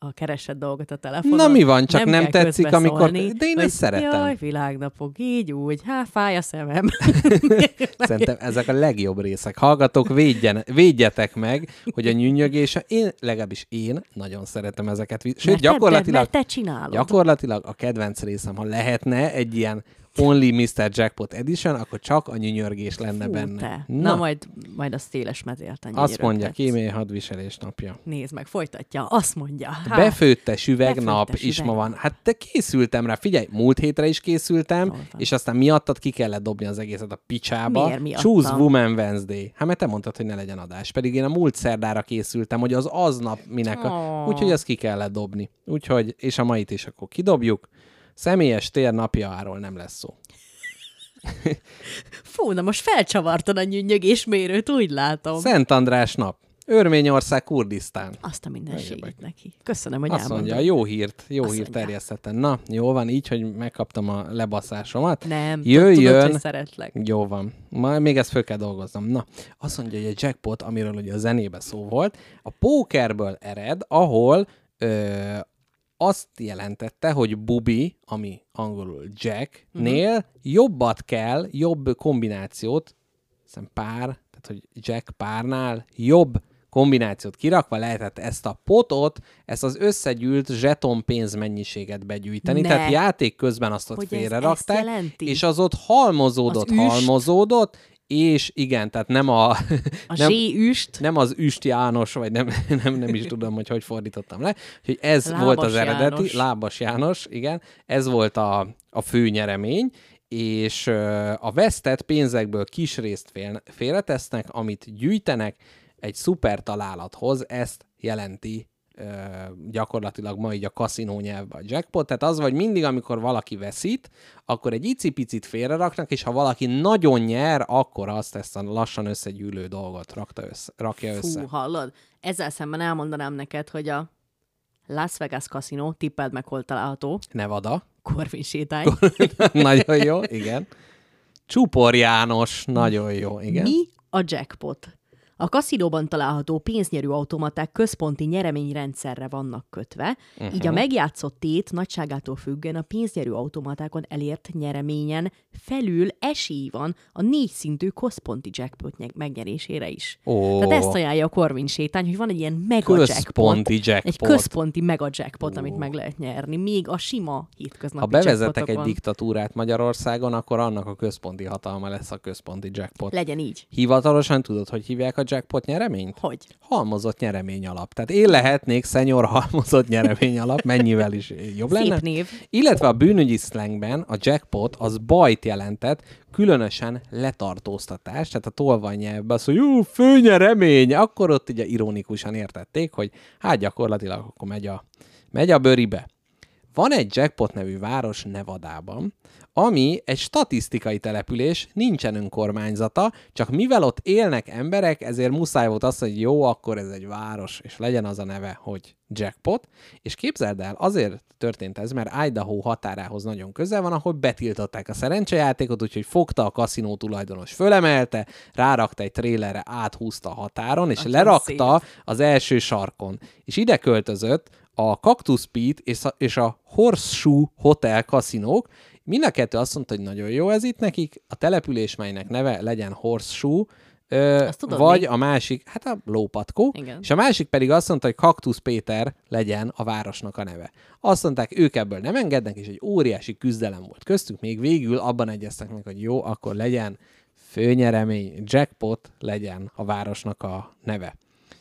a keresett dolgot a telefonon. Na mi van, csak nem kell tetszik, amikor... De én hogy ezt szeretem. Jaj, világnapok, így úgy, fáj a szemem. Szerintem ezek a legjobb részek. Hallgatók, védjetek meg, hogy a nyűnyögése, legalábbis én nagyon szeretem ezeket. Sőt, mert te csinálod. Gyakorlatilag a kedvenc részem, ha lehetne egy ilyen Only Mr. Jackpot Edition, akkor csak a nyűnyörgés lenne benne. Na majd a széles mezélten azt mondja, kémély hadviselés napja. Nézd meg, folytatja, azt mondja. Befőttes üvegnap is ma van. Hát te készültem rá, figyelj, múlt hétre is készültem, és aztán miattad ki kellett dobni az egészet a picsába. Miért miattam? Choose Woman Wednesday. Hát mert te mondtad, hogy ne legyen adás. Pedig én a múlt szerdára készültem, hogy az aznap minek. Úgyhogy azt ki kellett dobni. Úgyhogy, és a mait is akkor kidobjuk. Személyes tér napjáról nem lesz szó. Fú, na most felcsavartad a nyűnyögésmérőt, úgy látom. Szent András nap. Örményország, Kurdisztán. Azt a mindenségét neki. Köszönöm, hogy azt mondja, jó hírt terjesztettem. Na, jó van, így, hogy megkaptam a lebaszásomat. Nem, tudod, hogy szeretlek. Jó van. Még ezt föl kell dolgoznom. Na, azt mondja, hogy a jackpot, amiről ugye a zenébe szó volt, a pókerből ered, ahol azt jelentette, hogy Bubi, ami angolul Jack-nél jobb kombinációt, hiszem tehát hogy Jack párnál jobb kombinációt kirakva lehetett ezt a potot, ezt az összegyűlt zseton pénzmennyiséget begyűjteni. Tehát játék közben azt ott félrerakták, és az ott halmozódott, és igen, tehát nem zsé-üst. Nem az Üst János, vagy nem is tudom, hogy fordítottam le. Úgyhogy ez Lábas volt az eredeti. János. Lábas János, igen. Ez volt a fő nyeremény, és a vesztett pénzekből kis részt félretesznek, amit gyűjtenek egy szuper találathoz, ezt jelenti gyakorlatilag ma így a kaszinó nyelvben a jackpot, tehát az, hogy mindig, amikor valaki veszít, akkor egy icipicit félreraknak, és ha valaki nagyon nyer, akkor azt ezt a lassan összegyűlő dolgot rakja össze. Fú, hallod? Ezzel szemben elmondanám neked, hogy a Las Vegas kaszinó, tippeld meg, hol található. Nevada. Korvin sétány. Nagyon jó, igen. Csupor János, nagyon jó, igen. Mi a jackpot? A kaszinóban található pénznyerő automaták központi nyereményrendszerre vannak kötve, így a megjátszott tét nagyságától függően a pénznyerő automatákon elért nyereményen felül esély van a 4 szintű központi jackpot megnyerésére is. Tehát ezt ajánlja a Corvin sétány, hogy van egy ilyen mega jackpot, egy központi mega jackpot, amit meg lehet nyerni, még a sima hétköznapi jackpotok. Ha bevezetek egy diktatúrát Magyarországon, akkor annak a központi hatalma lesz a központi jackpot. Legyen így. Hivatalosan tudod, hogy hívják a jackpot nyereményt? Hogy? Halmozott nyeremény alap. Tehát én lehetnék szenyor halmozott nyeremény alap, mennyivel is jobb lenne. Szép név. Illetve a bűnügyi szlengben a jackpot az bajt jelentett, különösen letartóztatás, tehát a tolvaj nyelvben az, hogy főnyeremény, akkor ott ugye ironikusan értették, hogy hát gyakorlatilag akkor megy a bőribe. Van egy jackpot nevű város Nevadában, ami egy statisztikai település, nincsen önkormányzata, csak mivel ott élnek emberek, ezért muszáj volt az, hogy jó, akkor ez egy város, és legyen az a neve, hogy jackpot. És képzeld el, azért történt ez, mert Idaho határához nagyon közel van, ahol betiltották a szerencsejátékot, úgyhogy fogta a kaszinó tulajdonos, fölemelte, rárakta egy trélerre, áthúzta a határon, és lerakta az első sarkon. És ide költözött a Cactus Pete és a Horseshoe Hotel kaszinók. Mind a kettő azt mondta, hogy nagyon jó ez itt nekik, a település, melynek neve legyen Horseshoe, vagy a másik, hát a lópatkó, igen. És a másik pedig azt mondta, hogy Cactus Péter legyen a városnak a neve. Azt mondták, ők ebből nem engednek, és egy óriási küzdelem volt köztük, még végül abban egyeztek meg, hogy jó, akkor legyen főnyeremény, jackpot legyen a városnak a neve.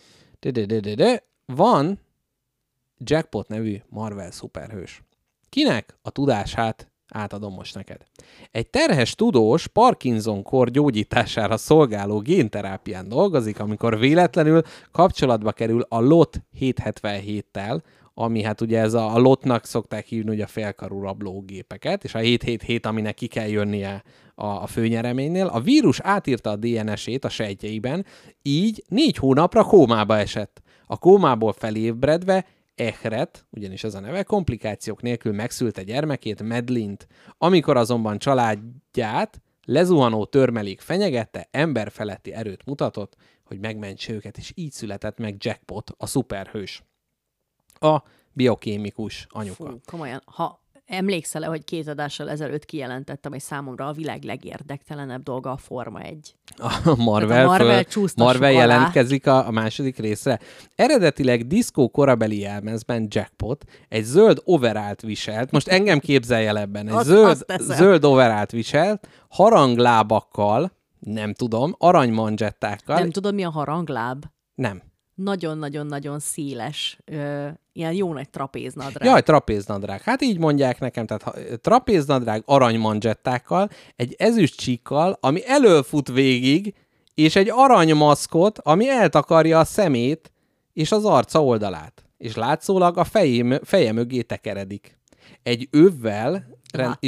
Van Jackpot nevű Marvel szuperhős. Kinek a tudását átadom most neked. Egy terhes tudós Parkinson-kór gyógyítására szolgáló génterápián dolgozik, amikor véletlenül kapcsolatba kerül a LOT 777-tel, ami hát ugye ez a LOT-nak szokták hívni ugye a félkarú rablógépeket, és a 777, aminek ki kell jönnie a főnyereménynél. A vírus átírta a DNS-ét a sejtjeiben, így 4 hónapra kómába esett. A kómából felébredve Ehret, ugyanis ez a neve, komplikációk nélkül megszülte gyermekét, Medlint. Amikor azonban családját lezuhanó törmelék fenyegette, emberfeletti erőt mutatott, hogy megmentse őket, és így született meg Jackpot, a szuperhős. A biokémikus anyuka. Fú, komolyan. Ha emlékszel-e, hogy 2 adással ezelőtt kijelentettem, hogy számomra a világ legérdektelenebb dolga a Forma 1. A Marvel jelentkezik a második részre. Eredetileg diszkó korabeli jelmezben Jackpot egy zöld overallt viselt, most engem képzelj ebben, egy zöld overallt viselt, haranglábakkal, nem tudom, aranymanzsettákkal. Nem tudod, mi a harangláb? Nem. Nagyon-nagyon-nagyon széles, ilyen jó nagy trapéznadrág. Jaj, trapéznadrág. Hát így mondják nekem, tehát trapéznadrág aranymanzsettákkal, egy ezüst csíkkal, ami elölfut végig, és egy aranymaszkot, ami eltakarja a szemét és az arca oldalát. És látszólag a feje mögé tekeredik. Egy övvel... De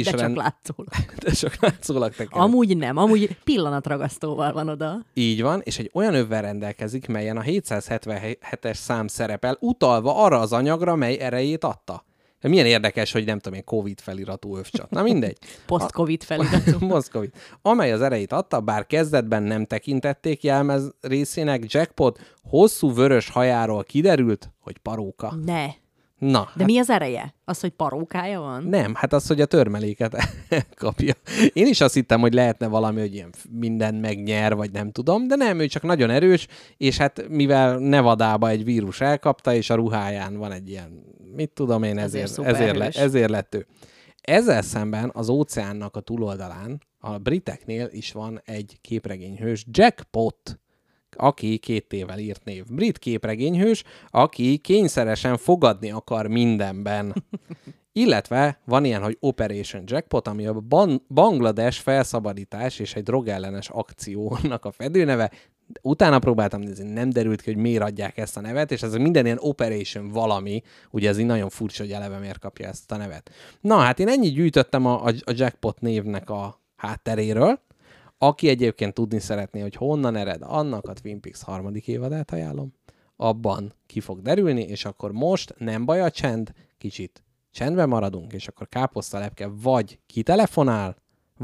csak látszólag tekeredik. Amúgy nem, amúgy pillanatragasztóval van oda. Így van, és egy olyan övvel rendelkezik, melyen a 777-es szám szerepel, utalva arra az anyagra, mely erejét adta. Milyen érdekes, hogy nem tudom én, Covid feliratú övcsat. Na mindegy. Post-Covid feliratú. Post-Covid. Amely az erejét adta, bár kezdetben nem tekintették jelmez részének, Jackpot hosszú vörös hajáról kiderült, hogy paróka. Ne. Na, de hát... mi az ereje? Az, hogy parókája van? Nem, hát az, hogy a törmeléket kapja. Én is azt hittem, hogy lehetne valami, hogy ilyen mindent megnyer, vagy nem tudom, de nem, ő csak nagyon erős, és hát mivel Nevadába egy vírus elkapta, és a ruháján van egy ilyen, mit tudom én, ezért lett ő. Ezzel szemben az óceánnak a túloldalán, a briteknél is van egy képregényhős, Jackpot, aki 2 évvel írt név. Brit képregényhős, aki kényszeresen fogadni akar mindenben. Illetve van ilyen, hogy Operation Jackpot, ami a Banglades felszabadítás és egy drogellenes akciónak a fedőneve. Utána próbáltam nézni, nem derült ki, hogy miért adják ezt a nevet, és ez minden ilyen Operation valami, ugye ez így nagyon furcsa, hogy eleve miért kapja ezt a nevet. Na hát én ennyit gyűjtöttem a Jackpot névnek a hátteréről. Aki egyébként tudni szeretné, hogy honnan ered, annak a Twin Peaks 3. évadát ajánlom. Abban ki fog derülni, és akkor most nem baj a csend, kicsit csendben maradunk, és akkor Káposztalepke vagy kitelefonál.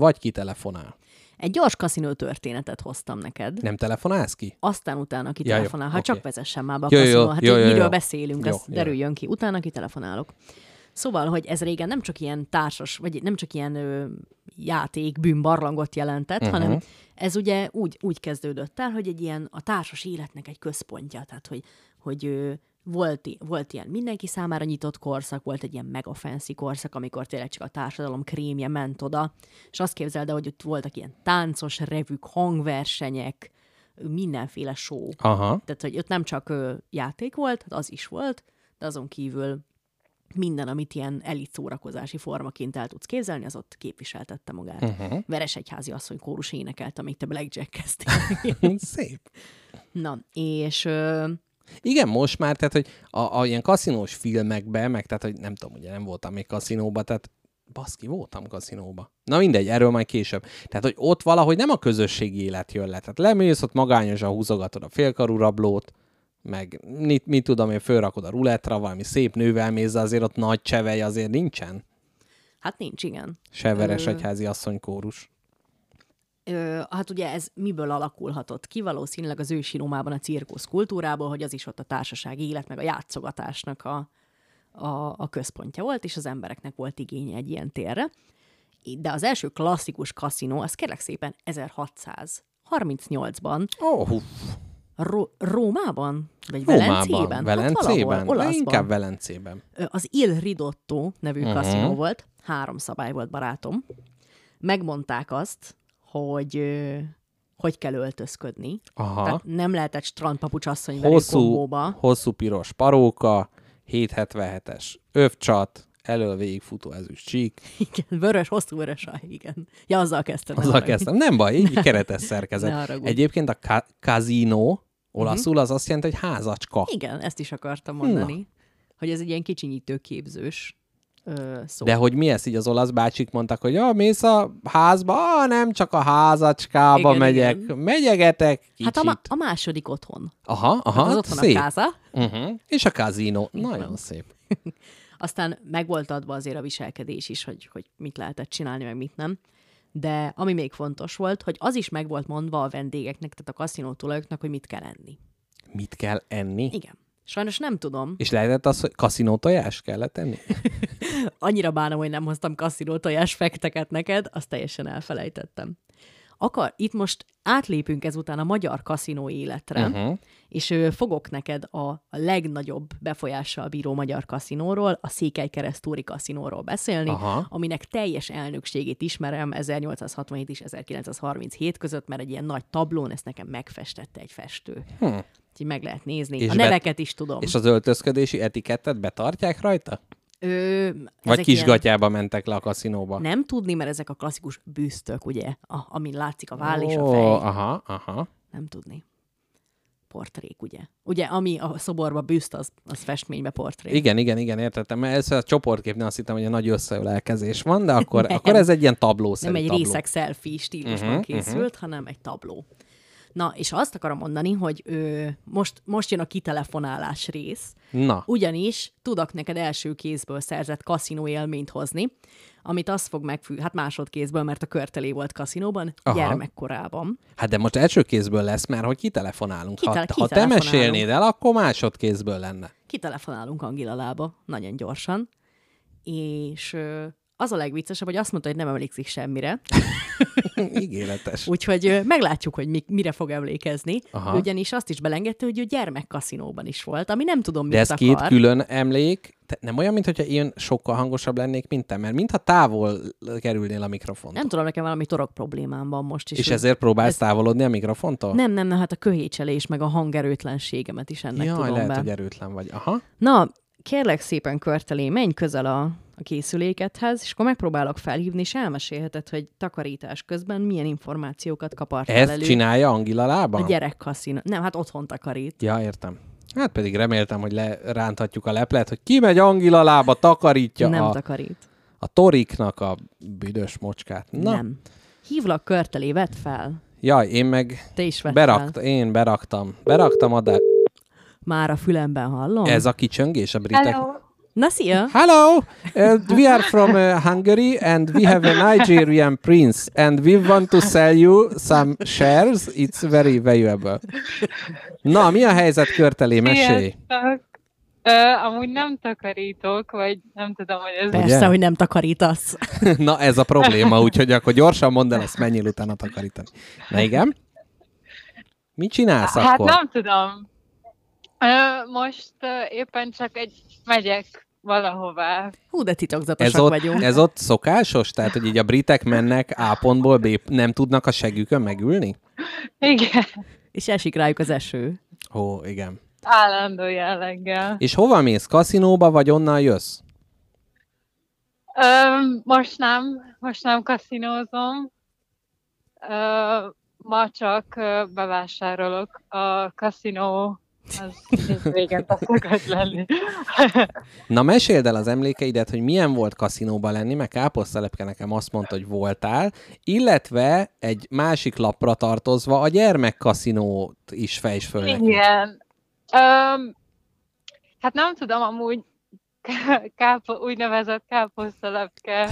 Egy gyors kaszinó történetet hoztam neked. Nem telefonálsz ki? Aztán utána kitelefonál. Ha csak vezessen már be a kaszinó. Hát miről beszélünk, az derüljön ki. Utána kitelefonálok. Szóval, hogy ez régen nem csak ilyen társas, vagy nem csak ilyen játék, bűnbarlangot jelentett, hanem ez ugye úgy kezdődött el, hogy egy ilyen a társas életnek egy központja, tehát hogy volt ilyen mindenki számára nyitott korszak, volt egy ilyen mega fancy korszak, amikor tényleg csak a társadalom krémje ment oda, és azt képzeld el, hogy ott voltak ilyen táncos revük, hangversenyek, mindenféle show. Aha. Tehát, hogy ott nem csak játék volt, hát az is volt, de azon kívül minden, amit ilyen elit szórakozási formaként el tudsz képzelni, az ott képviseltette magát. Veresegyházi asszony kórus énekelt, amíg te blackjack-keztél. Szép. Na, és... Igen, most már, tehát, hogy a ilyen kaszinós filmekben, meg tehát, hogy nem tudom, ugye nem voltam még kaszinóba, tehát baszki, voltam kaszinóba. Na mindegy, erről majd később. Tehát, hogy ott valahogy nem a közösségi élet jön le. Tehát lemész, ott magányosan húzogatod a félkarú rablót, meg mit tudom én, fölrakod a rulettra, valami szép nővel mész, de azért ott nagy csevej azért nincsen. Hát nincs, igen. Se Veresegyházi asszony kórus. Hát ugye ez miből alakulhatott ki? Valószínűleg az ősi Rómában a cirkusz kultúrából, hogy az is ott a társasági élet, meg a játszogatásnak a központja volt, és az embereknek volt igénye egy ilyen térre. De az első klasszikus kaszinó, az kérlek szépen 1638-ban. Rómában? Vagy Velencében? Velencében? Hát inkább Velencében. Az Il Ridotto nevű kaszinó volt. 3 szabály volt, barátom. Megmondták azt, hogy kell öltözködni. Aha. Tehát nem lehetett strandpapucs asszony velük kombóba. Hosszú piros paróka, 777-es övcsat, elől végigfutó ezüst csík. Igen, hosszú vörös haj, igen. Ja, azzal kezdtem. Nem baj, így keretes szerkezet. Egyébként a casino olaszul az azt jelenti, hogy házacska. Igen, ezt is akartam mondani. Na. Hogy ez egy ilyen kicsinyítő képzős szó. De hogy mi ezt így az olasz bácsik mondtak, hogy mész a házba, nem csak a házacskába igen, megyek, igen. Megyegetek kicsit. Hát a második otthon. Aha, az otthon szép. A káza. És a casino. Nagyon szép. Aztán meg volt adva azért a viselkedés is, hogy mit lehetett csinálni, meg mit nem. De ami még fontos volt, hogy az is meg volt mondva a vendégeknek, tehát a kaszinó tulajoknak, hogy mit kell enni. Mit kell enni? Igen. Sajnos nem tudom. És lehetett az, hogy kaszinótojás kellett tenni? Annyira bánom, hogy nem hoztam kaszinótojás fekteket neked, azt teljesen elfelejtettem. Itt most átlépünk ezután a magyar kaszinó életre, és fogok neked a legnagyobb befolyással bíró magyar kaszinóról, a Székelykeresztúri kaszinóról beszélni, aminek teljes elnökségét ismerem 1867 és 1937 között, mert egy ilyen nagy tablón ezt nekem megfestette egy festő. Úgyhogy meg lehet nézni. És a neveket is tudom. És az öltözködési etikettet betartják rajta? Vagy kisgatyába mentek le a kaszinóba? Nem tudni, mert ezek a klasszikus büsztök, ugye, amin látszik a váll és a fej. Aha. Nem tudni. Portrék, ugye? Ugye, ami a szoborba bűzt, az festménybe portré. Igen, értettem. Mert ez a csoportképnél azt hittem, hogy a nagy összeölelkezés van, de akkor ez egy ilyen tablószerű tabló. Nem egy részeg selfie stílusban készült, hanem egy tabló. Na, és azt akarom mondani, hogy most jön a kitelefonálás rész. Na. Ugyanis tudok neked első kézből szerzett kaszinó élményt hozni, amit azt fog hát másodkézből, mert a Körtelé volt kaszinóban, gyermekkorában. Hát de most első kézből lesz, mert hogy kitelefonálunk. Ha te mesélnéd el, akkor másodkézből lenne. Kitelefonálunk Angilalába, nagyon gyorsan, és az a legviccesebb, hogy azt mondta, hogy nem emlékszik semmire. Ígéretes. Úgyhogy meglátjuk, hogy mire fog emlékezni. Ugyanis azt is belengedte, hogy ő gyermekkaszinóban is volt, ami nem tudom, mit akar. De ez két külön emlék, nem olyan, mintha én sokkal hangosabb lennék, mint te, mert mintha távol kerülnél a mikrofontól. Nem tudom, nekem valami torok problémám van most is. És ezért próbálsz távolodni a mikrofontól? Nem, hát a köhécselés, meg a hangerőtlenségemet is ennek tudom lehet, hogy erőtlen vagy. Na, kérlek szépen, Körtelé, menj közel a készülékedhez, és akkor megpróbálok felhívni, és elmesélheted, hogy takarítás közben milyen információkat kapartál elő. Ezt csinálja Angilalában? A gyerekkaszinó. Nem, hát otthon takarít. Ja, értem. Hát pedig reméltem, hogy leránthatjuk a leplet, hogy kimegy Angilalába, takarítja Nem takarít. A Toriknak a büdös mocskát. Na. Nem. Hívlak, Körtelé, vedd fel. Jaj, én meg te is vedd fel. Én beraktam adás. Már a fülemben hallom? Ez a kicsöngés a britek. Hello. Na, szia! Hello! We are from Hungary and we have a Nigerian prince and we want to sell you some shares. It's very valuable. Na, mi a helyzet, Körtelé? Mesélj! Amúgy nem takarítok, vagy nem tudom, hogy ez... Persze, ugye? Hogy nem takarítasz. Na, ez a probléma, úgyhogy akkor gyorsan mondd el, azt menjél utána takarítani. Na igen? Mit csinálsz akkor? Hát nem tudom. Most éppen csak megyek valahová. Hú, de titokzatosak vagyunk. Ez ott szokásos? Tehát, hogy így a britek mennek A pontból B, nem tudnak a segükön megülni? Igen. És esik rájuk az eső. Ó, igen. Állandó jelleggel. És hova mész? Kaszinóba, vagy onnan jössz? Most nem kaszinózom. Ma csak bevásárolok. A kaszinó az régen szokott lenni. Na, meséld el az emlékeidet, hogy milyen volt kaszinóban lenni, mert Káposztelepke nekem azt mondta, hogy voltál, illetve egy másik lapra tartozva a gyermekkaszinót is fejtsd föl neki. Igen. Hát nem tudom, amúgy úgynevezett Káposztelepke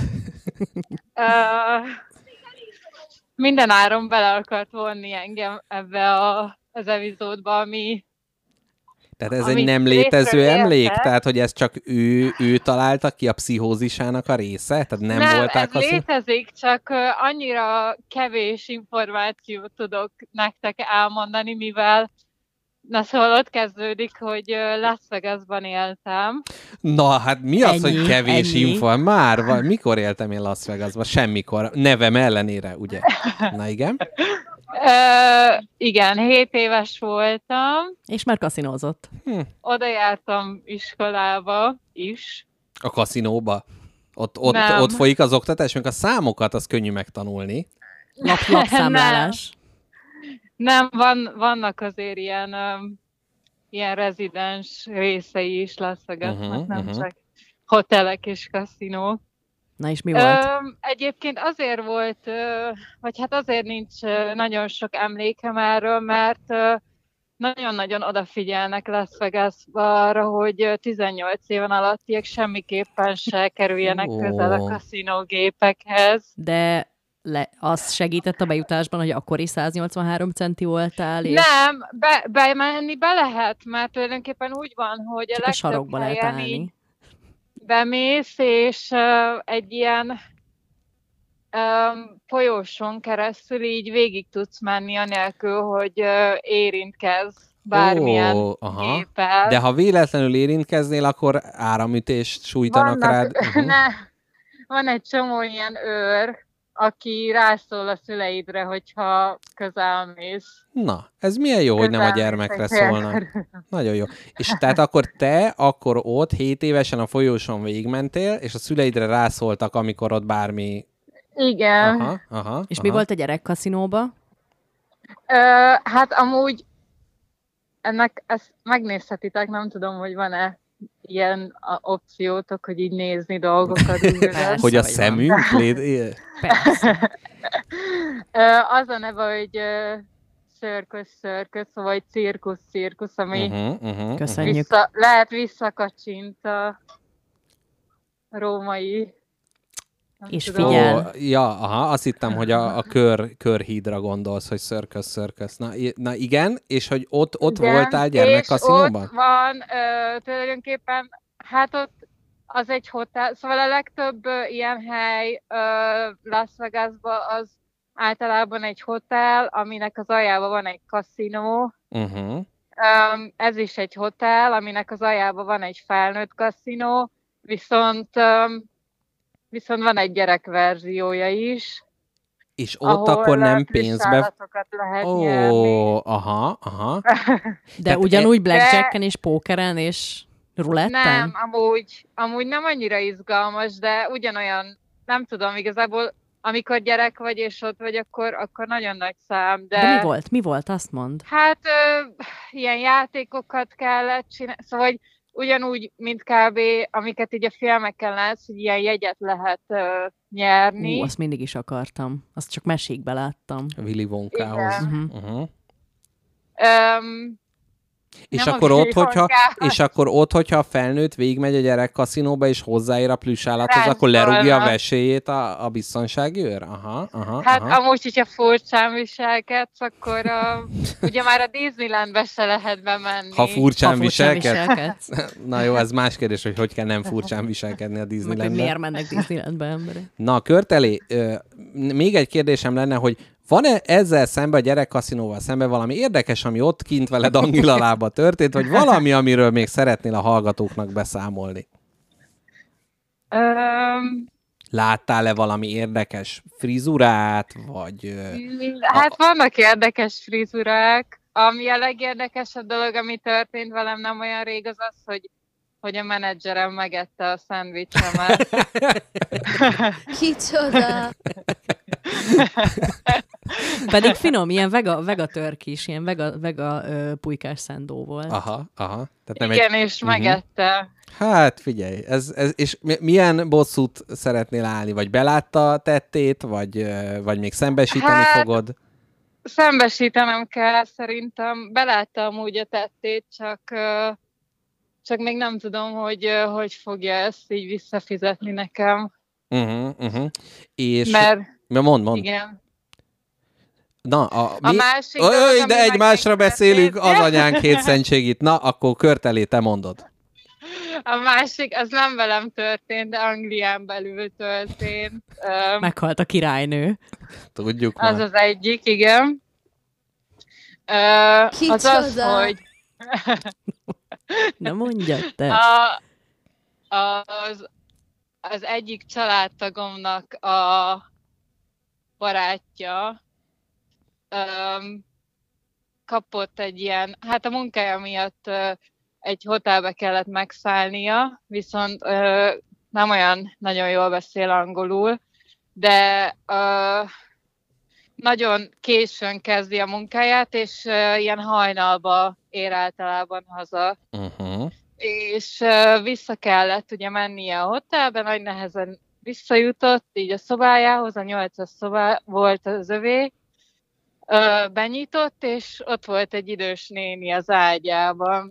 minden áron bele akart vonni engem ebbe az epizódba, ami... Tehát ez egy nem létező emlék? Tehát, hogy ez csak ő találta ki a pszichózisának a része? Tehát nem voltál ez létezik, csak annyira kevés információt tudok nektek elmondani, mivel szóval ott kezdődik, hogy Las Vegasban éltem. Na, hát mi az, hogy kevés info? Már, mikor éltem én Las Vegasban? Semmikor. Nevem ellenére, ugye? Na igen. Igen, 7 éves voltam. És már kaszinózott. Oda jártam iskolába is. A kaszinóba? Ott folyik az oktatás, meg a számokat az könnyű megtanulni. Lapszámlálás. Nem, vannak azért ilyen rezidens részei is Las Vegasnak, nem csak hotelek és kaszinók. Na és mi volt? Egyébként azért volt, vagy hát azért nincs nagyon sok emlékem erről, mert nagyon-nagyon odafigyelnek Las Vegasba arra, hogy 18 éven alattiak semmiképpen se kerüljenek közel a kaszinógépekhez. De az segített a bejutásban, hogy akkor is 183 centi voltál? És... Nem, bemenni be lehet, mert tulajdonképpen úgy van, hogy csak a a sarokba lehet állni. Bemész, és egy ilyen folyóson keresztül így végig tudsz menni anélkül, hogy érintkezz bármilyen géppel. De ha véletlenül érintkeznél, akkor áramütést sújtanak rád? Van egy csomó ilyen őr, aki rászól a szüleidre, hogyha közel mész. Na, ez milyen jó, hogy nem a gyermekre szólnak. Nagyon jó. És tehát akkor te ott 7 évesen a folyóson végigmentél, és a szüleidre rászóltak, amikor ott bármi... Igen. És mi volt a gyerekkaszinóba? Hát amúgy ezt megnézhetitek, nem tudom, hogy van-e ilyen opciótok, hogy így nézni dolgokat. Hogy a szemünk Persze. Az a neve, hogy cirkusz, vagy cirkusz, ami Köszönjük. lehet visszakacsint a római. És figyel. Azt hittem, hogy a körhídra gondolsz, hogy cirkusz. Na igen, és hogy ott igen, voltál gyermekkaszinóban? És ott van tulajdonképpen, hát ott az egy hotel, szóval a legtöbb ilyen hely Las Vegasban az általában egy hotel, aminek az aljában van egy kaszinó. Ez is egy hotel, aminek az aljában van egy felnőtt kaszinó, viszont van egy gyerekverziója is. És ott akkor nem pénzbe... lehet nyerni. Aha. De ugyanúgy blackjacken és pókeren és ruletten? Nem, amúgy nem annyira izgalmas, de ugyanolyan, nem tudom, igazából amikor gyerek vagy és ott vagy, akkor nagyon nagy szám. De mi volt? Azt mondd. Hát ilyen játékokat kellett csinálni, szóval hogy ugyanúgy, mint kb. Amiket így a filmeken látsz, hogy ilyen jegyet lehet nyerni. Azt mindig is akartam. Azt csak mesékbe láttam. Willy Wonkához. És akkor ott, hogyha a felnőtt végigmegy a gyerek kaszinóba, és hozzáér a plüssállathoz, akkor lerúgja a vesélyét a biztonsági őr? Amúgy, hogyha furcsán viselkedsz, akkor ugye már a Disneylandbe se lehet bemenni. Ha furcsán viselkedsz? Na jó, ez más kérdés, hogy kell nem furcsán viselkedni a Disneylandben. Miért mennek Disneylandbe emberek? Na, Körteli, még egy kérdésem lenne, hogy van-e ezzel szemben, a gyerekkaszinóval szemben valami érdekes, ami ott kint veled Angilalába történt, vagy valami, amiről még szeretnél a hallgatóknak beszámolni? Láttál-e valami érdekes frizurát, vagy... Hát vannak érdekes frizurák. Ami a legérdekesebb dolog, ami történt velem nem olyan rég, az az, hogy a menedzserem megette a szendvicsemet. Kicsoda! Pedig finom, ilyen vega turkey, ilyen vega pulykás szendó volt. Aha. Tehát nem igen, és megette. Hát figyelj, és milyen bosszút szeretnél állni? Vagy belátta a tettét, vagy még szembesíteni fogod? Szembesítenem kell, szerintem. Belátta amúgy a tettét, csak még nem tudom, hogy fogja ezt így visszafizetni nekem. És... Mert... Mondd. Igen. Na, a másik... de egymásra beszélünk, az anyánkét szentségit. Na, akkor Körtelé, te mondod. A másik, az nem velem történt, de Anglián belül történt. Meghalt a királynő. Tudjuk már. Az az egyik, igen. Az, hogy... Nem mondjad te. Az egyik családtagomnak a barátja kapott egy ilyen, hát a munkája miatt egy hotelbe kellett megszállnia, viszont nem olyan nagyon jól beszél angolul, de nagyon későn kezdi a munkáját, és ilyen hajnalba ér általában haza. És vissza kellett ugye mennie a hotelbe, nagy nehezen visszajutott így a szobájához, a 8-as szobá volt az övé, benyitott, és ott volt egy idős néni az ágyában.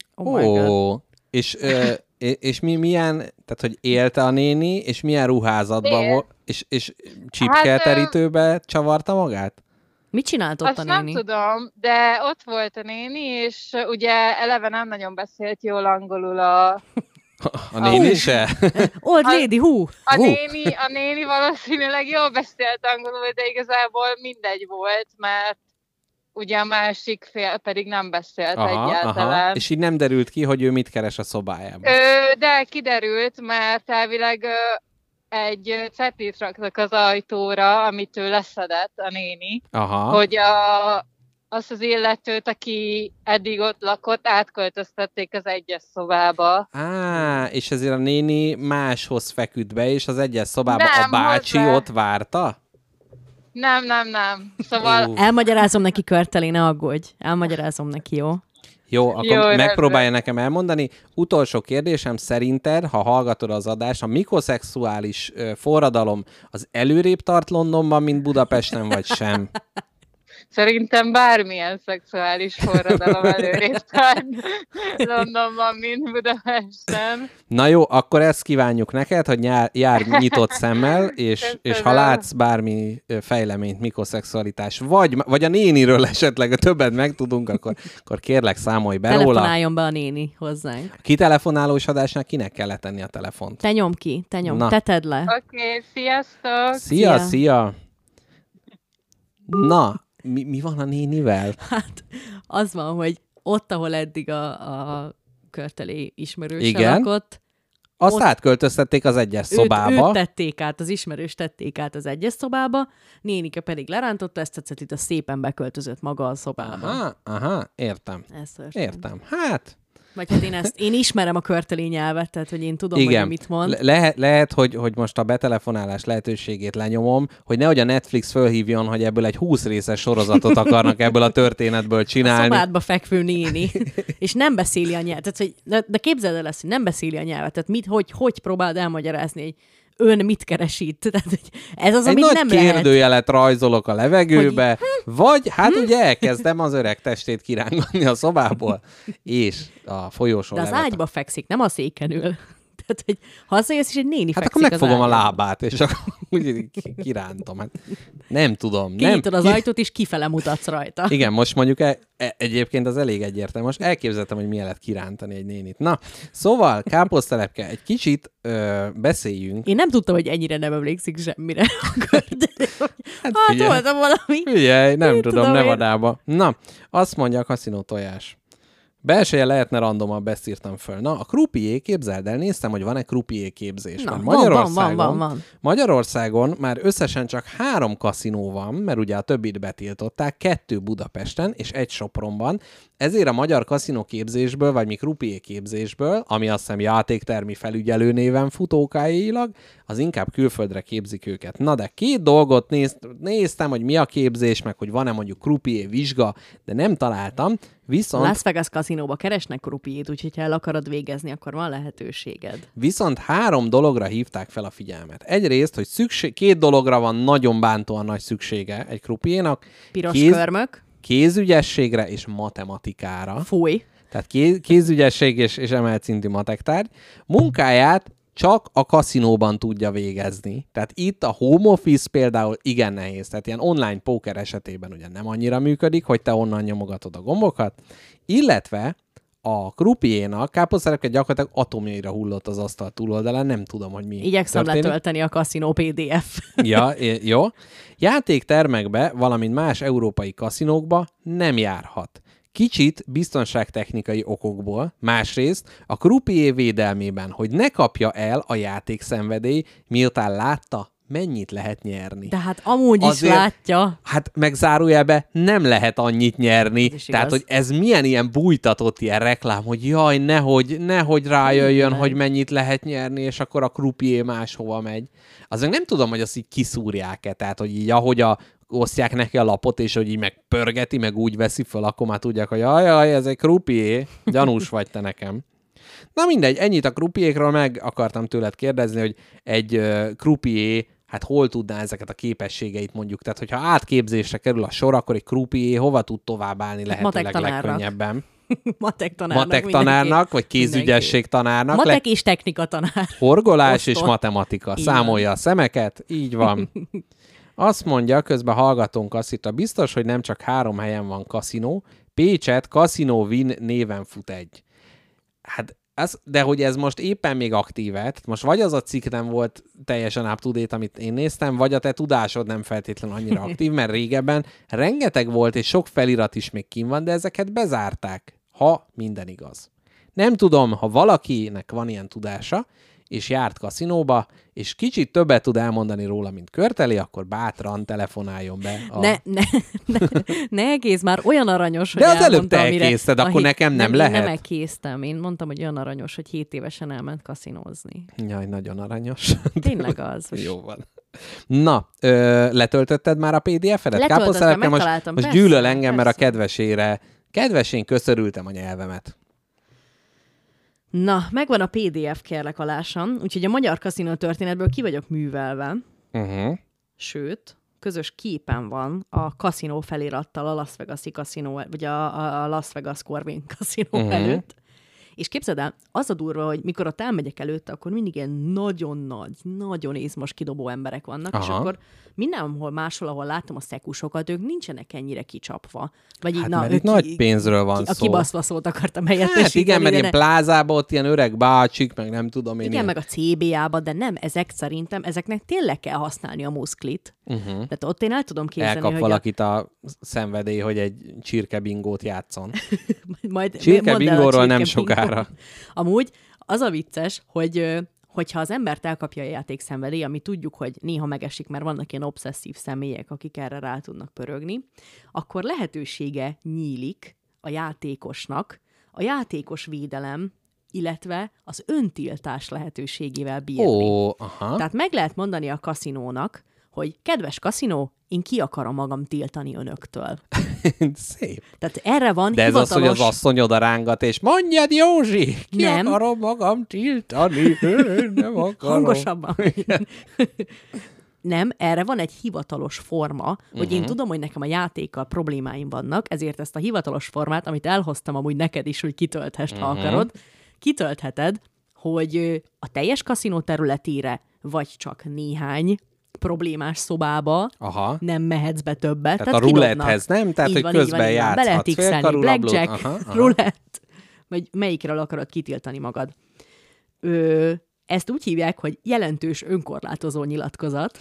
És milyen, tehát hogy élte a néni, és milyen ruházatban volt? És csipkelterítőbe csavarta magát? Mit csinált ott azt a néni? nem tudom, de ott volt a néni, és ugye eleve nem nagyon beszélt jól angolul A néni se? Old lady, hú! A néni valószínűleg jól beszélt angolul, de igazából mindegy volt, mert ugye a másik fél pedig nem beszélt egyáltalán. Aha. És így nem derült ki, hogy ő mit keres a szobájában. De kiderült, mert elvileg egy cetlit raktak az ajtóra, amit ő leszedett, a néni, hogy azt az illetőt, aki eddig ott lakott, átköltöztették az egyes szobába. És ezért a néni máshoz feküdt be, és az egyes szobába a bácsi ott várta? Nem. Szóval... Elmagyarázom neki, Körteli, ne aggódj. Elmagyarázom neki, jó? Jó, akkor megpróbálja nekem elmondani. Utolsó kérdésem, szerinted, ha hallgatod az adást, a mikoszexuális forradalom az előrébb tart Londonban, mint Budapesten, vagy sem? Szerintem bármilyen szexuális forradalom előrébb tart Londonban, mint Budapesten. Na jó, akkor ezt kívánjuk neked, hogy jár nyitott szemmel, és ha látsz bármi fejleményt, mikoszexualitás, vagy a néniről esetleg többet megtudunk, akkor kérlek számolj be róla. Telefonáljon be a néni hozzánk. A kitelefonálós adásnál kinek kell letenni a telefont? Te nyom ki, te tedd le. Oké, sziasztok! Szia! Na, mi van a nénivel? Hát az van, hogy ott, ahol eddig a Körteli ismerőse lakott, azt átköltöztették az egyes szobába. Őt tették át, az ismerős tették át az egyes szobába, nénike pedig lerántotta ezt a cetit, a szépen beköltözött maga a szobába. Aha, értem. Értem. Hát... Vagy hát én ismerem a Körteli nyelvet, tehát hogy én tudom, hogy mit mond. Lehet, hogy most a betelefonálás lehetőségét lenyomom, hogy nehogy a Netflix fölhívjon, hogy ebből egy 20 részes sorozatot akarnak ebből a történetből csinálni. A szobádba fekvő néni, és nem beszéli a nyelvet. Tehát, hogy, de képzeld el ezt, hogy nem beszéli a nyelvet. Tehát hogy próbáld elmagyarázni, hogy ön mit keres itt? Tehát, hogy ez az, amit nem lehet. Egy nagy kérdőjelet rajzolok a levegőbe, vagy hát ugye elkezdem az öreg testét kirángolni a szobából, és a folyósó de az ágyba fekszik, nem a széken ül. Tehát, hogy hazajössz, és egy néni fekszik akkor megfogom a lábát, és akkor úgy kirántom. Hát nem tudom. Kinyitod az ajtót, és kifele mutatsz rajta. Igen, most mondjuk egyébként az elég egyértelmű. Most elképzeltem, hogy milyen lehet kirántani egy nénit. Na, szóval, káposztelepke, egy kicsit beszéljünk. Én nem tudtam, hogy ennyire nem emlékszik semmire. Hát voltam valami. Figyelj, nem tudom, nevadába. Na, azt mondja a kaszinó tojás. Belseje lehetne randomabb, ezt írtam föl. Na, a croupier, képzeld el, néztem, hogy van-e croupier képzés. Na, van. Magyarországon már összesen csak 3 kaszinó van, mert ugye a többit betiltották, 2 Budapesten és 1 Sopronban. Ezért a magyar kaszinó képzésből, vagy mi croupier képzésből, ami azt hiszem játéktermi felügyelő néven futókáilag, az inkább külföldre képzik őket. Na de 2 dolgot néztem, hogy mi a képzés, meg hogy van-e mondjuk croupier vizsga, de nem találtam. Viszont... Las Vegas kaszinóba keresnek croupiert, úgyhogy ha el akarod végezni, akkor van lehetőséged. Viszont 3 dologra hívták fel a figyelmet. Egyrészt, hogy 2 dologra van nagyon bántóan nagy szüksége egy croupiernak. Piros körmök. Kézügyességre és matematikára. Fúj. Tehát kézügyesség és emelt szintű matektárgy. Munkáját csak a kaszinóban tudja végezni. Tehát itt a home office például igen nehéz. Tehát ilyen online póker esetében ugye nem annyira működik, hogy te onnan nyomogatod a gombokat. Illetve a croupiernak káposztelepke gyakorlatilag atomjaira hullott az asztal túloldalán, nem tudom, hogy mi Igyekszem letölteni a kaszinó PDF. Ja, jó. Játéktermekbe, valamint más európai kaszinókba nem járhat. Kicsit biztonságtechnikai okokból, másrészt a croupier védelmében, hogy ne kapja el a játékszenvedély, miután látta, mennyit lehet nyerni. De hát amúgy azért, is látja. Hát meg zárójelbe nem lehet annyit nyerni. Tehát, hogy ez milyen ilyen bújtatott ilyen reklám, hogy jaj, nehogy rájöjjön, hogy mennyit lehet nyerni, és akkor a croupier máshova megy. Azért nem tudom, hogy azt így kiszúrják-e, tehát, hogy így ahogy osztják neki a lapot, és hogy így megpörgeti, meg úgy veszi föl, akkor már tudják, hogy jaj, ez egy croupier, gyanús vagy te nekem. Na mindegy, ennyit a croupierről, meg akartam tőled kérdezni, hogy egy croupier, hát hol tudná ezeket a képességeit mondjuk, tehát hogyha átképzésre kerül a sor, akkor egy croupier hova tud tovább állni lehetőleg legkönnyebben? Matek tanárnak. Matek tanárnak, vagy kézügyesség tanárnak. Matek és technika tanár. Horgolás és matematika. Így Számolja van. a szemeket. Így van. Azt mondja, közben hallgatónk azt itt, biztos, hogy nem csak 3 helyen van kaszinó. Pécset Casino Win néven fut egy. Hát, de hogy ez most éppen még aktívet, most vagy az a cikk nem volt teljesen up-to-date, amit én néztem, vagy a te tudásod nem feltétlenül annyira aktív, mert régebben rengeteg volt, és sok felirat is még kín van, de ezeket bezárták, ha minden igaz. Nem tudom, ha valakinek van ilyen tudása, és járt kaszinóba, és kicsit többet tud elmondani róla, mint Körteli, akkor bátran telefonáljon be. Ne egész már olyan aranyos, hogy de az előbb te elmondta, elkészted, akkor nekem nem lehet. Én nem elkésztem. Én mondtam, hogy olyan aranyos, hogy 7 évesen elment kaszinózni. Jaj, nagyon aranyos. Tényleg az. Jó van. Na, letöltötted már a PDF-edet? Letöltöttem, megtaláltam. Most gyűlöl engem, mert a kedvesén köszörültem a nyelvemet. Na, megvan a PDF, kérlek alásan, úgyhogy a magyar kaszinó történetből ki vagyok művelve. Sőt, közös képen van a kaszinó felirattal a Las Vegas-i kaszinó, vagy a Las Vegas Corvin kaszinó előtt. És képzeld el, az a durva, hogy mikor ott elmegyek előtte, akkor mindig ilyen nagyon nagy, nagyon izmos kidobó emberek vannak, és akkor mindenhol máshol, ahol látom a szekusokat, ők nincsenek ennyire kicsapva. Vagy így, mert itt nagy pénzről van szó. A kibaszva szót akartam helyettesíteni. Hát igen, mert ilyen plázában ott ilyen öreg bácsik, meg nem tudom én. Igen, meg a CBA-ba, de nem, ezek szerintem, ezeknek tényleg kell használni a muszklit. Tehát ott én el tudom képzelni, elkap hogy valakit a szenvedély, hogy egy csirkebingót játszon. Majd csirkebingóról nem sokára. Amúgy az a vicces, hogyha az embert elkapja a játékszenvedély, ami tudjuk, hogy néha megesik, mert vannak ilyen obszesszív személyek, akik erre rá tudnak pörögni, akkor lehetősége nyílik a játékosnak a játékos védelem, illetve az öntiltás lehetőségével bírni. Tehát meg lehet mondani a kaszinónak, hogy kedves kaszinó, én ki akarom magam tiltani önöktől. Szép. Tehát erre van de ez hivatalos... az, hogy az asszony oda rángat, és mondjad, Józsi, ki akarom magam tiltani, nem akarom. Hangosabban. Nem, erre van egy hivatalos forma, hogy én tudom, hogy nekem a játékkal problémáim vannak, ezért ezt a hivatalos formát, amit elhoztam amúgy neked is, hogy kitölthessd, ha akarod, kitöltheted, hogy a teljes kaszinó területére, vagy csak néhány problémás szobába nem mehetsz be többet. Tehát a ruletthez, nem? Tehát, hogy közben játszhatsz. Be lehet x-elni, blackjack, roulette, vagy melyikről akarod kitiltani magad. Ezt úgy hívják, hogy jelentős önkorlátozó nyilatkozat.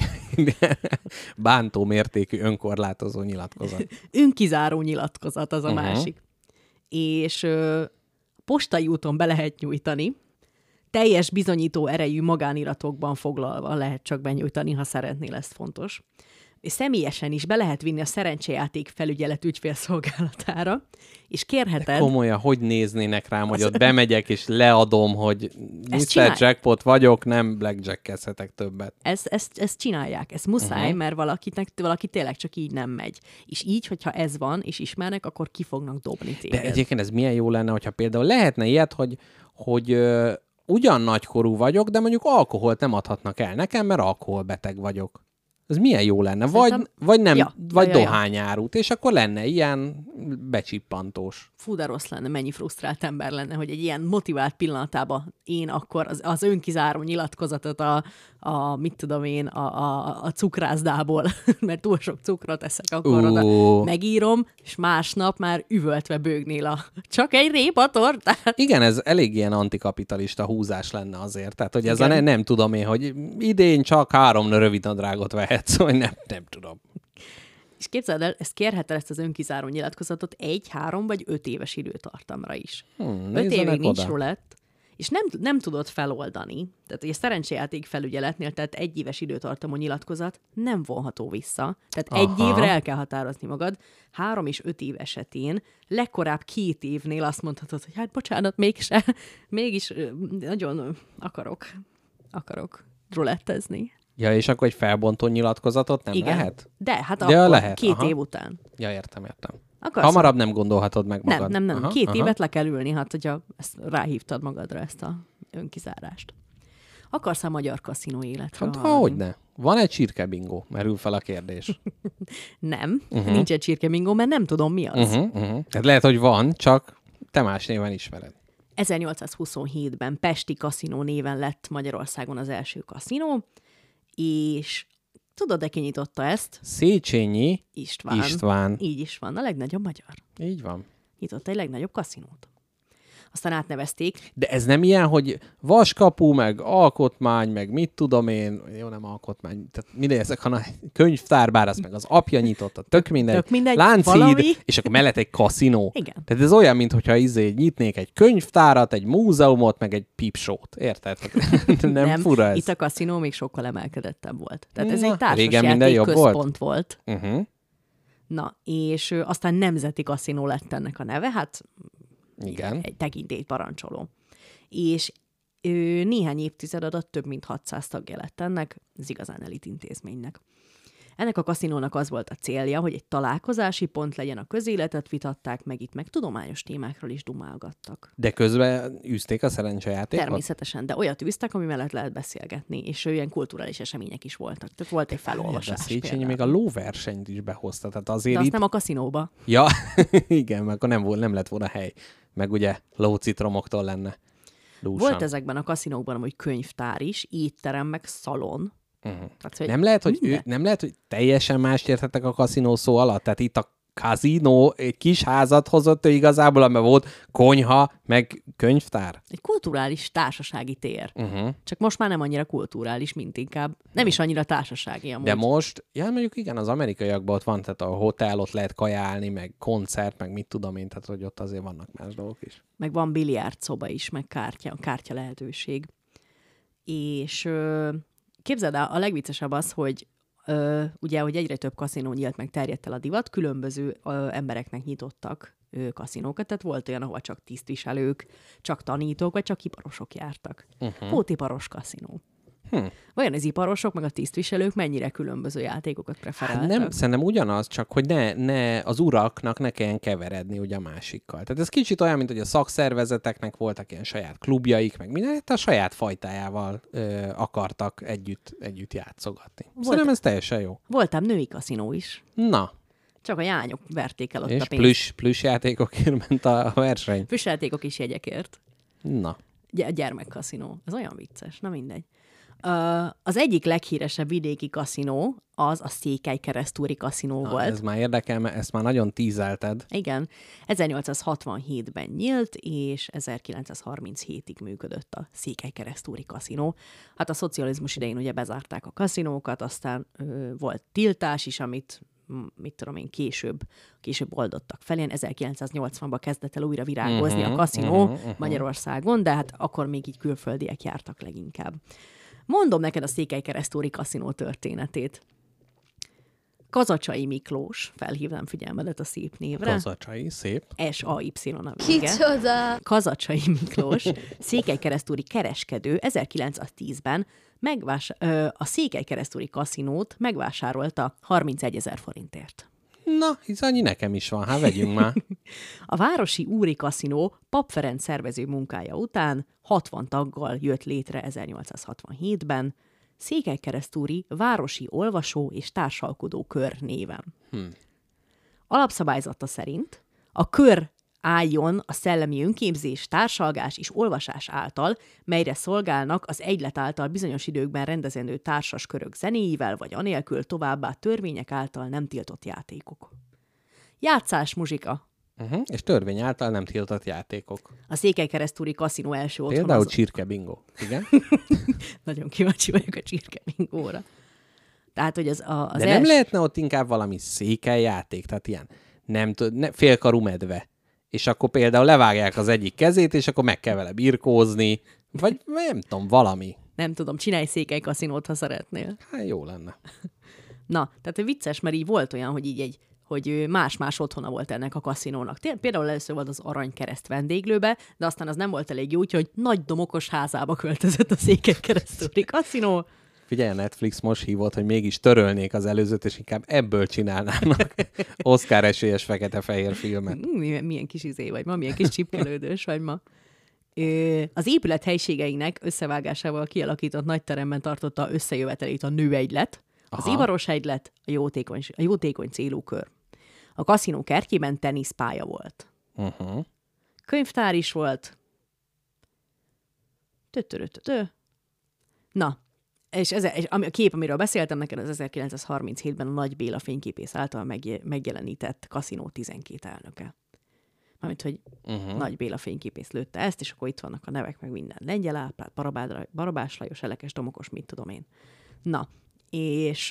Bántó mértékű önkorlátozó nyilatkozat. Önkizáró nyilatkozat az a másik. És postai úton be lehet nyújtani, teljes bizonyító erejű magániratokban foglalva lehet csak benyújtani, ha szeretnél, ez fontos. És személyesen is be lehet vinni a szerencsejáték felügyelet ügyfélszolgálatára, és kérheted... De komolyan, hogy néznének rám, hogy ott bemegyek, és leadom, hogy Mr. Jackpot vagyok, nem blackjack-kezhetek többet. Ezt csinálják, ez muszáj, mert valaki tényleg csak így nem megy. És így, hogyha ez van, és ismernek, akkor ki fognak dobni téged. De egyébként ez milyen jó lenne, hogyha például lehetne ilyet, hogy ugyan nagykorú vagyok, de mondjuk alkoholt nem adhatnak el nekem, mert alkoholbeteg vagyok. Ez milyen jó lenne. Vagy dohányárút, és akkor lenne ilyen becsippantós. Fú, de rossz lenne, mennyi frusztrált ember lenne, hogy egy ilyen motivált pillanatában én akkor az önkizáró nyilatkozatot mit tudom én, a cukrászdából, mert túl sok cukrot eszek, akkor oda megírom, és másnap már üvöltve bőgnél csak egy répatortát. Igen, ez elég ilyen antikapitalista húzás lenne azért. Tehát, hogy ez nem tudom én, hogy idén csak 3 rövidnadrágot vehetsz, vagy nem tudom. És képzeld el, ezt kérheted, ezt az önkizáró nyilatkozatot 1, 3 vagy 5 éves időtartamra is. 5 évig nincs rulett, és nem tudod feloldani. Tehát, hogy a szerencsejáték felügyeletnél, tehát 1 éves időtartamú nyilatkozat nem vonható vissza. Tehát 1 évre el kell határozni magad. 3 és 5 év esetén legkorább 2 évnél azt mondhatod, hogy hát bocsánat, mégis nagyon akarok rulettezni. Ja, és akkor egy felbontó nyilatkozatot nem lehet? De, hát akkor lehet. 2 év után. Ja, értem. Hamarabb nem gondolhatod meg magad. Nem. 2 évet le kell ülni, hát hogyha ráhívtad magadra ezt a önkizárást. Akarsz a magyar kaszinó életről? Hát hogyne. Van egy csirkebingó? Merül fel a kérdés. Nem, nincs egy csirkebingó, mert nem tudom mi az. Tehát lehet, hogy van, csak te más néven ismered. 1827-ben Pesti kaszinó néven lett Magyarországon az első kaszinó, és tudod, ki nyitotta ezt? Széchenyi István. Így is van, a legnagyobb magyar. Így van. Nyitotta egy legnagyobb kaszinót. Aztán átnevezték. De ez nem ilyen, hogy vaskapu, meg alkotmány, meg mit tudom én, jó, nem alkotmány, tehát mindegy, ezek, hanem könyvtárbár, azt meg az apja nyitotta, tök mindegy láncid, valami... és akkor mellett egy kaszinó. Igen. Tehát ez olyan, mintha nyitnék egy könyvtárat, egy múzeumot, meg egy pipsót, érted? Nem fura ez. Itt a kaszinó még sokkal emelkedettebb volt. Tehát ez egy társasjáték központ volt. Na, és aztán nemzeti kaszinó lett ennek a neve, hát igen. Egy tekintélyt parancsoló. És néhány évtized alatt több mint 600 tagja lett ennek, az igazán elit intézménynek. Ennek a kaszinónak az volt a célja, hogy egy találkozási pont legyen, a közéletet vitatták meg, itt meg tudományos témákról is dumálgattak. De közben űzték a szerencsejátékot? Természetesen, de olyat űztek, ami mellett lehet beszélgetni, és ilyen kulturális események is voltak. Tehát volt egy felolvasás. Széchenyi még a lóversenyt is behozta. Tehát azért de azt nem a kaszinóba. Ja, igen, mert akkor nem lett volna hely. Meg ugye lócitromoktól lenne dúsan. Volt ezekben a kaszinókban amúgy könyvtár is, étterem, meg szalon. Tehát, hogy nem lehet, hogy teljesen mást értettek a kaszinó szó alatt. Tehát itt a kazinó egy kis házat hozott ő igazából, amiben volt konyha, meg könyvtár. Egy kulturális társasági tér. Csak most már nem annyira kulturális, mint inkább. Nem is annyira társasági amúgy. De most, mondjuk igen, az amerikaiakban ott van, tehát a hotel, ott lehet kajálni, meg koncert, meg mit tudom én, tehát hogy ott azért vannak más dolgok is. Meg van biliárd szoba is, meg kártya lehetőség. És képzeld el, a legviccesebb az, hogy ugye, hogy egyre több kaszinó nyílt meg, terjedt el a divat, különböző embereknek nyitottak kaszinókat, tehát volt olyan, ahol csak tisztviselők, csak tanítók, vagy csak iparosok jártak. Volt iparos kaszinó. Vajon az iparosok, meg a tisztviselők mennyire különböző játékokat preferáltak? Hát nem, szerintem ugyanaz, csak hogy ne az uraknak ne kelljen keveredni ugye a másikkal. Tehát ez kicsit olyan, mint hogy a szakszervezeteknek voltak ilyen saját klubjaik, meg minden, a saját fajtájával akartak együtt játszogatni. Szerintem ez teljesen jó. Voltam női kaszinó is. Na. Csak a jányok verték el ott és a pénzt. Plusz játékokért ment a verseny. Plusz játékok is jegyekért. Na. Gyermekkaszinó. Ez olyan vicces, na mindegy. Az egyik leghíresebb vidéki kaszinó az a Székelykeresztúri kaszinó volt. Ez már érdekel, mert ezt már nagyon tízelted. Igen. 1867-ben nyílt, és 1937-ig működött a Székelykeresztúri kaszinó. Hát a szocializmus idején ugye bezárták a kaszinókat, aztán volt tiltás is, amit mit tudom én, később oldottak fel. 1980-ban kezdett el újra virágozni a kaszinó Magyarországon, de hát akkor még így külföldiek jártak leginkább. Mondom neked a Székelykeresztúri kaszinó történetét. Kazacsai Miklós, felhívnám figyelmedet a szép névre. Kazacsai, szép. S-A-Y a vége. Kicsoda! Kazacsai Miklós, székelykeresztúri kereskedő 1910-ben a Székelykeresztúri kaszinót megvásárolta 31 000 forintért. Na, hisz annyi nekem is van, hát vegyünk már. A városi úri kaszinó Pap Ferenc szervező munkája után 60 taggal jött létre 1867-ben, Székelykeresztúri városi olvasó és társalkodó kör néven. Alapszabályzata szerint a kör álljon a szellemi önképzés, társalgás és olvasás által, melyre szolgálnak az egylet által bizonyos időkben rendezendő társas körök zenéivel, vagy anélkül továbbá törvények által nem tiltott játékok. Játszás, muzsika. És törvény által nem tiltott játékok. A Székelykeresztúri kaszinó első otthon. Például csirke bingo. Igen? Nagyon kíváncsi vagyok a csirke bingóra. Tehát, hogy De nem lehetne ott inkább valami székelyjáték, tehát ilyen félkarú medve. És akkor például levágják az egyik kezét, és akkor meg kell vele birkózni, vagy nem tudom, valami. Nem tudom, csinálj székely kaszinót, ha szeretnél. Hát jó lenne. Na, tehát vicces, mert így volt olyan, hogy más-más otthona volt ennek a kaszinónak. Például először volt az Aranykereszt vendéglőbe, de aztán az nem volt elég jó, úgyhogy Nagy Domokos házába költözött a Székelykeresztúri kaszinó. Figyelj, a Netflix most hívott, hogy mégis törölnék az előzőt, és inkább ebből csinálnának Oscar esélyes fekete-fehér filmet. Milyen kis vagy ma, milyen kis csipkelődős vagy ma. Az épület helységeinek összevágásával kialakított nagyteremben tartotta összejövetelét a nőegylet, az ivaros egylet, a jótékony célú kör. A kaszinó kertjében teniszpálya volt. könyvtár is volt. Na, és a kép, amiről beszéltem neked, az 1937-ben a Nagy Béla fényképész által megjelenített kaszinó 12 elnöke. Mármint, hogy Nagy Béla fényképész lőtte ezt, és akkor itt vannak a nevek, meg minden. Lengyel Árpád, Barabás Lajos, Elekes Domokos, mit tudom én. Na, és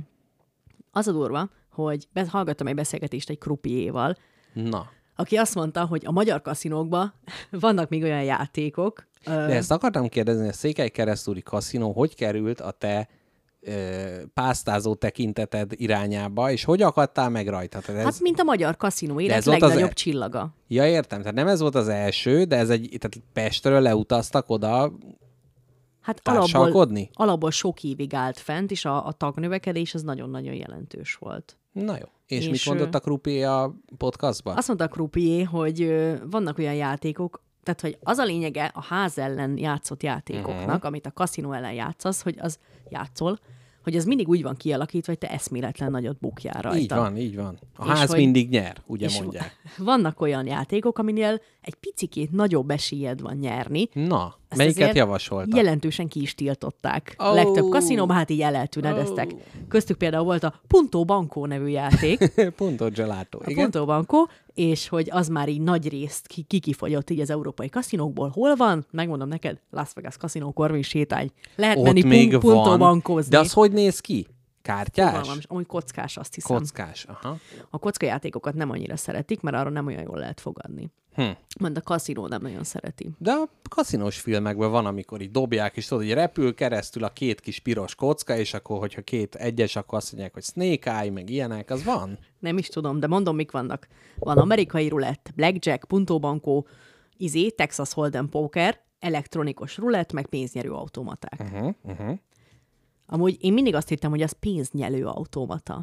az a durva, hogy hallgattam egy beszélgetést egy croupiéval, aki azt mondta, hogy a magyar kaszinókban vannak még olyan játékok. De ezt akartam kérdezni, a Székelykeresztúri kaszinó hogy került a te pásztázó tekinteted irányába, és hogy akadtál meg rajta? Hát, mint a magyar kaszinó élet legnagyobb csillaga. Ja, értem, tehát nem ez volt az első, de tehát Pestről leutaztak oda társalkodni? Alapból sok évig állt fent, és a tagnövekedés az nagyon-nagyon jelentős volt. Na jó. És mit mondott a croupier a podcastban? Azt mondta a croupier, hogy vannak olyan játékok, tehát, hogy az a lényege a ház ellen játszott játékoknak, amit a kaszinó ellen játszasz, hogy az játszol, hogy az mindig úgy van kialakítva, hogy te eszméletlen nagyot bukjál rajta. Így van. A ház mindig nyer, ugye mondják. Vannak olyan játékok, aminél egy picikét nagyobb esélyed van nyerni. Na, melyiket javasoltak? Jelentősen ki is tiltották. A legtöbb kaszinóban hát így eltűnedeztek. Köztük például volt a Punto Banco nevű játék. Punto Gelato, igen. Punto Banco, és hogy az már így nagy részt kifogyott így az európai kaszinókból. Hol van? Megmondom neked, Las Vegas kaszinó, Corvin sétány. Lehet ott menni Punto Bankozni. De az hogy néz ki? Kártyás? Amúgy kockás, azt hiszem. Kockás, aha. A kockajátékokat nem annyira szeretik, mert arra nem olyan jól lehet fogadni. Mert a kaszinó nem nagyon szereti. De a kaszinós filmekben van, amikor így dobják, és tudod, hogy repül keresztül a két kis piros kocka, és akkor, hogyha két egyes, akkor azt mondják, hogy Snake Eye, meg ilyenek, az van? Nem is tudom, de mondom, mik vannak. Van amerikai rulett, blackjack, Punto Banco, Texas Hold'em Poker, elektronikus rulett, meg pénznyerő automaták. Amúgy én mindig azt hittem, hogy az pénznyelő automata.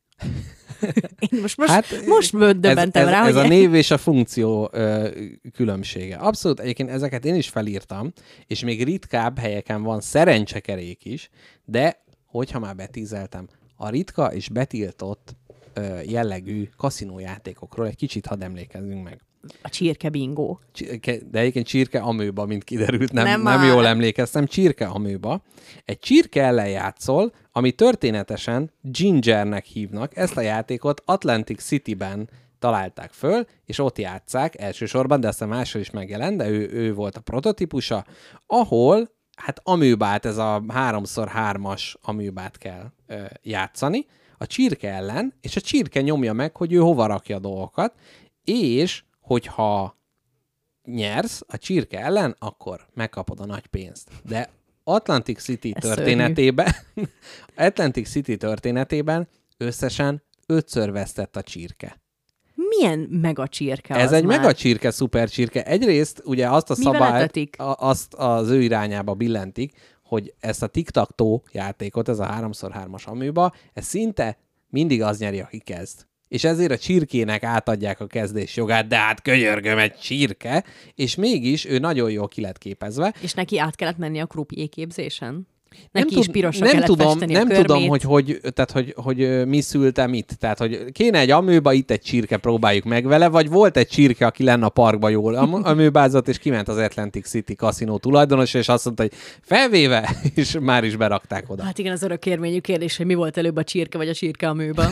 Én most döbbentem rá, ez a név és a funkció különbsége. Abszolút, egyébként ezeket én is felírtam, és még ritkább helyeken van szerencsekerék is, de hogyha már betízeltem, a ritka és betiltott jellegű kaszinójátékokról egy kicsit hadd emlékezzünk meg. A csirke bingo. De egyébként csirke amőba, mint kiderült, nem jól emlékeztem, csirke amőba. Egy csirke ellen játszol, ami történetesen Gingernek hívnak. Ezt a játékot Atlantic City-ben találták föl, és ott játsszák elsősorban, de aztán máshol is megjelent, de ő volt a prototípusa, ahol hát amőbát, ez a 3x3-as amőbát kell játszani a csirke ellen, és a csirke nyomja meg, hogy ő hova rakja a dolgokat, és hogyha nyersz a csirke ellen, akkor megkapod a nagy pénzt. De Atlantic City történetében összesen 5-ször vesztett a csirke. Milyen mega csirke ez az egy már? mega csirke, szuper csirke. Egyrészt ugye azt a szabályt, azt az ő irányába billentik, hogy ezt a tic-tac-toe játékot, ez a 3x3-as amőba, ez szinte mindig az nyeri, aki kezd. És ezért a csirkének átadják a kezdés jogát, de hát könyörgöm, egy csirke, és mégis ő nagyon jól ki lett képezve. És neki át kellett menni a croupier képzésen? Neki is pirosra kellett festeni a körmét. Nem tudom, hogy mi szülte mit. Tehát, hogy kéne egy amőba, itt egy csirke, próbáljuk meg vele, vagy volt egy csirke, aki lenne a parkba jól amőbázott, és kiment az Atlantic City kaszinó tulajdonos, és azt mondta, hogy felvéve, és már is berakták oda. Hát igen, az örökérvényű kérdés, hogy mi volt előbb a csirke, vagy a csirke amőba.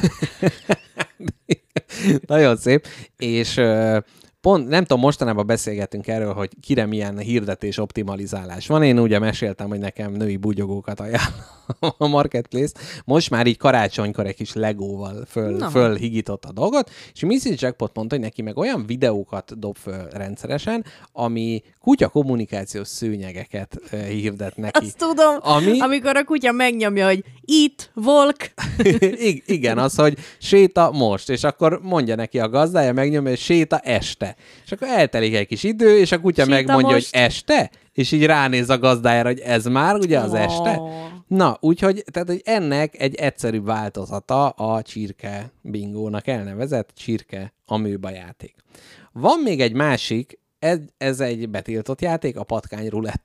Nagyon szép, és pont, nem tudom, mostanában beszélgetünk erről, hogy kire milyen hirdetés optimalizálás van. Én ugye meséltem, hogy nekem női bugyogókat ajánl a Marketplace. Most már így karácsonykor egy kis legóval fölhigított a dolgot, és Mrs. Jackpot mondta, hogy neki meg olyan videókat dob föl rendszeresen, ami kutya kommunikációs szőnyegeket hirdet neki. Azt tudom, amikor a kutya megnyomja, hogy itt, volk. Igen, az, hogy séta most, és akkor mondja neki a gazdája, megnyomja, hogy séta este. És akkor eltelik egy kis idő, és a kutya séta megmondja, most, hogy este, és így ránéz a gazdájára, hogy ez már ugye az este. Na, úgyhogy tehát, hogy ennek egy egyszerűbb változata a csirke bingónak elnevezett csirke amőba játék. Van még egy másik ez egy betiltott játék, a patkány rulett.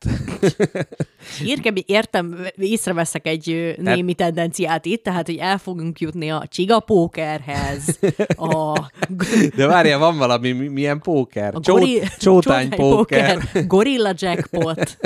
Értem, észreveszek egy némi tendenciát itt, tehát, hogy el fogunk jutni a csigapókerhez, De várjál, van valami, milyen póker? Csótány póker. Gorilla jackpot.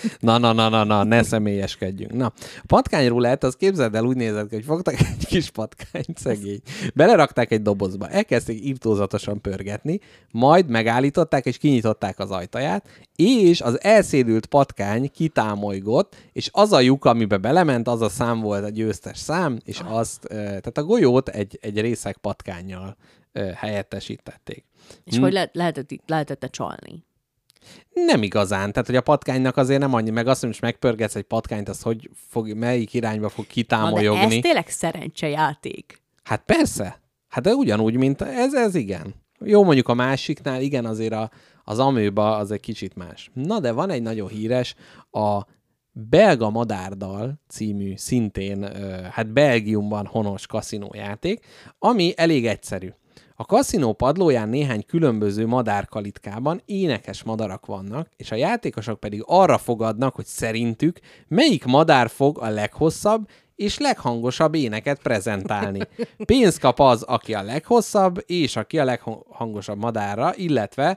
Na, ne személyeskedjünk. Na, a patkány rulett, az képzeld el, úgy nézett ki, hogy fogtak egy kis patkányt, szegény. Belerakták egy dobozba, elkezdték irtózatosan pörgetni, majd megállították, és kinyitották az ajtaját, és az elszédült patkány kitámolygott, és az a lyuk, amiben belement, az a szám volt a győztes szám, és tehát a golyót egy részeg patkánnyal helyettesítették. És hogy lehetett csalni? Nem igazán. Tehát, hogy a patkánynak azért nem annyi, meg azt, hogy most megpörgetsz egy patkányt, az hogy melyik irányba fog kitámolyogni. Na, de ez tényleg szerencsejáték. Hát persze. Hát de ugyanúgy, mint ez igen. Jó, mondjuk a másiknál, igen, azért az amőba az egy kicsit más. Na, de van egy nagyon híres, a Belga Madárdal című, szintén, hát Belgiumban honos kaszinójáték, ami elég egyszerű. A kaszinó padlóján néhány különböző madárkalitkában énekes madarak vannak, és a játékosok pedig arra fogadnak, hogy szerintük melyik madár fog a leghosszabb és leghangosabb éneket prezentálni. Pénzt kap az, aki a leghosszabb, és aki a leghangosabb madárra, illetve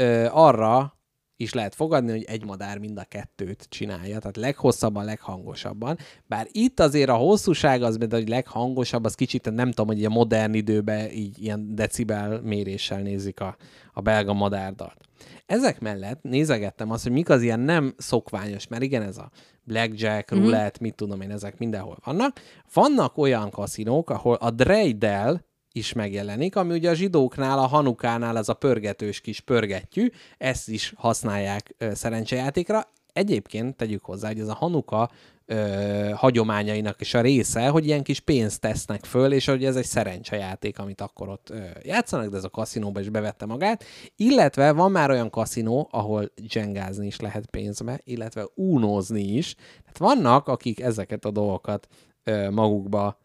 arra is lehet fogadni, hogy egy madár mind a kettőt csinálja, tehát leghosszabban, leghangosabban. Bár itt azért a hosszúság az, mert hogy leghangosabb, az kicsit nem tudom, hogy a modern időben így ilyen decibel méréssel nézik a belga madárdalt. Ezek mellett nézegettem azt, hogy mik az ilyen nem szokványos, mert igen, ez a blackjack, roulette, mit tudom én, ezek mindenhol vannak. Vannak olyan kaszinók, ahol a dreidel is megjelenik, ami ugye a zsidóknál, a Hanukánál ez a pörgetős kis pörgettyű, ezt is használják szerencsejátékra. Egyébként tegyük hozzá, hogy ez a Hanuka hagyományainak is a része, hogy ilyen kis pénzt tesznek föl, és hogy ez egy szerencsejáték, amit akkor ott játszanak, de ez a kaszinóba is bevette magát. Illetve van már olyan kaszinó, ahol dzsengázni is lehet pénzbe, illetve únózni is. Tehát vannak, akik ezeket a dolgokat magukba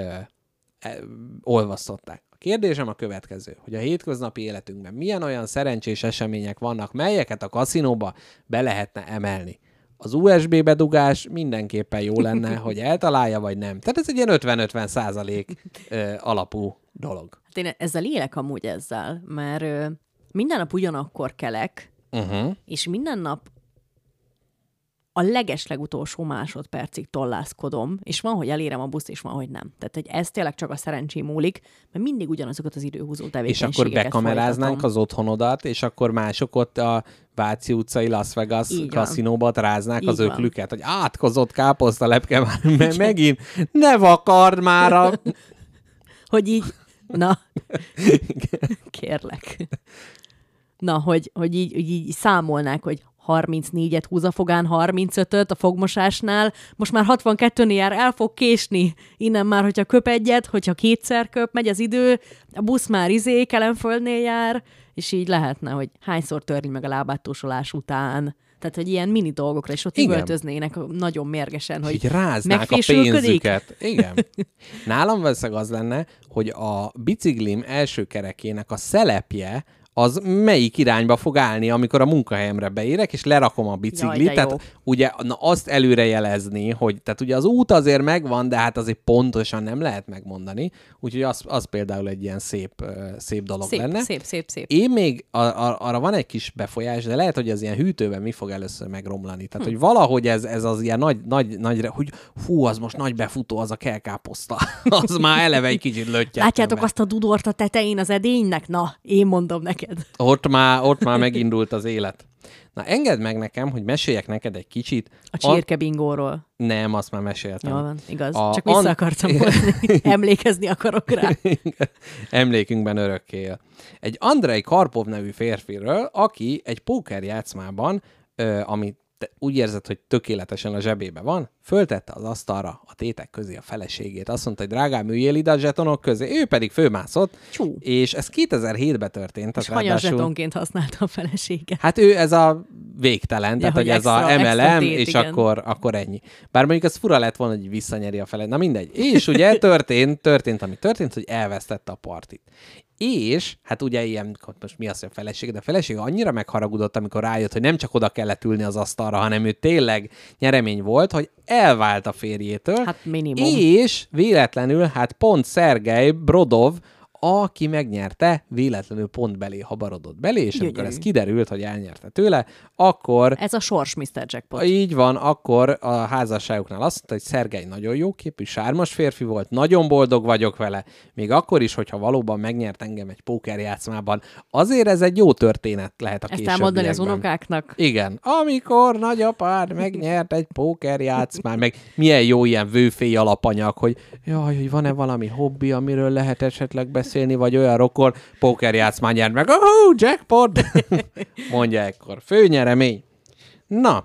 olvasztották. A kérdésem a következő, hogy a hétköznapi életünkben milyen olyan szerencsés események vannak, melyeket a kaszinóba be lehetne emelni. Az USB bedugás mindenképpen jó lenne, hogy eltalálja, vagy nem. Tehát ez egy ilyen 50-50% alapú dolog. Hát én ezzel élek amúgy ezzel, mert minden nap ugyanakkor kelek, és minden nap a legeslegutolsó másodpercig tollászkodom, és van, hogy elérem a buszt, és van, hogy nem. Tehát, hogy ez tényleg csak a szerencsém múlik, mert mindig ugyanazokat az időhúzó tevékenységeket és akkor bekameráznánk az otthonodat, és akkor mások ott a Váci utcai Las Vegas kaszinóba ráznák az öklüket, hogy átkozott káposztalepke már megint, ne vakard már hogy így, na, kérlek. Na, hogy így számolnák, hogy 34-et húz a fogán, 35-öt a fogmosásnál, most már 62-nél jár, el fog késni. Innen már, hogyha köp egyet, hogyha kétszer köp, megy az idő, a busz már Kelenföldnél jár, és így lehetne, hogy hányszor törni meg a lábáttósolás után. Tehát, hogy ilyen mini dolgokra, és ott üvöltöznének nagyon mérgesen, hogy így ráznák a pénzüket. Igen. Nálam valószínűleg az lenne, hogy a biciklim első kerekének a szelepje az melyik irányba fog állni, amikor a munkahelyemre beérek, és lerakom a biciklit. Tehát ugye azt előre jelezni, hogy tehát ugye az út azért megvan, de hát azért pontosan nem lehet megmondani. Úgyhogy az például egy ilyen szép dolog lenne. Szép. Én még arra van egy kis befolyás, de lehet, hogy az ilyen hűtőben mi fog először megromlani. Tehát, hogy valahogy ez az ilyen nagy, hogy hú, az most nagy befutó, az a kelkáposzta. Az már eleve egy kicsit löttyet. Látjátok azt a dudort a tetején az edénynek? Na, én mondom neked. Ott már megindult az élet. Na, engedd meg nekem, hogy meséljek neked egy kicsit. A csirkebingóról. Nem, azt már meséltem. Jól van, igaz. Csak vissza akartam mondani. Emlékezni akarok rá. Emlékünkben örökké él. Egy Andrei Karpov nevű férfiről, aki egy pókerjátszmában, ami úgy érzed, hogy tökéletesen a zsebébe van, föltette az asztalra a tétek közé a feleségét. Azt mondta, hogy drágám, üljél ide a zsetonok közé. Ő pedig fölmászott, és ez 2007-ben történt. És hanyas zsetonként használta a feleséget? Hát ő ez a végtelen, tehát hogy ez a MLM, és akkor ennyi. Bár mondjuk ez fura lett volna, hogy visszanyeri a feleségét. Na mindegy. És ugye történt, ami történt, hogy elvesztette a partit. És, hát ugye ilyen, most mi az, hogy a feleség, de a feleség annyira megharagudott, amikor rájött, hogy nem csak oda kellett ülni az asztalra, hanem ő tényleg nyeremény volt, hogy elvált a férjétől. Hát minimum. És véletlenül, hát pont Szergej Brodov, aki megnyerte, véletlenül pont belé habarodott belé, és amikor ez kiderült, hogy elnyerte tőle, akkor... Ez a sors, Mr. Jackpot. Így van, akkor a házasságuknál azt mondta, hogy Szergej nagyon jó képű, sármas férfi volt, nagyon boldog vagyok vele, még akkor is, hogyha valóban megnyert engem egy pókerjátszmában. Azért ez egy jó történet lehet a későbbiekben. Ezt elmondani az unokáknak? Igen. Amikor nagyapád megnyert egy pókerjátszmán, meg milyen jó ilyen vőfély alapanyag, hogy jaj, hogy van-e valami hobbi, amiről lehet esetleg beszélni, vagy olyan rokon, pókerjátszmán nyert meg, jackpot! Mondja ekkor. Főnyeremény. Na,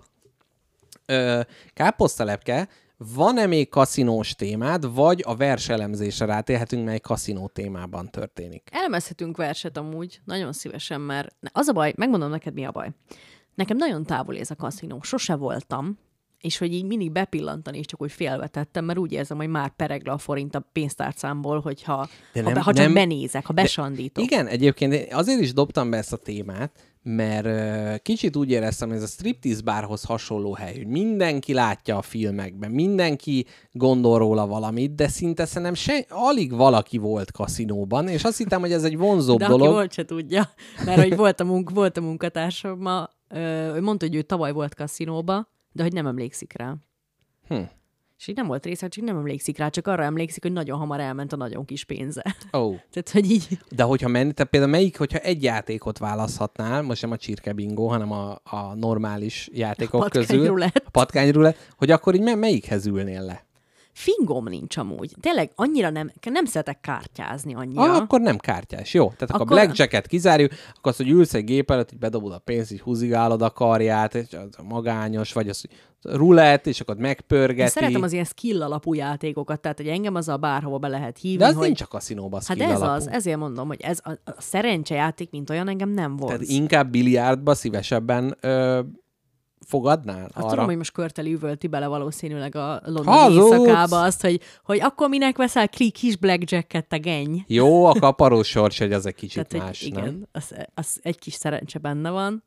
káposztalepke, van-e még kaszinós témád, vagy a verselemzésre rátérhetünk, mely kaszinó témában történik? Elemezhetünk verset amúgy, nagyon szívesen, mert az a baj, megmondom neked, mi a baj. Nekem nagyon távol ez a kaszinó, sose voltam, és hogy így mindig bepillantani, és csak úgy félvetettem, mert úgy érzem, hogy már pereg le a forint a pénztárcámból, hogyha ha csak benézek, ha besandítok. Igen, egyébként azért is dobtam be ezt a témát, mert kicsit úgy éreztem, hogy ez a striptease bárhoz hasonló hely, hogy mindenki látja a filmekben, mindenki gondol róla valamit, de szinte szerintem alig valaki volt kaszinóban, és azt hittem, hogy ez egy vonzóbb dolog. De aki volt, se tudja, mert hogy volt a munkatársam ma, mondta, hogy ő tavaly volt kaszinóba, de hogy nem emlékszik rá. És így nem volt része, csak nem emlékszik rá, csak arra emlékszik, hogy nagyon hamar elment a nagyon kis pénze. Tehát, hogy így... De hogyha tehát például hogyha egy játékot választhatnál, most nem a csirkebingó, hanem a normális játékok közül, a patkányrulett, hogy akkor így melyikhez ülnél le? Fingom nincs amúgy. Tényleg annyira nem szeretek kártyázni annyira. Akkor nem kártyás, jó. Tehát akkor a blackjacket kizárjuk, akkor azt, hogy ülsz egy gép előtt, így bedobod a pénzt, így húzigálod a karját, és az magányos, vagy az, hogy rulett, és akkor megpörgeti. Én szeretem az ilyen skill alapú játékokat, tehát hogy engem azzal bárhova be lehet hívni. De az nincs a kaszinóban skill alapú. Hát ez az, ezért mondom, hogy ez a szerencsejáték, mint olyan, engem nem volt. Tehát inkább biliárdba szívesebben fogadnál? Azt tudom, hogy most körteli üvölti bele valószínűleg a londoni éjszakába azt, hogy akkor minek veszel kis blackjacket, te genny. Jó, a kaparós sors, hogy az egy kicsit tehát, más, igen, az egy kis szerencse benne van.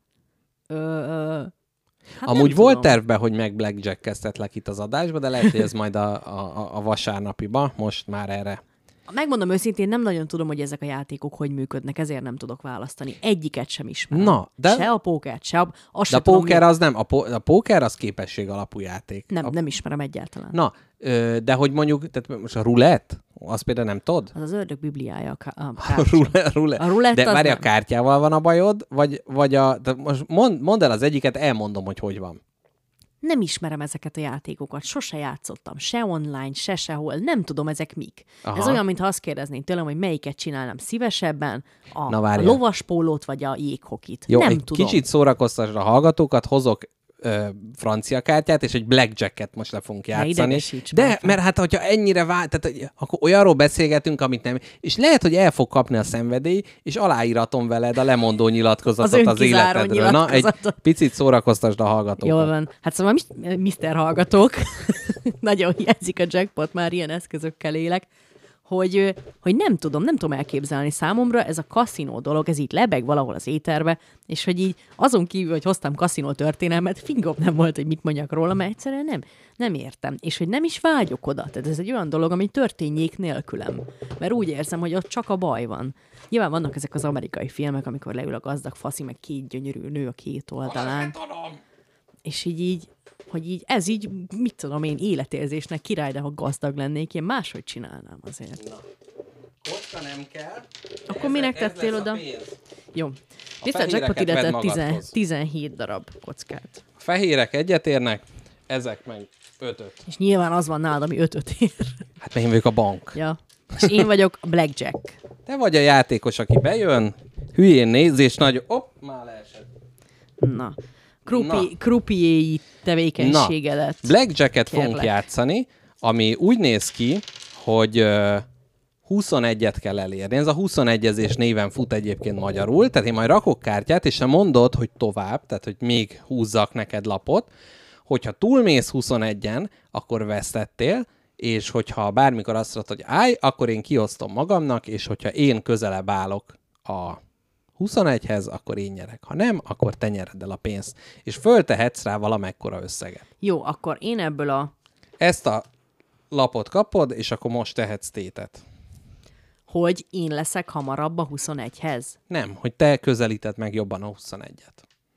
Hát amúgy volt tervben, hogy meg blackjack-keztetlek itt az adásba, de lehet, hogy ez majd a vasárnapiba, most már erre. Megmondom őszintén, nem nagyon tudom, hogy ezek a játékok hogy működnek, ezért nem tudok választani. Egyiket sem ismerem. Na, de... Se a pókert, se a... De a póker az nem, a póker az képesség alapú játék. Nem ismerem egyáltalán. Na, de hogy mondjuk, tehát most a rulett, azt például nem tudod? Az ördög bibliája a rulett. A rulett de várj, a kártyával van a bajod, vagy most mondd el az egyiket, elmondom, hogy van. Nem ismerem ezeket a játékokat, sose játszottam, se online, se sehol, nem tudom ezek mik. Aha. Ez olyan, mintha azt kérdeznénk tőlem, hogy melyiket csinálnám szívesebben, a lovaspólót vagy a jéghokit. Jó, nem egy tudom. Kicsit szórakoztasd a hallgatókat, hozok francia kártyát, és egy blackjacket most le fogunk játszani. De, mert hát, hogyha ennyire tehát akkor olyanról beszélgetünk, amit nem, és lehet, hogy el fog kapni a szenvedély, és aláíratom veled a lemondó nyilatkozatot az életedről. Na, egy picit szórakoztasd a hallgatókat. Jól van. Hát szóval Mr. Hallgatók, nagyon hiányzik a jackpot, már ilyen eszközökkel élek, hogy nem tudom elképzelni számomra, ez a kaszinó dolog, ez így lebeg valahol az éterbe, és hogy így azon kívül, hogy hoztam kaszinó történelmet, fingom nem volt, hogy mit mondjak róla, mert egyszerűen nem értem. És hogy nem is vágyok oda. Tehát ez egy olyan dolog, ami történjék nélkülem. Mert úgy érzem, hogy ott csak a baj van. Nyilván vannak ezek az amerikai filmek, amikor leül a gazdag faszi, meg két gyönyörű nő a két oldalán. És így hogy így, ez így, mit tudom én, életérzésnek király, de ha gazdag lennék, én máshogy csinálnám azért. Na, kocka nem kell. Akkor minek tettél oda? Jó. Mr. Jackpot ide tett 17 darab kockát. A fehérek egyetérnek, ezek meg 5-5. És nyilván az van nálad, ami 5-5 ér. Hát én vagyok a bank. Ja. És én vagyok a blackjack. Te vagy a játékos, aki bejön, hülyén néz, és nagy... Hopp, már leesett. Na. Krupiéi tevékenységedet. Blackjacket fogunk játszani, ami úgy néz ki, hogy 21-et kell elérni. Ez a 21-ezés néven fut egyébként magyarul, tehát én majd rakok kártyát, és te mondod, hogy tovább, tehát hogy még húzzak neked lapot. Hogyha túlmész 21-en, akkor vesztettél, és hogyha bármikor azt mondod, hogy állj, akkor én kiosztom magamnak, és hogyha én közelebb állok a 21-hez, akkor én nyerek. Ha nem, akkor te nyered el a pénzt. És föltehetsz rá valamekkora összeget. Jó, akkor én ebből ezt a lapot kapod, és akkor most tehetsz tétet. Hogy én leszek hamarabb a 21-hez? Nem, hogy te közelíted meg jobban a 21-et.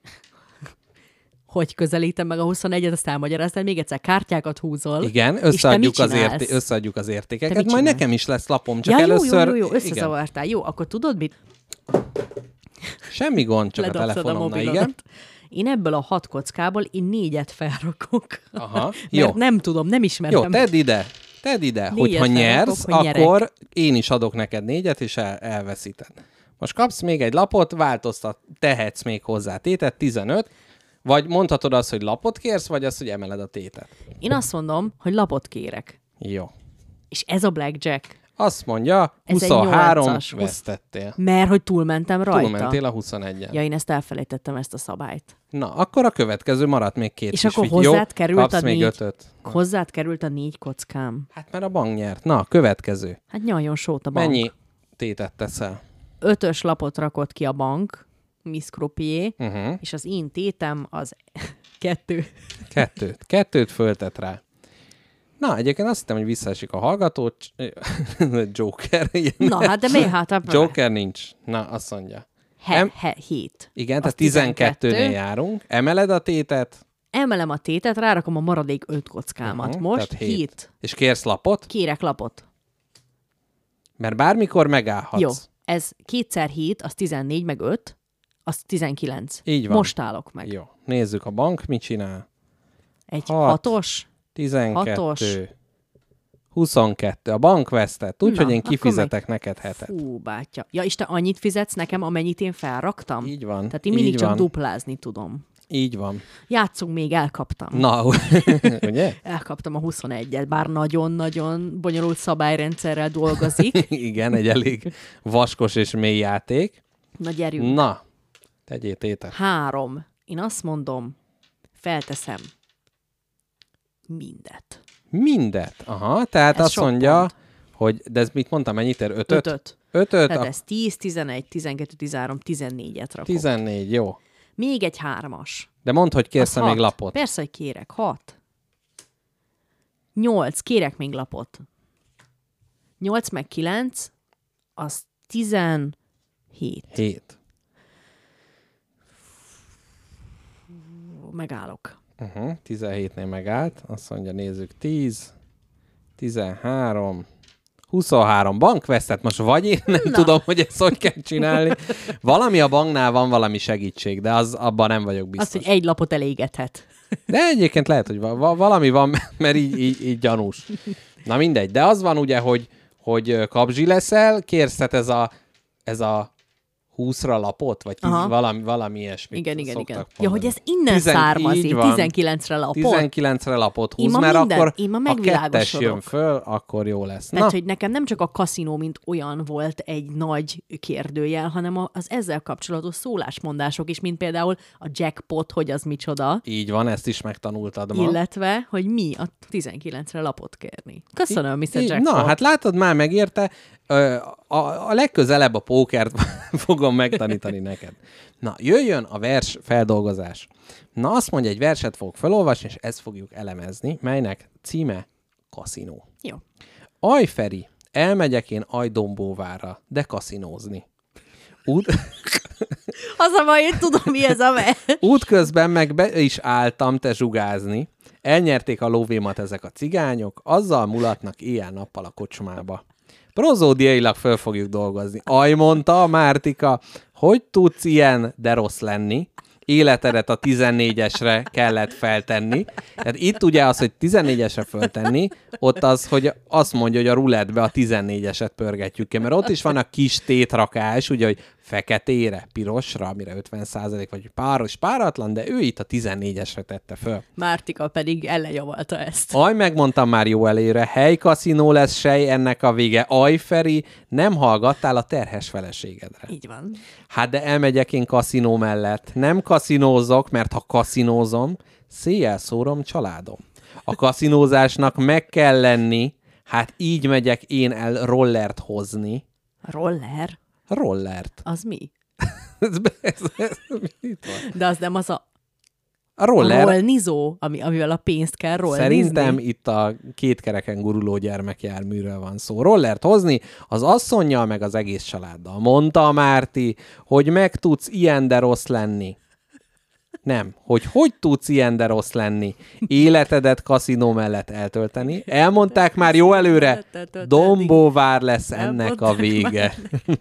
Hogy közelítem meg a 21-et, azt elmagyaráztál, még egyszer kártyákat húzol. Igen, összeadjuk az értékeket. Majd nekem is lesz lapom, csak először... Jó, összezavartál. Jó, akkor tudod mit? Semmi gond, csak a telefonomnál, igen. Én ebből a 6 kockából 4-et felrakok. Aha, jó. Mert nem tudom, nem ismertem. Jó, tedd ide, hogyha nyersz, akkor én is adok neked 4-et, és elveszíted. Most kapsz még egy lapot, tehetsz még hozzá tétet, 15, vagy mondhatod azt, hogy lapot kérsz, vagy azt, hogy emeled a tétet. Én azt mondom, hogy lapot kérek. Jó. És ez a blackjack. Azt mondja, 23 vesztettél. Mert hogy túlmentem rajta. Túlmentél a 21-en. Ja, én ezt elfelejtettem, ezt a szabályt. Na, akkor a következő maradt még 2 és akkor hozzád került a 4. Hozzád került a 4 kockám. Hát mert a bank nyert. Na, a következő. Hát nyaljon sót a bank. Mennyi tétet teszel? 5-ös lapot rakott ki a bank, Miss Croupier, és az én tétem az 2. 2 föltett rá. Na, egyébként azt hittem, hogy visszaesik a hallgató. Joker. Na, hát de mi hát? Joker nincs. Na, azt mondja. 7. Igen, tehát 12-nél járunk. Emeled a tétet? Emelem a tétet, rárakom a maradék 5 kockámat. Most 7. És kérsz lapot? Kérek lapot. Mert bármikor megállhatsz. Jó, ez 2x7, az 14, meg 5, az 19. Így van. Most állok meg. Jó, nézzük a bank, mit csinál. Egy 6-os. 12. 22. A bank vesztett, úgyhogy én kifizetek neked 7-et. Fú, bátya. Ja, és te annyit fizetsz nekem, amennyit én felraktam? Így van. Tehát én mindig csak duplázni tudom. Így van. Játszunk még, elkaptam. Na, ugye? Elkaptam a 21-et, bár nagyon-nagyon bonyolult szabályrendszerrel dolgozik. Igen, egy elég vaskos és mély játék. Na, gyerünk. Na, tegyél tétet. 3. Én azt mondom, felteszem mindet. Mindet? Aha, tehát ez azt mondja, pont. Hogy, de ez mit mondtam, mennyit ér? 5-öt? 5-öt? Tehát ez 10, 11, 12, 13, 14-et rakok. 14, jó. Még egy 3-as. De mondd, hogy kérsz még lapot. Persze, hogy kérek. 6. 8. Kérek még lapot. 8 meg 9, az 17. 7. Megállok. 17-nél megállt. Azt mondja, nézzük, 10, 13, 23. Bank vesztett. Most vagy én nem tudom, hogy ezt hogy kell csinálni. Valami a banknál van valami segítség, de abban nem vagyok biztos. Azt, hogy egy lapot elégethet. De egyébként lehet, hogy valami van, mert így gyanús. Na mindegy. De az van ugye, hogy kabzsi leszel, kérsz, tehát ez a 20-ra lapot, vagy valami ilyesmit. Igen. Ja, hogy ez innen származik, 19-re lapot. 19-re lapot húz, mert akkor a 2-es jön föl, akkor jó lesz. Tehát, hogy nekem nem csak a kaszinó, mint olyan volt egy nagy kérdőjel, hanem az ezzel kapcsolatos szólásmondások is, mint például a jackpot, hogy az micsoda. Így van, ezt is megtanultad ma. Illetve, hogy mi a 19-re lapot kérni. Köszönöm, Mr. Jackpot. Na, hát látod, már megérte. A legközelebb a pókert fogom megtanítani neked. Na, jöjjön a vers feldolgozás. Na, azt mondja, egy verset fogok felolvasni, és ezt fogjuk elemezni, melynek címe Kaszinó. Jó. Feri, elmegyek én Ajdombóvárra, de kaszinózni. Az a baj, én tudom, mi ez a vers. Útközben meg be is álltam te zsugázni. Elnyerték a lóvémat ezek a cigányok, azzal mulatnak éjjel-nappal a kocsmába. Prozódiailag föl fogjuk dolgozni. Mondta a Mártika, hogy tudsz ilyen, de rossz lenni? Életedet a 14-esre kellett feltenni. Tehát itt ugye az, hogy 14-esre föltenni, ott az, hogy azt mondja, hogy a rulettbe a 14-eset pörgetjük ki, mert ott is van a kis tétrakás, ugye, hogy feketére, pirosra, amire 50% vagy páros, páratlan, de ő itt a 14-esre tette föl. Mártika pedig ellenjavalta ezt. Megmondtam már jó előre, helykaszinó lesz, sej ennek a vége. Feri, nem hallgattál a terhes feleségedre. Így van. Hát de elmegyek én kaszinó mellett. Nem kaszinózok, mert ha kaszinózom, széjjel szórom családom. A kaszinózásnak meg kell lenni, hát így megyek én el rollert hozni. Roller? Rollert. Az mi? ez mit van? De az nem az a roller. Rollnizó, amivel a pénzt kell rollizni. Szerintem itt a két kereken guruló gyermekjárműről van szó. Rollert hozni az asszonnyal, meg az egész családdal. Mondta a Márti, hogy meg tudsz ilyen de rossz lenni. Nem. Hogy tudsz ilyen de rossz lenni? Életedet kaszinó mellett eltölteni. Elmondták már jó előre, Dombóvár lesz ennek a vége.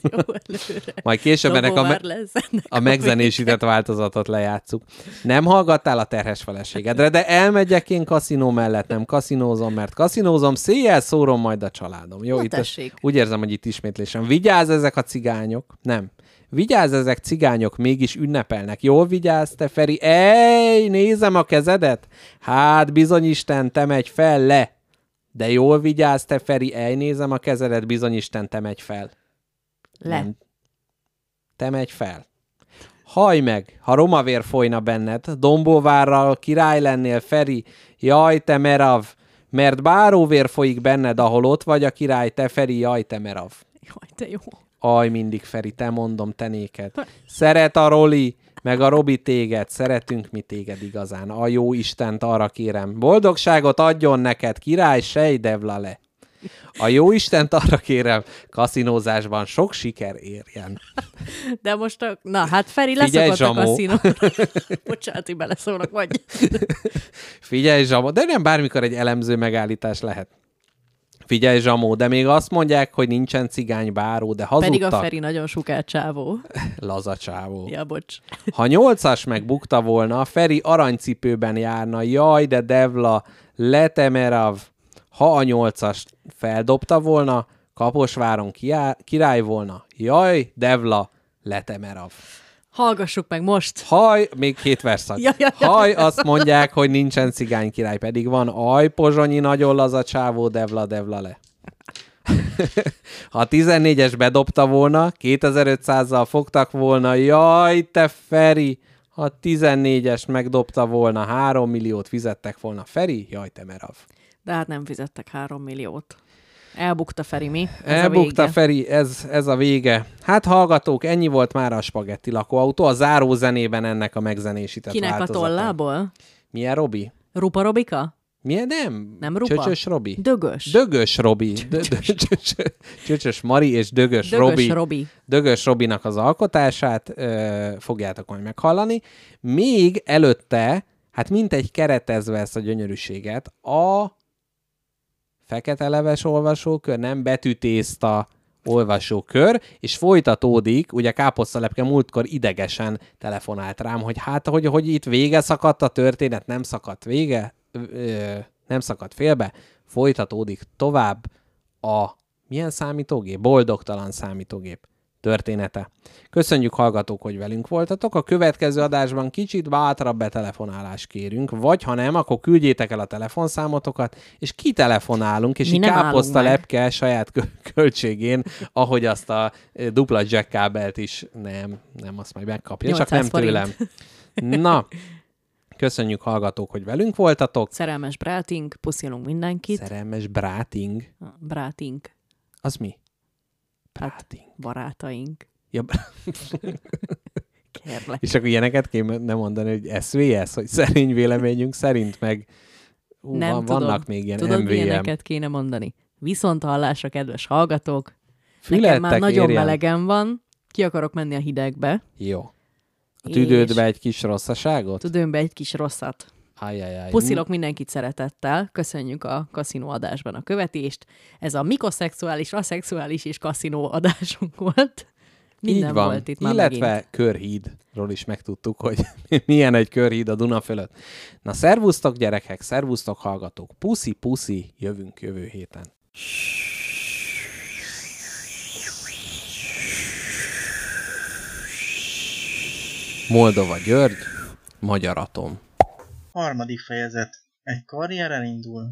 Majd később ennek a megzenésített változatot lejátszuk. Nem hallgattál a terhes feleségedre, de elmegyek én kaszinó mellett, nem kaszinózom, mert kaszinózom, széjjel szórom majd a családom. Jó, itt úgy érzem, hogy itt ismétlésen. Vigyázz ezek a cigányok. Nem. Vigyázz, ezek cigányok mégis ünnepelnek. Jól vigyázz, te Feri? Nézem a kezedet? Hát bizonyisten, te megy fel le. De jól vigyázz, te Feri? Nézem a kezedet, bizonyisten, te megy fel. Le. Nem. Te megy fel. Hajj meg, ha romavér folyna benned, Dombóvárral király lennél, Feri. Jaj, te merav, mert báróvér folyik benned, ahol ott vagy a király, te Feri, jaj, te merav. Jaj, te jó. Mindig, Feri, te mondom, te néked. Szeret a Roli, meg a Robi téged, szeretünk mi téged igazán. A jó Istent arra kérem. Boldogságot adjon neked, király, sej, devla le. A jó Istent arra kérem, kaszinózásban sok siker érjen. De most, hát Feri leszokott a kaszinóra. Bocsánat, hogy beleszólok, vagy. Figyelj, Zsamó, de nem bármikor egy elemző megállítás lehet. Figyelj, Zsamó, de még azt mondják, hogy nincsen cigánybáró, de hazudtak. Pedig a Feri nagyon sukát csávó. Laza csávó. Ja, bocs. Ha 8-as megbukta volna, Feri aranycipőben járna. Jaj, de devla, letemerav. Ha a 8-as feldobta volna, Kaposváron király volna. Jaj, devla, letemerav. Hallgassuk meg most. Haj, még 2 verszak. Haj, azt mondják, hogy nincsen cigány király, pedig van. Pozsonyi, nagyon laza csávó, devla, devla le. Ha a 14-es bedobta volna, 2500-zal fogtak volna. Jaj, te Feri! Ha a 14-es megdobta volna, 3 milliót fizettek volna. Feri? Jaj, te merav. De hát nem fizettek 3 milliót. Elbukta Feri, mi? Elbukta Feri, ez a vége. Hát hallgatók, ennyi volt már a Spagetti lakóautó. A záró zenében ennek a megzenésített kinek változata. Kinek a tollából? Milyen Robi? Rupa Robika? Milyen? Nem Rupa? Csöcsös Robi? Dögös. Dögös Robi. Csöcsös Mari és Dögös Robi. Dögös Robinak az alkotását fogjátok majd meghallani. Még előtte, hát mintegy keretezve ezt a gyönyörűséget, a fekete leves olvasókör, nem betűtészta olvasókör, és folytatódik, ugye Káposztalepke múltkor idegesen telefonált rám, hogy hát, hogy itt vége szakadt a történet, nem szakadt vége, nem szakadt félbe, folytatódik tovább a milyen számítógép? Boldogtalan számítógép története. Köszönjük, hallgatók, hogy velünk voltatok. A következő adásban kicsit bátrabb betelefonálást kérünk, vagy ha nem, akkor küldjétek el a telefonszámotokat, és kitelefonálunk, és így Káposztalepke saját költségén, ahogy azt a dupla jack kábelt is nem azt majd megkapja, csak nem tőlem. Na, köszönjük, hallgatók, hogy velünk voltatok. Szerelmes brátink, puszilunk mindenkit. Szerelmes bráting? Brátink. Az mi? Hát, barátaink. Ja, Kérlek. És akkor ilyeneket kéne mondani, hogy SVS, hogy szerény véleményünk szerint, meg nem vannak még ilyen tudod, MVM. ilyeneket kéne mondani. Viszont hallásra, kedves hallgatók. Fülettek, nekem már nagyon érjen. melegem van, ki akarok menni a hidegbe. Jó. A tüdődbe egy kis rosszaságot? Tüdőmbe egy kis rosszat. Ajajaj. Puszilok mindenkit szeretettel, köszönjük a kaszinó adásban a követést. Ez a mikoszexuális, aszexuális és kaszinó adásunk volt. Minden így van. volt itt már illetve megint. Körhídról is megtudtuk, hogy milyen egy körhíd a Duna fölött. Na, szervusztok gyerekek, szervusztok hallgatók. Puszi, jövünk jövő héten. Moldova György, Magyar Atom. 3. fejezet. Egy karrier elindul.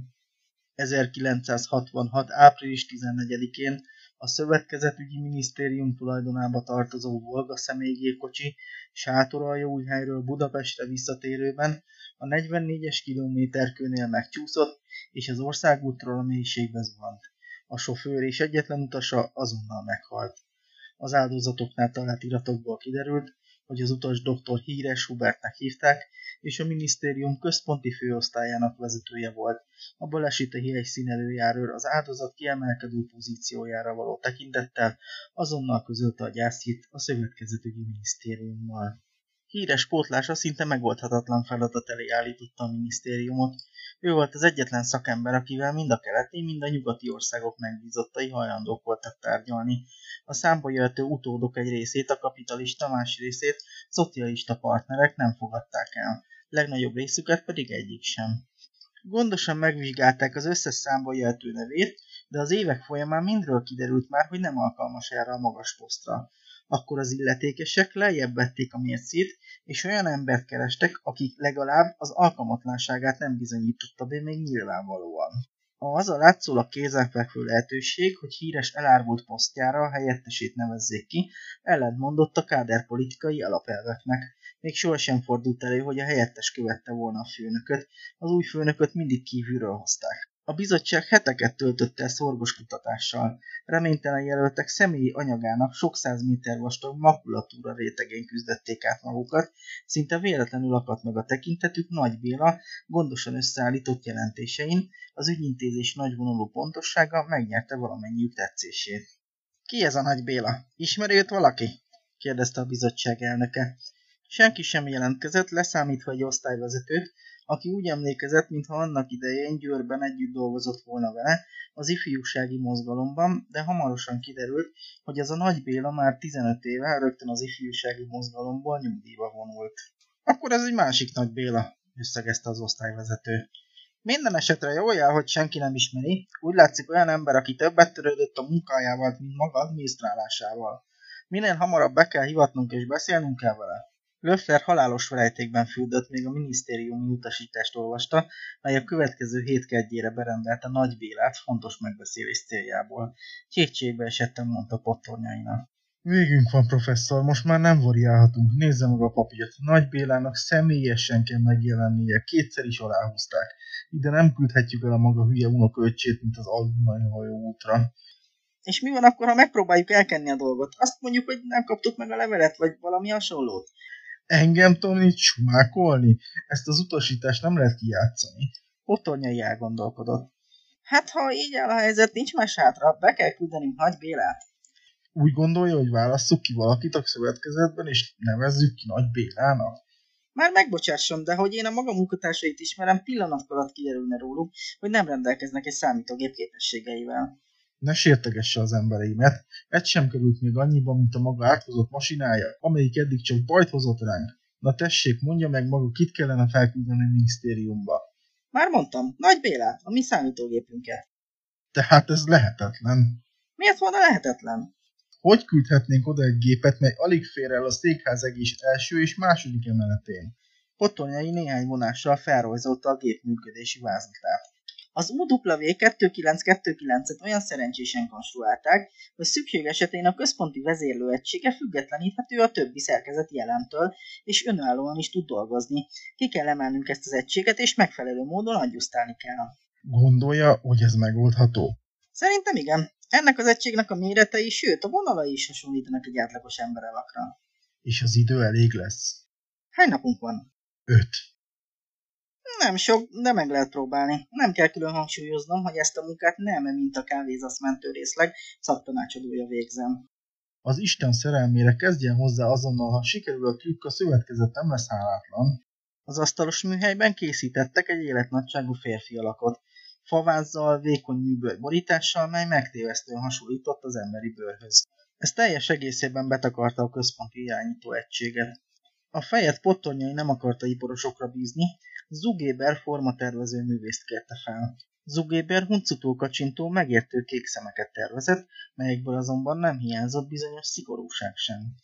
1966. április 14-én a Szövetkezetügyi Minisztérium tulajdonába tartozó Volga személygépkocsi Sátoraljaújhelyről Budapestre visszatérőben a 44-es kilométerkőnél megcsúszott, és az országútról a mélységbe zuhant. A sofőr és egyetlen utasa azonnal meghalt. Az áldozatoknál talált iratokból kiderült, hogy az utas dr. Híres Hubertnek hívták, és a minisztérium központi főosztályának vezetője volt. A baleseti helyszín előjáról az áldozat kiemelkedő pozíciójára való tekintettel azonnal közölte a gyászhírt a Szövetkezetügyi Minisztériummal. Híres pótlása szinte megoldhatatlan feladat elé állította a minisztériumot. Ő volt az egyetlen szakember, akivel mind a keleti, mind a nyugati országok megbízottai hajlandók voltak tárgyalni. A számba jöhető utódok egy részét, a kapitalista, más részét szocialista partnerek nem fogadták el, legnagyobb részüket pedig egyik sem. Gondosan megvizsgálták az összes számba jöhető nevét, de az évek folyamán mindről kiderült már, hogy nem alkalmas erre a magas posztra. Akkor az illetékesek lejjebb vették a mércét, és olyan embert kerestek, akik legalább az alkalmatlanságát nem bizonyította be még nyilvánvalóan. Az a látszólag kézenfekvő lehetőség, hogy Híres elárvult posztjára a helyettesét nevezzék ki, ellentmondott a káderpolitikai alapelveknek. Még sohasem fordult elő, hogy a helyettes követte volna a főnököt, az új főnököt mindig kívülről hozták. A bizottság heteket töltött el szorgos kutatással. Reménytelen jelöltek személyi anyagának sok 100 méter vastag makulatúra rétegén küzdették át magukat, szinte véletlenül akadt meg a tekintetük Nagy Béla gondosan összeállított jelentésein, az ügyintézés nagyvonalú pontossága megnyerte valamennyiük tetszését. Ki ez a Nagy Béla? Ismeri őt valaki? Kérdezte a bizottság elnöke. Senki sem jelentkezett, leszámítva egy osztályvezetőt, aki úgy emlékezett, mintha annak idején Győrben együtt dolgozott volna vele az ifjúsági mozgalomban, de hamarosan kiderült, hogy ez a Nagy Béla már 15 éve rögtön az ifjúsági mozgalomból nyugdíjba vonult. Akkor ez egy másik Nagy Béla, összegezte az osztályvezető. Minden esetre jó jel, hogy senki nem ismeri, úgy látszik olyan ember, aki többet törődött a munkájával, mint maga adminisztrálásával. Minél hamarabb be kell hivatnunk és beszélnünk kell vele. Löffler halálos rejtékben fürdött, még a minisztériumi utasítást olvasta, mely a következő hét kedjére berendelte Nagy Bélát fontos megbeszélés céljából. Kétségbe esettem, mondta Pottornyainak. Végünk van, professzor, most már nem variálhatunk. Nézze meg a papírt. Nagy Bélának személyesen kell megjelennie, kétszer is aláhúzták. Ide nem küldhetjük el a maga hülye unokaöccsét, mint az Aldunai hajóútra. És mi van akkor, ha megpróbáljuk elkenni a dolgot? Azt mondjuk, hogy nem kaptuk meg a levelet, vagy valami hasonlót? Engem tudom itt sumákolni? Ezt az utasítást nem lehet kijátszani. Pottornyai elgondolkodott. Hát, ha így áll a helyzet, nincs más hátra, be kell küldenünk Nagy Bélát. Úgy gondolja, hogy válasszuk ki valakit a szövetkezetben, és nevezzük ki Nagy Bélának? Már megbocsásson, de hogy én a maga munkatársait ismerem, pillanatok alatt kiderülne róluk, hogy nem rendelkeznek egy számítógép képességeivel. Ne sértegesse az embereimet, egy sem került még annyiba, mint a maga áthozott masinája, amelyik eddig csak bajt hozott ránk. Na tessék, mondja meg maga, kit kellene felküldeni a minisztériumba. Már mondtam, Nagy Bélát, a mi számítógépünket. Tehát ez lehetetlen. Miért volna lehetetlen? Hogy küldhetnénk oda egy gépet, mely alig fér el a székház egész első és második emeletén? Pottornyai néhány vonással felrajzolta a gép működési vázlatát. Az UW2929-et olyan szerencsésen konstruálták, hogy szükség esetén a központi vezérlőegysége függetleníthető a többi szerkezeti elemtől, és önállóan is tud dolgozni. Ki kell emelnünk ezt az egységet, és megfelelő módon adjusztálni kell. Gondolja, hogy ez megoldható? Szerintem igen. Ennek az egységnek a méretei, sőt a vonalai is hasonlítanak egy átlagos emberalakra. És az idő elég lesz? Hány napunk van? 5. Nem sok, de meg lehet próbálni. Nem kell külön hangsúlyoznom, hogy ezt a munkát nem mint a kávézasz mentőrészleg szaktanácsadója végzem. Az Isten szerelmére kezdjen hozzá azonnal, ha sikerül a trükk, a szövetkezet nem lesz hálátlan. Az asztalos műhelyben készítettek egy életnagyságú férfi alakot. Favázzal, vékony műbőr borítással, mely megtévesztően hasonlított az emberi bőrhöz. Ez teljes egészében betakarta a központi irányító egységet. A fejet Pottornyai nem akarta iparosokra bízni, Zugéber formatervező művészt kérte fel. Zugéber huncutó kacsintó megértő kék szemeket tervezett, melyekből azonban nem hiányzott bizonyos szigorúság sem.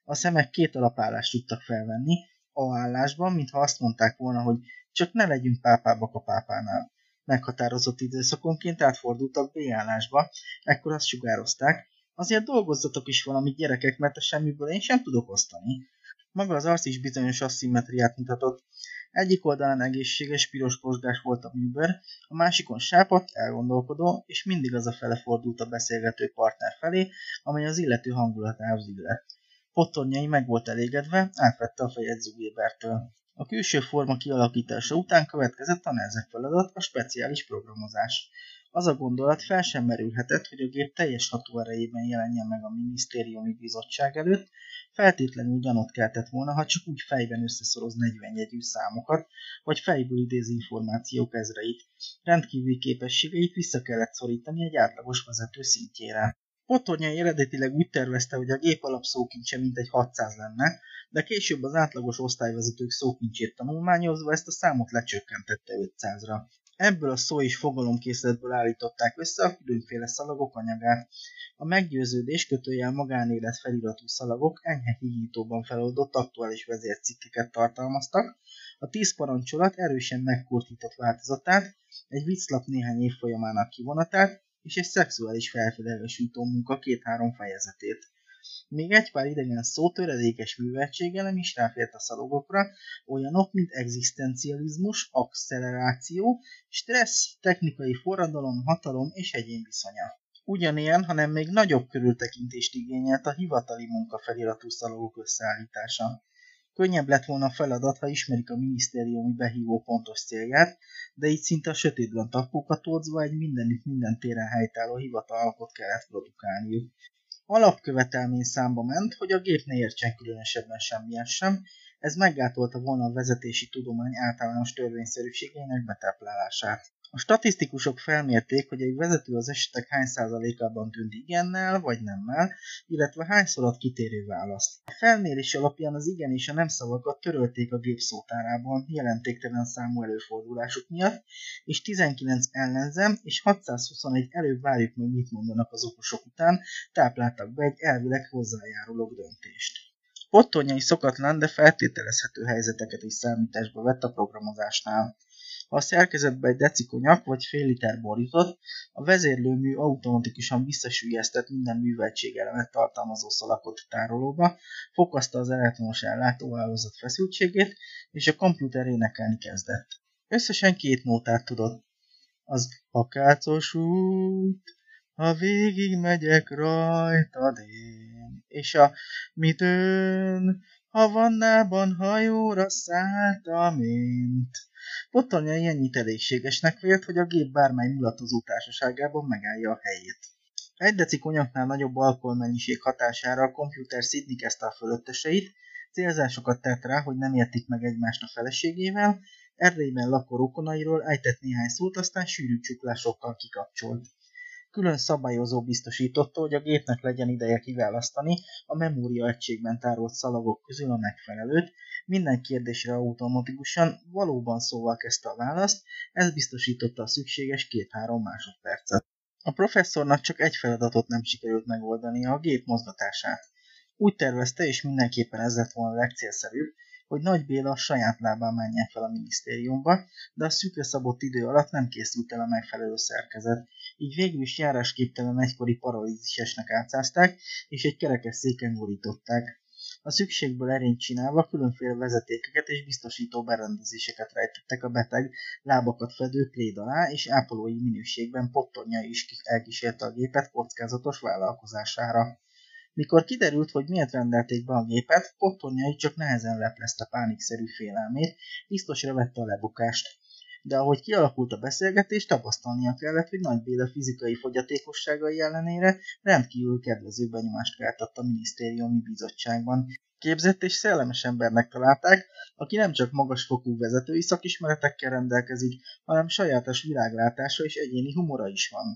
A szemek 2 alapállást tudtak felvenni, A állásban, mintha azt mondták volna, hogy csak ne legyünk pápábbak a pápánál. Meghatározott időszakonként átfordultak B állásba, ekkor azt sugározták, azért dolgozzatok is valamit gyerekek, mert a semmiből én sem tudok osztani. Maga az arc is bizonyos aszimmetriát mutatott. Egyik oldalán egészséges, piros pozsgás volt a műbőr, a másikon sápadt, elgondolkodó, és mindig az a fele fordult a beszélgető partner felé, amely az illető hangulatához illett. Pottornyai meg volt elégedve, átvette a fejet Zugerbertől. A külső forma kialakítása után következett a nehezebb feladat, a speciális programozás. Az a gondolat fel sem merülhetett, hogy a gép teljes hatóerejében jelenjen meg a minisztériumi bizottság előtt, feltétlenül gyanút keltett volna, ha csak úgy fejben összeszoroz 40 jegyű számokat, vagy fejből idéz információk ezreit. Rendkívüli képességeit vissza kellett szorítani egy átlagos vezető szintjére. Pottornyai eredetileg úgy tervezte, hogy a gép alapszókincse mintegy 600 lenne, de később az átlagos osztályvezetők szókincsét tanulmányozva ezt a számot lecsökkentette 500-ra. Ebből a szó- és fogalomkészletből állították össze a különféle szalagok anyagát. A meggyőződés kötőjel magánélet feliratú szalagok enyhe hígítóban feloldott aktuális vezércikkeket tartalmaztak, a 10 parancsolat erősen megkurtított változatát, egy vicclap néhány év folyamának kivonatát, és egy szexuális felfelegesítő munka 2-3 fejezetét. Még egy pár idegen szó töredékes műveltséggel nem is ráfért a szalagokra, olyanok, mint egzisztencializmus, acceleráció, stressz, technikai forradalom, hatalom és egyénviszonya. Ugyanilyen, hanem még nagyobb körültekintést igényelt a hivatali munka feliratú szalagok összeállítása. Könnyebb lett volna a feladat, ha ismerik a minisztériumi behívó pontos célját, de így szinte a sötétben tappókat oldva egy mindenütt minden téren helytálló hivatalakot kellett produkálniuk. Alapkövetelmény számba ment, hogy a gép ne értsen különösebben semmilyen sem, ez meggátolta volna a vezetési tudomány általános törvényszerűségeinek betáplálását. A statisztikusok felmérték, hogy egy vezető az esetek hány százalékában dönt igennel vagy nemmel, illetve hányszor ad kitérő választ. A felmérés alapján az igen és a nem szavakat törölték a gép szótárából jelentéktelen számú előfordulásuk miatt, és 19 ellenzem és 621 előbb várjuk meg mit mondanak az okosok után tápláltak be egy elvileg hozzájáruló döntést. Pottornyai szokatlan, de feltételezhető helyzeteket is számításba vett a programozásnál. Ha a szerkezetbe egy decikonyak vagy fél liter bor jutott, a vezérlőmű automatikusan visszasüllyesztett minden műveltségelemet tartalmazó szalakot tárolóba, fokozta az elektromos ellátóhálózat feszültségét, és a komputer énekelni kezdett. Összesen 2 nótát tudott. Az akácos út, ha végig megyek rajtad én, és a mit ön, Havannában hajóra szálltam én. Pottornyai ennyit elégségesnek vélt, hogy a gép bármely mulatozó társaságában megállja a helyét. Egy deci konyaknál nagyobb alkoholmennyiség hatására a komputer szidni kezdte a fölötteseit, célzásokat tett rá, hogy nem értik meg egymást a feleségével, Erdélyben lakó rokonairól ejtett néhány szót, aztán sűrű csuklásokkal kikapcsolt. Külön szabályozó biztosította, hogy a gépnek legyen ideje kiválasztani a memória egységben tárolt szalagok közül a megfelelőt, minden kérdésre automatikusan valóban szóval kezdte a választ, ez biztosította a szükséges 2-3 másodpercet. A professzornak csak egy feladatot nem sikerült megoldania, a gép mozgatását. Úgy tervezte, és mindenképpen ez lett volna a legcélszerűbb, hogy Nagy Béla saját lábán menjen fel a minisztériumba, de a szűkre szabott idő alatt nem készült el a megfelelő szerkezet, így végül is járásképtelen egykori paralízisesnek átszázták, és egy kerekesszéken borították. A szükségből erényt csinálva különféle vezetékeket és biztosító berendezéseket rejtettek a beteg lábakat fedő pléd alá, és ápolói minőségben Pottornyai is elkísérte a gépet kockázatos vállalkozására. Mikor kiderült, hogy miért rendelték be a gépet, Pottornyai csak nehezen leplezte pánikszerű félelmét, biztosra vette a lebukást. De ahogy kialakult a beszélgetés, tapasztalnia kellett, hogy Nagy Béla fizikai fogyatékosságai ellenére rendkívül kedvező benyomást keltett a minisztériumi bizottságban. Képzett és szellemes embernek találták, aki nem csak magasfokú vezetői szakismeretekkel rendelkezik, hanem sajátos világlátása és egyéni humora is van.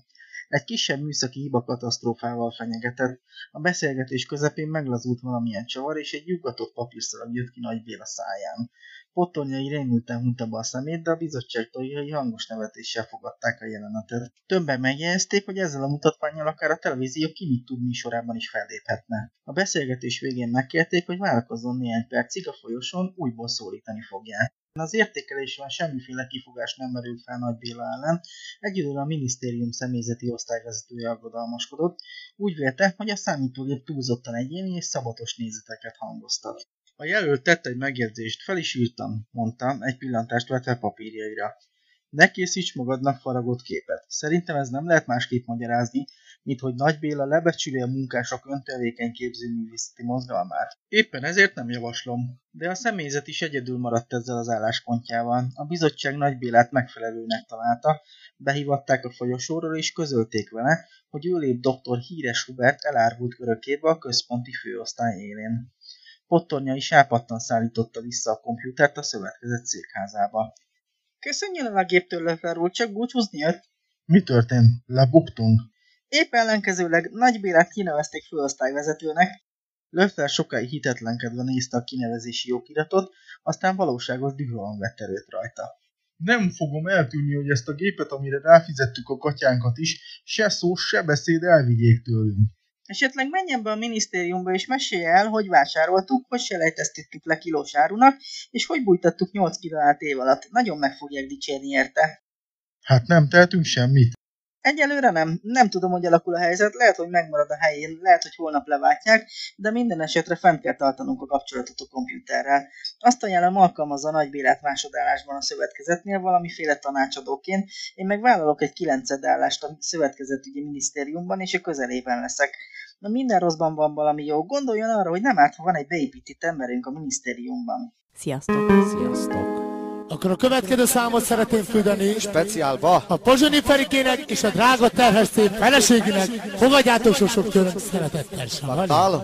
Egy kisebb műszaki hiba katasztrófával fenyegetett. A beszélgetés közepén meglazult valamilyen csavar, és egy nyuggatott papírszalag jött ki Nagy Béla száján. Pottornyai rémülten hunta be a szemét, de a bizottság tagjai hangos nevetéssel fogadták a jelenetet. Többen megjegyezték, hogy ezzel a mutatvánnyal akár a televízió Ki mit tud műsorában is felléphetne. A beszélgetés végén megkérték, hogy várakozzon néhány percig, a folyosón újból szólítani fogják. Az értékelésben semmiféle kifogás nem merült fel Nagy Béla ellen, egyedül a minisztérium személyzeti osztályvezetője aggodalmaskodott, úgy vélte, hogy a számítógép túlzottan egyéni és szabatos nézeteket hangoztat. A jelölt tett egy megjegyzést, fel is írtam, mondtam, egy pillantást vetve papírjaira. Ne készíts magadnak faragott képet. Szerintem ez nem lehet másképp magyarázni, mint hogy Nagy Béla lebecsüli a munkások öntevékeny képzőművészeti mozgalmát. Éppen ezért nem javaslom. De a személyzet is egyedül maradt ezzel az álláspontjával. A bizottság Nagy Bélát megfelelőnek találta, behívatták a folyosóról és közölték vele, hogy ő lép dr. Híres Hubert elárvult örökébe a központi főosztály élén. Pottornyai sápadtan szállította vissza a kompjútert a szövetkezet székházába. Köszönjön el a géptől, Löffler úr, csak búcsúzni jött. Mi történt? Lebuktunk? Épp ellenkezőleg Nagy Bélát kinevezték főosztályvezetőnek. Löffler sokáig hitetlenkedve nézte a kinevezési jogiratot, aztán valóságos dühösen vett erőt rajta. Nem fogom eltűnni, hogy ezt a gépet, amire ráfizettük a katyánkat is, se szó, se beszéd elvigyék tőlünk. Esetleg menjen be a minisztériumba és mesélje el, hogy vásároltuk, hogy selejteztettük le kilós árunak, és hogy bújtattuk 8 kilóát év alatt. Nagyon meg fogják dicsérni érte. Hát nem tehetünk semmit. Egyelőre nem. Nem tudom, hogy alakul a helyzet. Lehet, hogy megmarad a helyén, lehet, hogy holnap leváltják, de minden esetre fent kell tartanunk a kapcsolatot a kompjúterrel. Azt ajánlom, alkalmazza Nagy Bélát másodállásban a szövetkezetnél valamiféle tanácsadóként, én meg vállalok egy 9. állást a szövetkezetügyi minisztériumban, és a közelében leszek. Na minden rosszban van valami jó. Gondoljon arra, hogy nem árt, ha van egy beépített emberünk a minisztériumban. Sziasztok! Sziasztok! Akkor a következő számot szeretném küldeni speciálba a Pozsonyi Ferikének és a drága terhes szép feleségének. Fogadjátok sok tőlem szeretettel, Savali.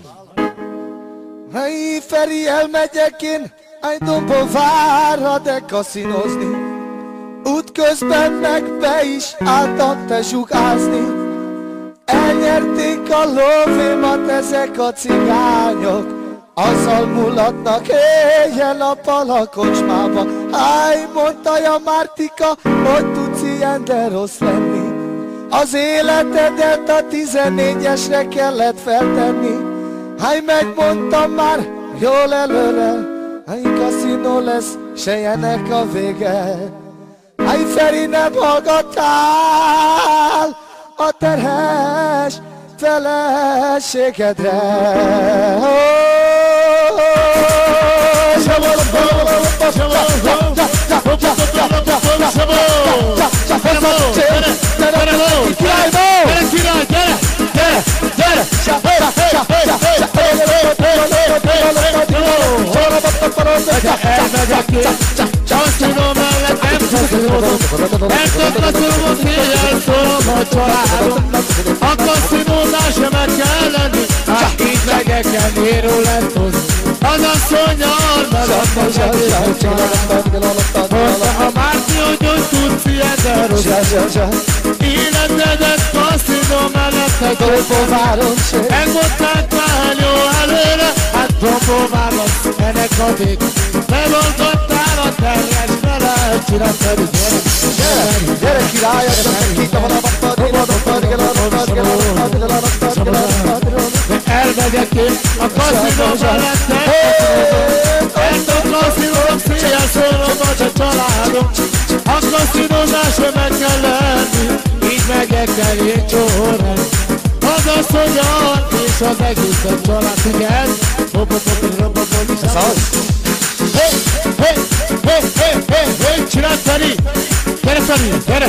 Hey Feri, elmegyek én egy Dombóvárra de kaszinozni. Útközben meg be is álltak te zsugázni. Elnyerték a lóvémat ezek a cigányok. Azzal mulatnak éjjel-nappal a kocsmába. Háj, mondta a Mártika, hogy tudsz ilyen de rossz lenni. Az életedet a 14-esre kellett feltenni. Háj, megmondtam már jól előre, háj, kaszinó lesz, se ilyenek a vége. Háj, Feri, nem hallgattál a terhes feleségedre. Kaszinó mellett nem kaszinózom, mert a kaszinóban széjjel szólom a családom. A kaszinózásra meg kell lenni, hát így megyek el nérólettozni. Az asszonnyal megadta zsebét a családom. Mondta a Márti, hogy tudsz ilyen de rossz. Életedet kaszinó mellett egy Dombóváron se. Megmondták már jó előre, hát Dombóvár lesz ennek a vég. Megoldották a terjes vele, csinál pedig gyere király, elmegyek én a kaszinó mellette. Ezt a kaszinónak széjjel szólom a családom. A kaszinózásra meg kell lenni, így megyek el én csórán. Az asszonnyal és az egész a család, igen. Ez az. Hey, csináld, Feri! Gyere, Feri! Gyere!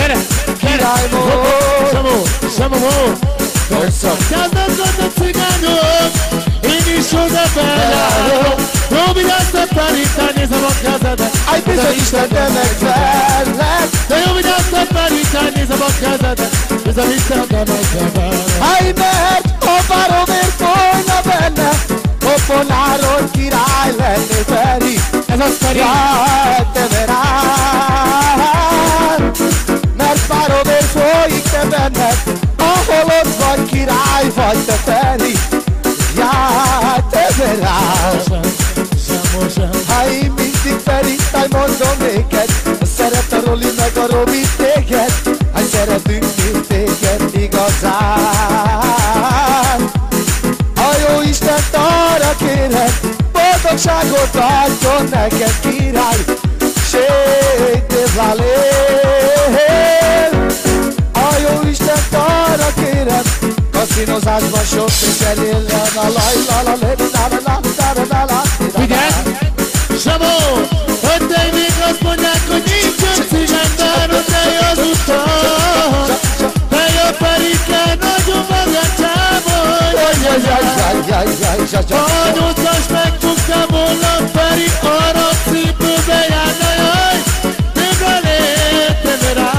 Samó! Kezdett a cigányok, én is oda felállok. Jó, vigyázz a Feri, te nézem a kezedet. Aj, bizony Isten, de megverlek. De jó, vigyázz a Feri, te nézem a kezedet. Bizony Isten, de megverlek. Aj, mert a baromért folyna benne, Oponáról király lenni, Feri. Ez az, Feri. Jaj, te verál, mert baromért folyik lenne benned, ahol ott vagy király vagy te Feri. Jaj, te verás. Ha én mindig Feri, táj mondom néked, szeret a Roli meg a Robi téged, hát szeretünk mi téged igazán. A jó Istent arra kérem, boldogságot adjon neked király, sétét valél. A jó Istent arra kérem, kaszinozásban sok pénzzel éljen a laj-la-la-la-la-la-la-la-la-la-la. Figyelj! Sabó! Hogy te még azt mondják, hogy nincsen szívem, de rögtön az utam. De jobb pedig kell nagyon magatában. A 8-as megfogta volna Feri, arra szívből bejárna, jaj! Többre léptem rá.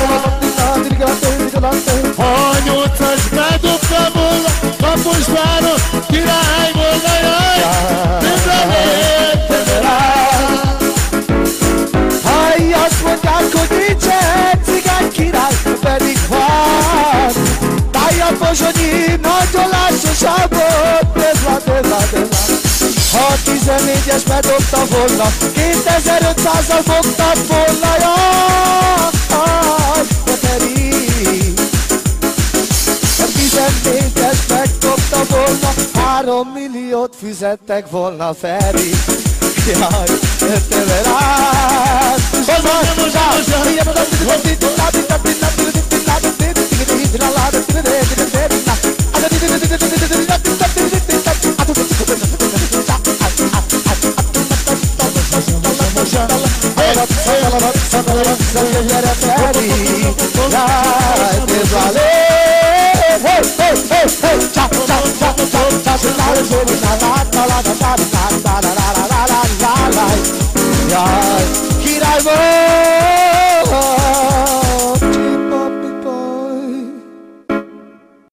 A 8-as bedobta volna, Kaposváron király volna, jaj! Többre léptem rá. Haj, azt mondják, hogy nincsen cigány király, pedig van. Tájjad Pozsonyi, nagyon lássosabban, dezla. Ha 14-es bedobta volna, 2500-al fogtad volna, jaj, de Feri. Ha 14-es megdobta volna, 3 milliót fizettek volna Feri. Jaj, te verás. Hey,